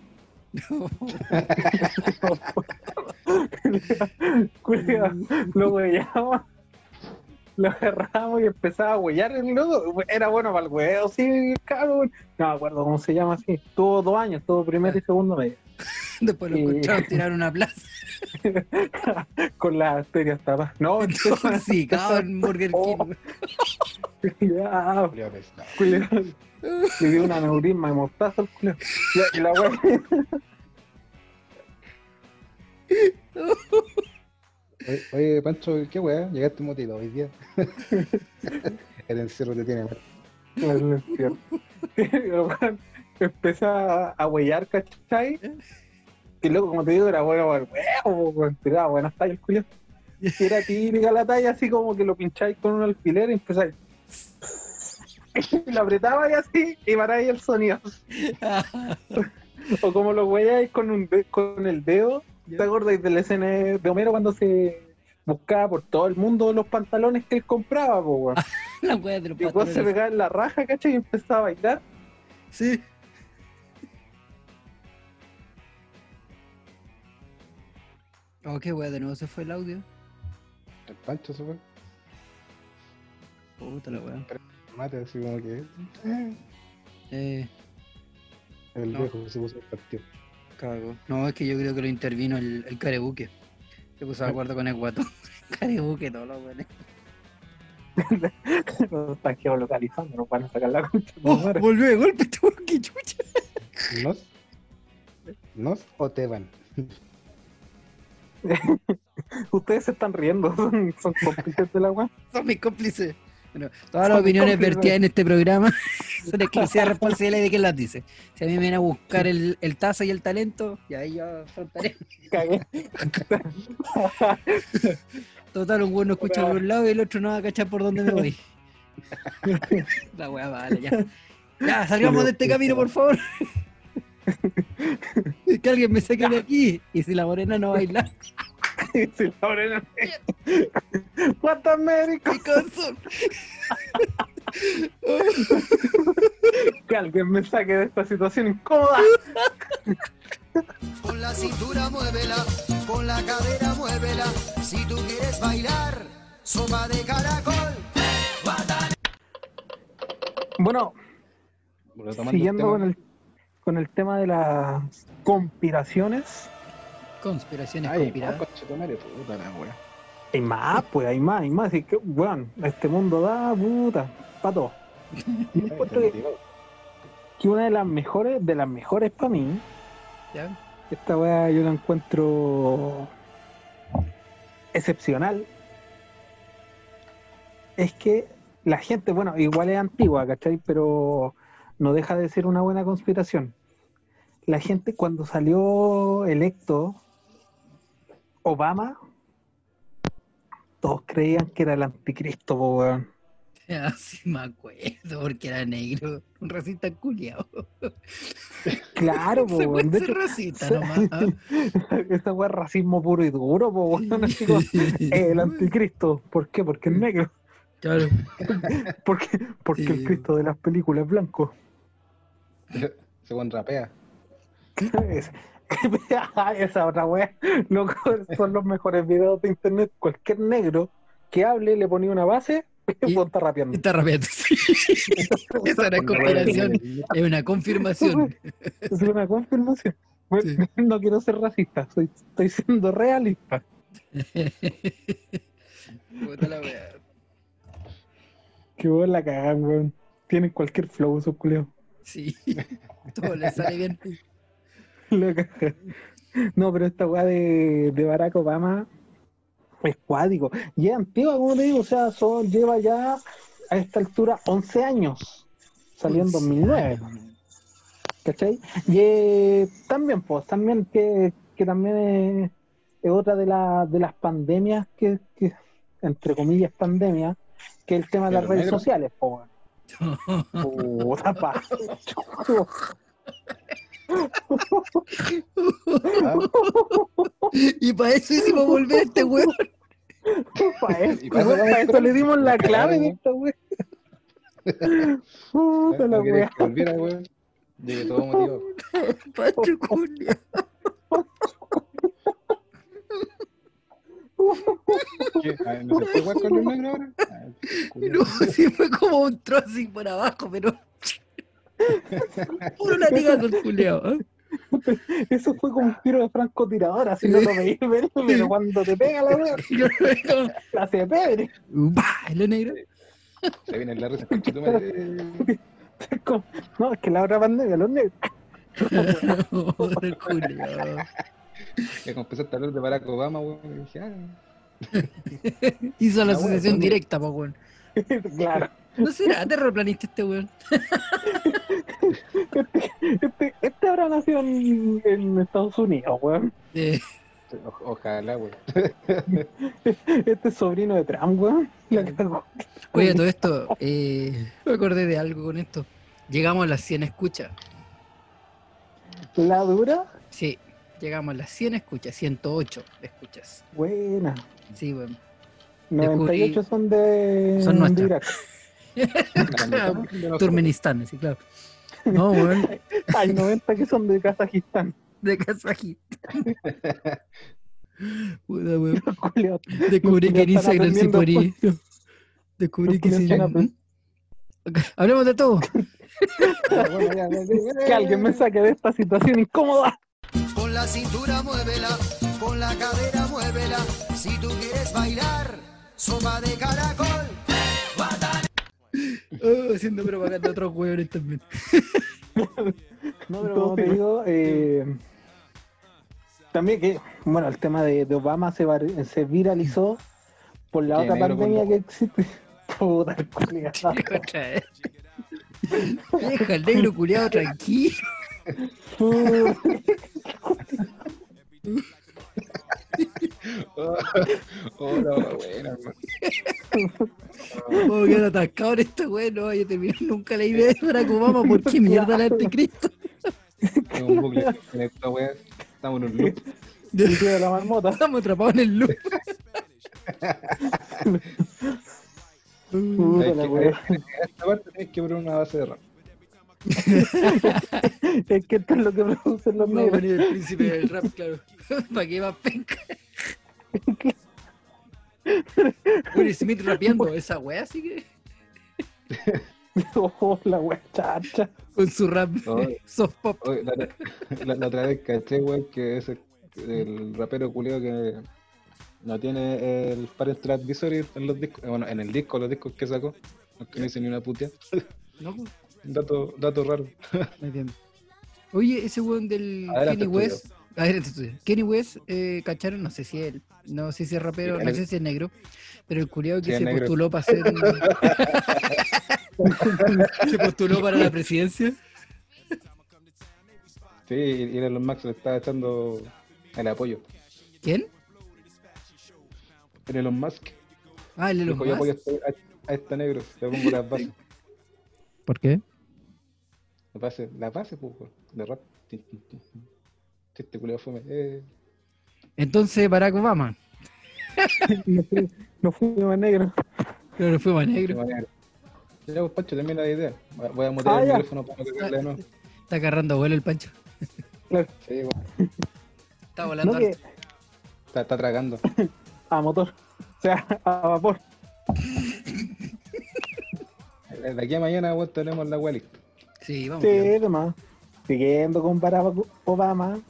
Culiao, lo huellamos, lo agarramos y empezaba a huellar el loco. Era bueno para el huevo, sí, cabrón. No me acuerdo cómo se llama así. Tuvo dos años, tuvo primero y segundo medio. Después lo Sí. encontraron tirar una plaza. Con las arterias tapadas. No, Sí, cabrón, en Burger King. Oh. ya, Culiao pesado. culiao. Le dio un aneurisma de mostaza al culiao. Ya, y la wea. Oye, oye, Pancho, ¿qué weá? Llegaste motivado hoy día. El encierro te tiene mal. No es cierto. El weón empezó a, a huellar, ¿cachai? Y luego, como te digo, era bueno para el huevo, weón. Tiraba buenas tallas el culiao. Y era típica la talla, así como que lo pincháis con un alfiler y empezáis. Y lo apretabais así y paráis el sonido. O como lo huelláis con, un de- con el dedo. ¿Te acordáis de la escena de Homero cuando se buscaba por todo el mundo los pantalones que él compraba, po, weón? La wea de los Y después se pantalones. pegaba en la raja, ¿cachai? Y empezaba a bailar. Sí. Oh, qué wea, de nuevo se fue el audio. El Pancho se fue. Puta la wea. Mate, así como que. Eh, El No. viejo se puso el partido. cago. No, es que yo creo que lo intervino el, el carebuque. Se puso de acuerdo con el guatón. Carebuque, todo lo bueno. Nos están geolocalizando, nos van a sacar la concha. de Oh, tu madre. volvió de golpe, este weón, qué chucha. ¿Nos? ¿Nos o te van? Ustedes se están riendo, son, son cómplices de la weá. Son mis cómplices. Bueno, todas las Son opiniones cómplices. vertidas en este programa son exclusiva responsabilidad de quien las dice. Si a mí me vienen a buscar el, el taza y el talento, y ahí yo afrontaré. Cagué. Total, un weón no escucha por un lado y el otro no va a cachar por dónde me voy. La weá, vale, ya. Ya, salgamos de este camino, por favor. Que alguien me saque de aquí. Y si la morena no baila, Si la morena- ¿Cuántos médicos? mi corazón. Que alguien me saque de esta situación incómoda. Con la cintura muévela, con la cadera muévela. Si tú quieres bailar, sopa de caracol. Guatán- Bueno, Retomando siguiendo el con tema. el, con el tema de las conspiraciones, Conspiraciones Ay, conspiradas. más conchetumare, puta la wea. hay más, pues hay más, hay más. Así que, bueno, este mundo da puta, para todo. Yo encuentro que, que una de las mejores, de las mejores para mí, ¿Ya? esta weá yo la encuentro excepcional, es que la gente, bueno, igual es antigua, ¿cachai? Pero no deja de ser una buena conspiración. La gente cuando salió electo Obama, todos creían que era el anticristo, po, weón. Así me acuerdo, porque era negro. Un racista culiao. Claro, po, Se weón. puede De ser hecho, racista nomás. ¿Ah? esta weá es racismo puro y duro, po, weón. Así como, eh, el anticristo. ¿Por qué? Porque es negro. Claro. Porque, porque Sí. el Cristo de las películas es blanco. Se buen rapea. Es- Esa otra wea, loco, son los mejores videos de internet. Cualquier negro que hable, le ponía una base y Y- pues está rapeando. Está rapeando. Sí. Esa no es conspiración, es una confirmación. Es una confirmación. Bueno, Sí. no quiero ser racista, soy, estoy siendo realista. Puta la wea. Que vos la cagan, weón. Tienen cualquier flow esos culiados. Sí. Todo le sale bien. La cagan. No, pero esta weá de, de Barack Obama es cuático. Y es antigua, como te digo, o sea, son, lleva ya a esta altura once años. Salió en dos mil nueve. ¿Cachai? Y eh, también, pues, también que, que también es, es otra de, la, de las pandemias que, que, entre comillas, pandemia, que es el tema de las ¿Pero redes negro? sociales, pues. Puta pa. Y para eso hicimos volver a este weón. Pa' eso, Y para eso pa' eso le dimos la clave de Claro, esta wea. Puta la ¿No querías wea. que volviera, weón? Llegué todo motivado. Pacho Julio. ¿Qué? Ah, ¿no se puede jugar con los negros ahora? Ah, culiao. No, sí fue como un trozo así por abajo, pero. Puro latigazo el culiao. ¿Eh? Eso fue como un tiro de francotirador, así no lo veí, pero, pero cuando te pega la wea, la hace pebre. ¡Bah! ¿Lo negro? Se viene la risa, conchetumare. Es como- No, es que la otra pandemia, los negros. Pobre culiao. Ya como empezaste a hablar de Barack Obama, weón, y dije, ah, Hizo la Ah, bueno, asociación bueno. directa, po, weón. Claro. ¿No será terraplanista este weón? Este, este habrá nacido en, en Estados Unidos, weón. Eh, o- ojalá, weón. Este es sobrino de Trump, weón. La cagó. Oye, todo esto, eh, me acordé de algo con esto. Llegamos a las cien escuchas. La dura, Sí, llegamos a las cien escuchas, ciento ocho escuchas. buena. Sí, weón. noventa y ocho son de, Son nuestras. de Irak. Turkmenistán, sí, claro. No, weón, Hay noventa que son de Kazajistán. de Kazajistán. Puta, weón. Culeado. Descubrí que Los en están Instagram sí aprendiendo podía. Descubrí que los sí. están aprendiendo. Hablemos de todo. Ah, bueno, ya, ya, ya, Que alguien me saque de esta situación incómoda. Con la cintura muévela, con la cadera muévela. Si tú quieres bailar, sopa de caracol. Oh, haciendo propaganda a otros hueones también. No, pero como te digo, eh, también que, bueno, el tema de, de Obama se, var- se viralizó por la Que otra negro con pandemia rojo. que existe. Puta, el culiao. Otra vez. Deja el negro culiado tranquilo. Oh, oh, no, bueno, hermano. Vamos a quedar atascados en esta weá. No vaya a terminar nunca la idea de Barack Obama. ¿Por qué mierda el anticristo? Es un bucle en esta wea. Estamos en un loop. El tío de la marmota. Estamos atrapados en el loop. Puta Hay la que- wea. en esta parte tienes que poner una base de rap. Es que esto es lo que producen los Vamos a negros. poner el príncipe del rap, claro. ¿Para qué va penca? Will Smith rapeando esa weá, así que. Oh, la wea chacha. Con su rap Oh. soft pop. Oye, la, la, la otra vez caché, weón, que es el, el rapero culiao que no tiene el Parental Advisory en los discos, bueno, en el disco, los discos que sacó, aunque no dice ni una putia. No, pues, Dato, dato raro. no entiendo. Oye, ese weón del Adelante, Kenny West. Adelante, estudio. Kenny West, eh, cacharon, no sé si él, no sé si es rapero, Sí, no él- sé si es negro, pero el culiao que Sí, es se negro. postuló para ser. Se postuló para la presidencia. Sí, y Elon Musk le estaba echando el apoyo. ¿Quién? Elon Musk Ah, el de los dijo, yo más. apoyo a este, a, a este negro, le pongo las bases. ¿Por qué? Las bases, las bases, pues, weón, de rap. Tin, tin, tin, tin. Este culiao fome. Eh. Entonces Barack Obama. No fui, no fui más negro. Pero no fue más de negro. manera. Ya, pues, Pancho, termina la idea. Voy a mutear Ah, el ya. micrófono para que hable de nuevo. Está agarrando vuelo el Pancho. Claro. Sí, weón, Está volando. No que harto. está, está tragando. a motor. O sea, a vapor. De aquí a mañana, weón, tenemos la weá lista. Sí, vamos. Sí, bien. demás. Siguiendo con Barack Obama.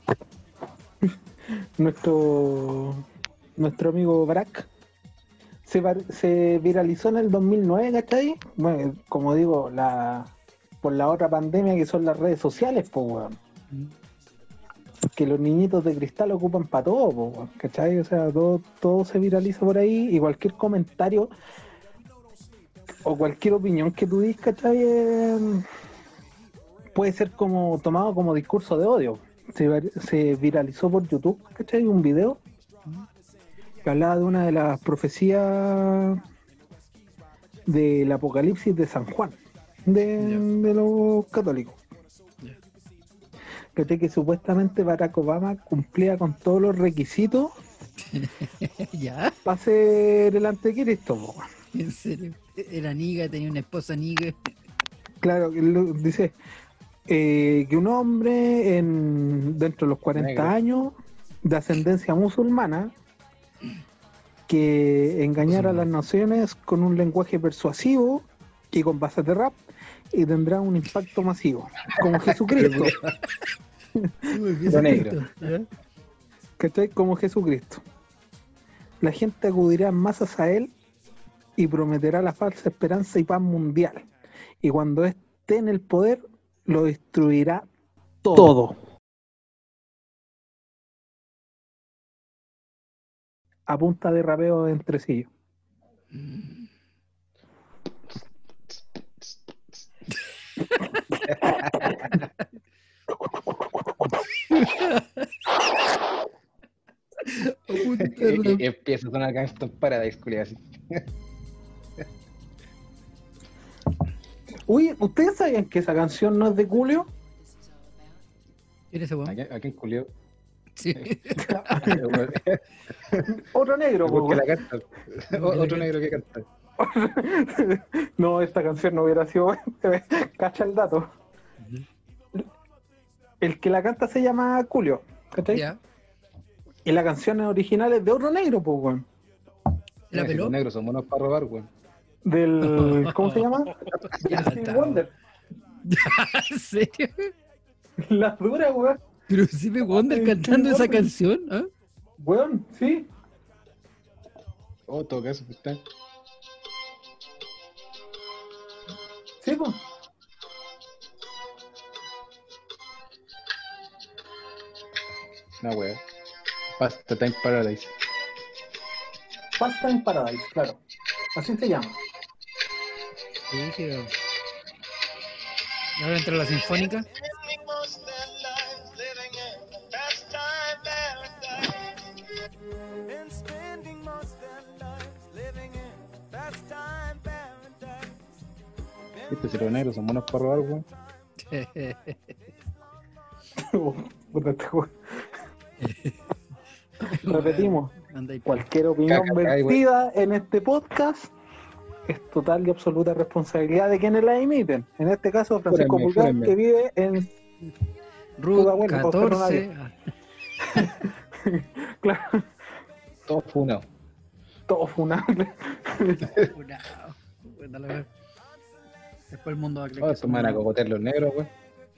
nuestro nuestro amigo Barack se, var- se viralizó en el dos mil nueve, ¿cachai? Bueno, como digo, la por la otra pandemia que son las redes sociales, pues, weón. Que los niñitos de cristal ocupan para todo, po, weón, ¿cachai? O sea, todo, todo se viraliza por ahí y cualquier comentario o cualquier opinión que tú digas, ¿cachai? Eh, puede ser como tomado como discurso de odio. Se, var- se viralizó por YouTube, ¿cachai? Un video que hablaba de una de las profecías del Apocalipsis de San Juan, de, Ya. de los católicos. Ya. ¿Cachai? Que supuestamente Barack Obama cumplía con todos los requisitos ¿Ya? para ser el anticristo, po. En serio. Era niga, tenía una esposa niga. Claro, que lo- dice eh, que un hombre en, dentro de los cuarenta Negro. años de ascendencia musulmana que engañara a las naciones con un lenguaje persuasivo y con bases de rap y tendrá un impacto masivo, como Jesucristo, Lo negro. ¿Ya? ¿cachai? Como Jesucristo. La gente acudirá en masas a él y prometerá la falsa esperanza y paz mundial. Y cuando esté en el poder, lo destruirá todo. A punta de rapeo entre sí. Puta, Y, y empieza a sonar Gangsta's Paradise, culiao, así. Uy, ¿ustedes sabían que esa canción no es de Julio? ¿Quién es ese ¿A weón? quién, a quién culiao? Sí. Otro negro, po, Porque la weón. canta. O- Otro negro que canta. No, esta canción no hubiera sido. Cacha el dato. El que la canta se llama Julio, ¿cachai? Ya. Y la canción original es de otro negro, pues, weón. ¿La Mira, si peló? Los negros son buenos para robar, weón. Del. ¿Cómo se llama? Ya Stevie está. Wonder. ¿En serio? La dura, weón. Pero Stevie Wonder Ay, cantando Stevie esa Wonder. canción, ¿ah? Weón, sí. Oh, todo caso, está. Sí, pues. Una wea. Pasta Time Paradise. Pasta en Paradise, claro. Así se llama. Rígido. Y ahora entra la sinfónica. Viste, si los negros son buenos para robar, weón. Puta, este weón. Repetimos. Anda ahí. Cualquier opinión Caca, caca, vertida en este podcast es total y absoluta responsabilidad de quienes la emiten. En este caso, Francisco Fúrenme, Pulgar, fúrenme. que vive en. Ruth Puta, bueno, todo catorce. Ah, Claro, Todo funado. todo funable. curado. Puta la wea. Después el mundo va a creer Oh, que estos me van a somos- cogotear los negros, weón.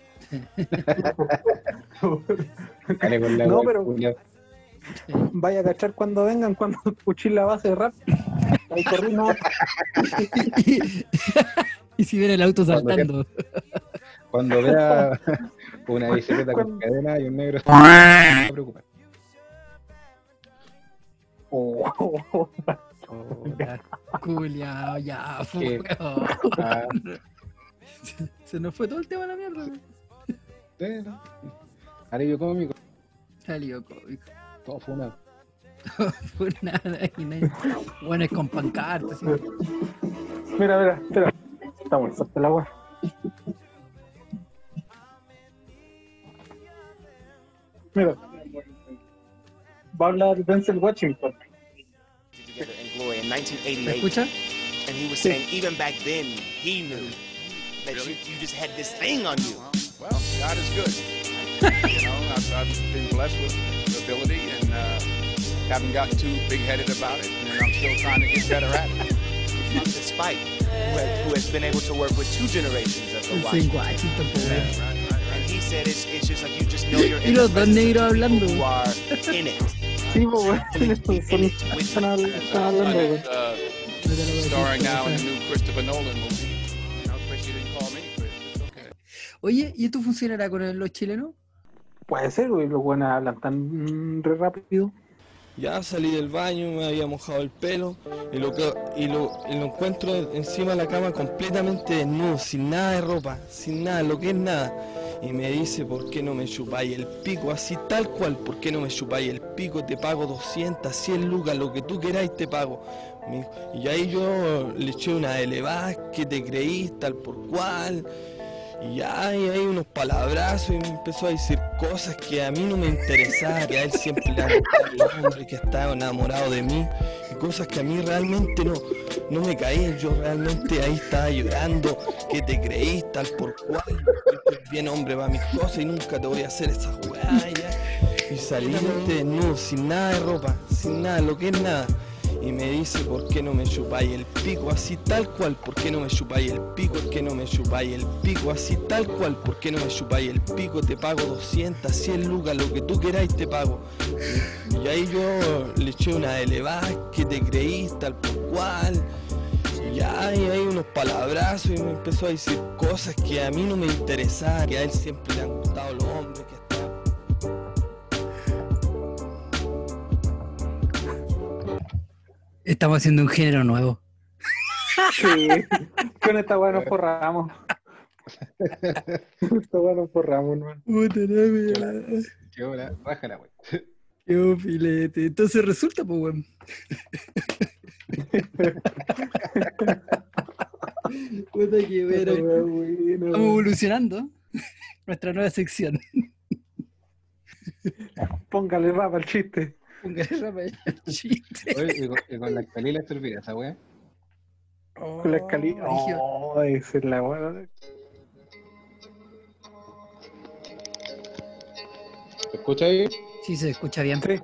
Dale con la No, weá, pero- culiao. Vaya a cachar cuando vengan, cuando puchís la base de rap. Ahí corrimos. y si viene el auto Cuando saltando. Cuando vea una bicicleta con Cuando- cadena y un negro, no me preocupa. Oh, Hola, culiao, ya, ¿Qué? weón. Ah, Se nos fue todo el tema a la mierda. weón. eh, no. Alivio cómico, Salió cómico. todo fumado. Fue nada y nadie. Bueno, es con pancartas. ¿sí? Mira, mira, espera. Está muy fuerte el agua. Mira. Va a hablar Denzel Washington. Together in Glory in nineteen ¿Me eighty-eight, escucha? and he was saying even back then he knew that you, you just had this thing on you. Well, God is good. You know, I've, I've been blessed with the ability and uh, haven't gotten too big-headed about it, and I'm still trying to get better at it. Despite who has, who has been able to work with two generations of the Sí, Washington. Washington, pues, weón. Right, right, right. And he said it's, it's just like you just know you're Y in the los dos presence of negros people hablando. who are in it. Sí, pues, bueno, son- están hab- están hablando, güey. Uh, No te lo voy a decir, starring pero, now o in sea. the new Christopher Nolan movie. You know, Chris, you didn't call me Chris. It's okay. Oye, ¿y esto funcionará con los chilenos? Puede ser, güey. Los buenos hablan tan mm, re rápido. Ya salí del baño, me había mojado el pelo y lo, que, y lo, y lo encuentro encima de la cama completamente desnudo, sin nada de ropa, sin nada, lo que es nada. Y me dice, ¿por qué no me chupáis el pico? Así tal cual, ¿por qué no me chupáis el pico? Te pago doscientas, cien lucas, lo que tú queráis te pago. Me dijo, y ahí yo le eché una elevada, que te creís, tal por cual. Y ya, y ahí unos palabrazos y me empezó a decir cosas que a mí no me interesaban, que a él siempre le han gustado los hombres, que estaba enamorado de mí, y cosas que a mí realmente no, no me caían. Yo realmente ahí estaba llorando, que te creís tal por cual, yo estoy bien hombre para mis cosas y nunca te voy a hacer esas weas, ya. Y salí desnudo, sin nada de ropa, sin nada, lo que es nada. Y me dice, ¿por qué no me chupáis el pico? Así tal cual, ¿por qué no me chupáis el pico? ¿Por qué no me chupáis el pico? Así tal cual, ¿por qué no me chupáis el pico? Te pago doscientas, cien lucas, lo que tú queráis te pago. Y, y ahí yo le eché una elevada, que te creís, tal por cual. Y ya, y ahí unos palabrazos y me empezó a decir cosas que a mí no me interesaban, que a él siempre le han gustado los hombres, que hasta... Estamos haciendo un género nuevo. Sí. Con esta weá nos forramos. Esta weá nos forramos, hermano. Puta la wea. Qué hola, bájala, wey. Qué filete. Entonces resulta, pues, weón. Puta que Esta bueno. weá, bueno. Estamos evolucionando. Nuestra nueva sección. Póngale rap al chiste. Póngale rapa ahí al chiste. Oye, y con, y con la calila servirá esa wea. Con la escalera. brígido. Oh, esa es la weá. ¿Se escucha ahí? Sí, se escucha bien. Sí.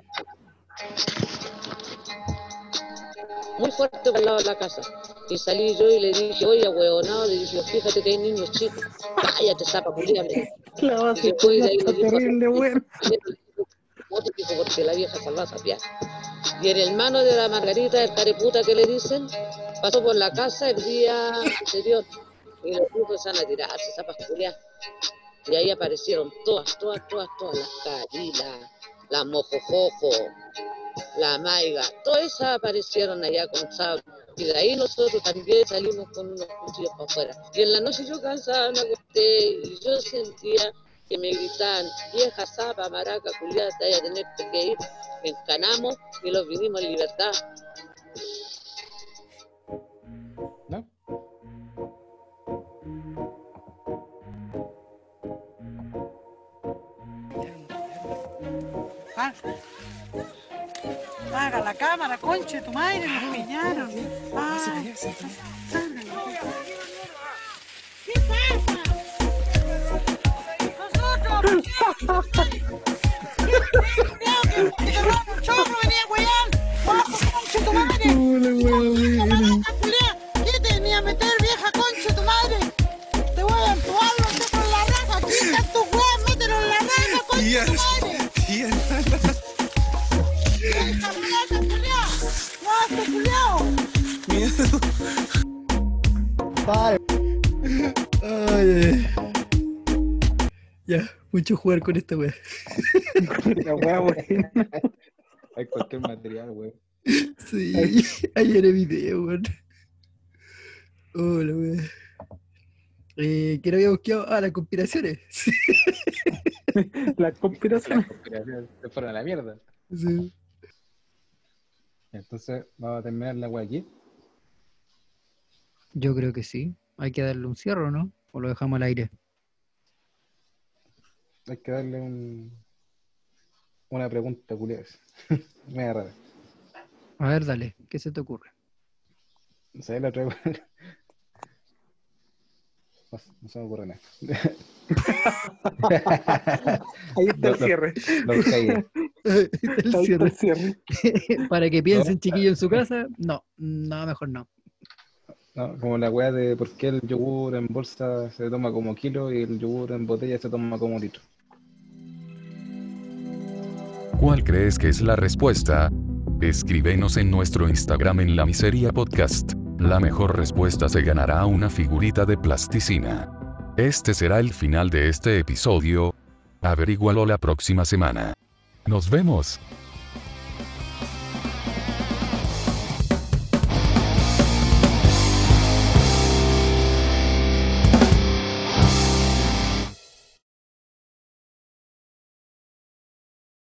Muy fuerte por el lado de la casa. Y salí yo y le dije, oye, huevonado, le dije, fíjate que hay niños chicos. Cállate, zapa, culiame. La base Después de ahí está le dijo, terrible, weón. ¿cómo te dijo? Porque la vieja se va a sapear. Y el hermano de la Margarita, el careputa que le dicen, pasó por la casa el día anterior. Y los hijos empezaron a tirarse, zapas culias. Y ahí aparecieron todas, todas, todas, todas. Las Carilas, la Mojojojo, la Maiga. Todas esas aparecieron allá con sable. Y de ahí nosotros también salimos con unos cuchillos para afuera. Y en la noche yo cansada me acosté y yo sentía que me gritaban, vieja zapa, maraca, culiada, te vaya a tener que ir. Me encanamos y los vinimos en libertad. ¿No? Apaga la cámara, conche, tu madre, nos pillaron. Ay, ¿qué pasa? Nosotros, creo que te robaron un chorro, venía a huear. Bajo, conche, tu madre. Hola, weón. ¿Qué te venía a meter, vieja conche, tu madre? Ay, ay. Ya, mucho jugar con esta wea. La wea buena. Hay cualquier material, weón. Sí, ayer el video, weón. Hola, weón. Eh, ¿Qué no había buscado? Ah, las conspiraciones. Sí. Las conspiraciones. Las conspiraciones se fueron a la mierda. Sí. Entonces, vamos a terminar la wea aquí. Yo creo que sí. Hay que darle un cierre, ¿no? O lo dejamos al aire. Hay que darle un... una pregunta, culiadas. Media rara. A ver, dale. ¿Qué se te ocurre? No sé, la otra vez. No, no se me ocurre nada. Ahí está el cierre. Lo, lo caí. El Ahí cierre. está el cierre. Para que piensen, No. chiquillos, en su casa. No, no, mejor no. No, como la weá de por qué el yogur en bolsa se toma como kilo y el yogur en botella se toma como litro. ¿Cuál crees que es la respuesta? Escríbenos en nuestro Instagram en La Miseria Podcast. La mejor respuesta se ganará una figurita de plasticina. Este será el final de este episodio. Averígualo la próxima semana. ¡Nos vemos!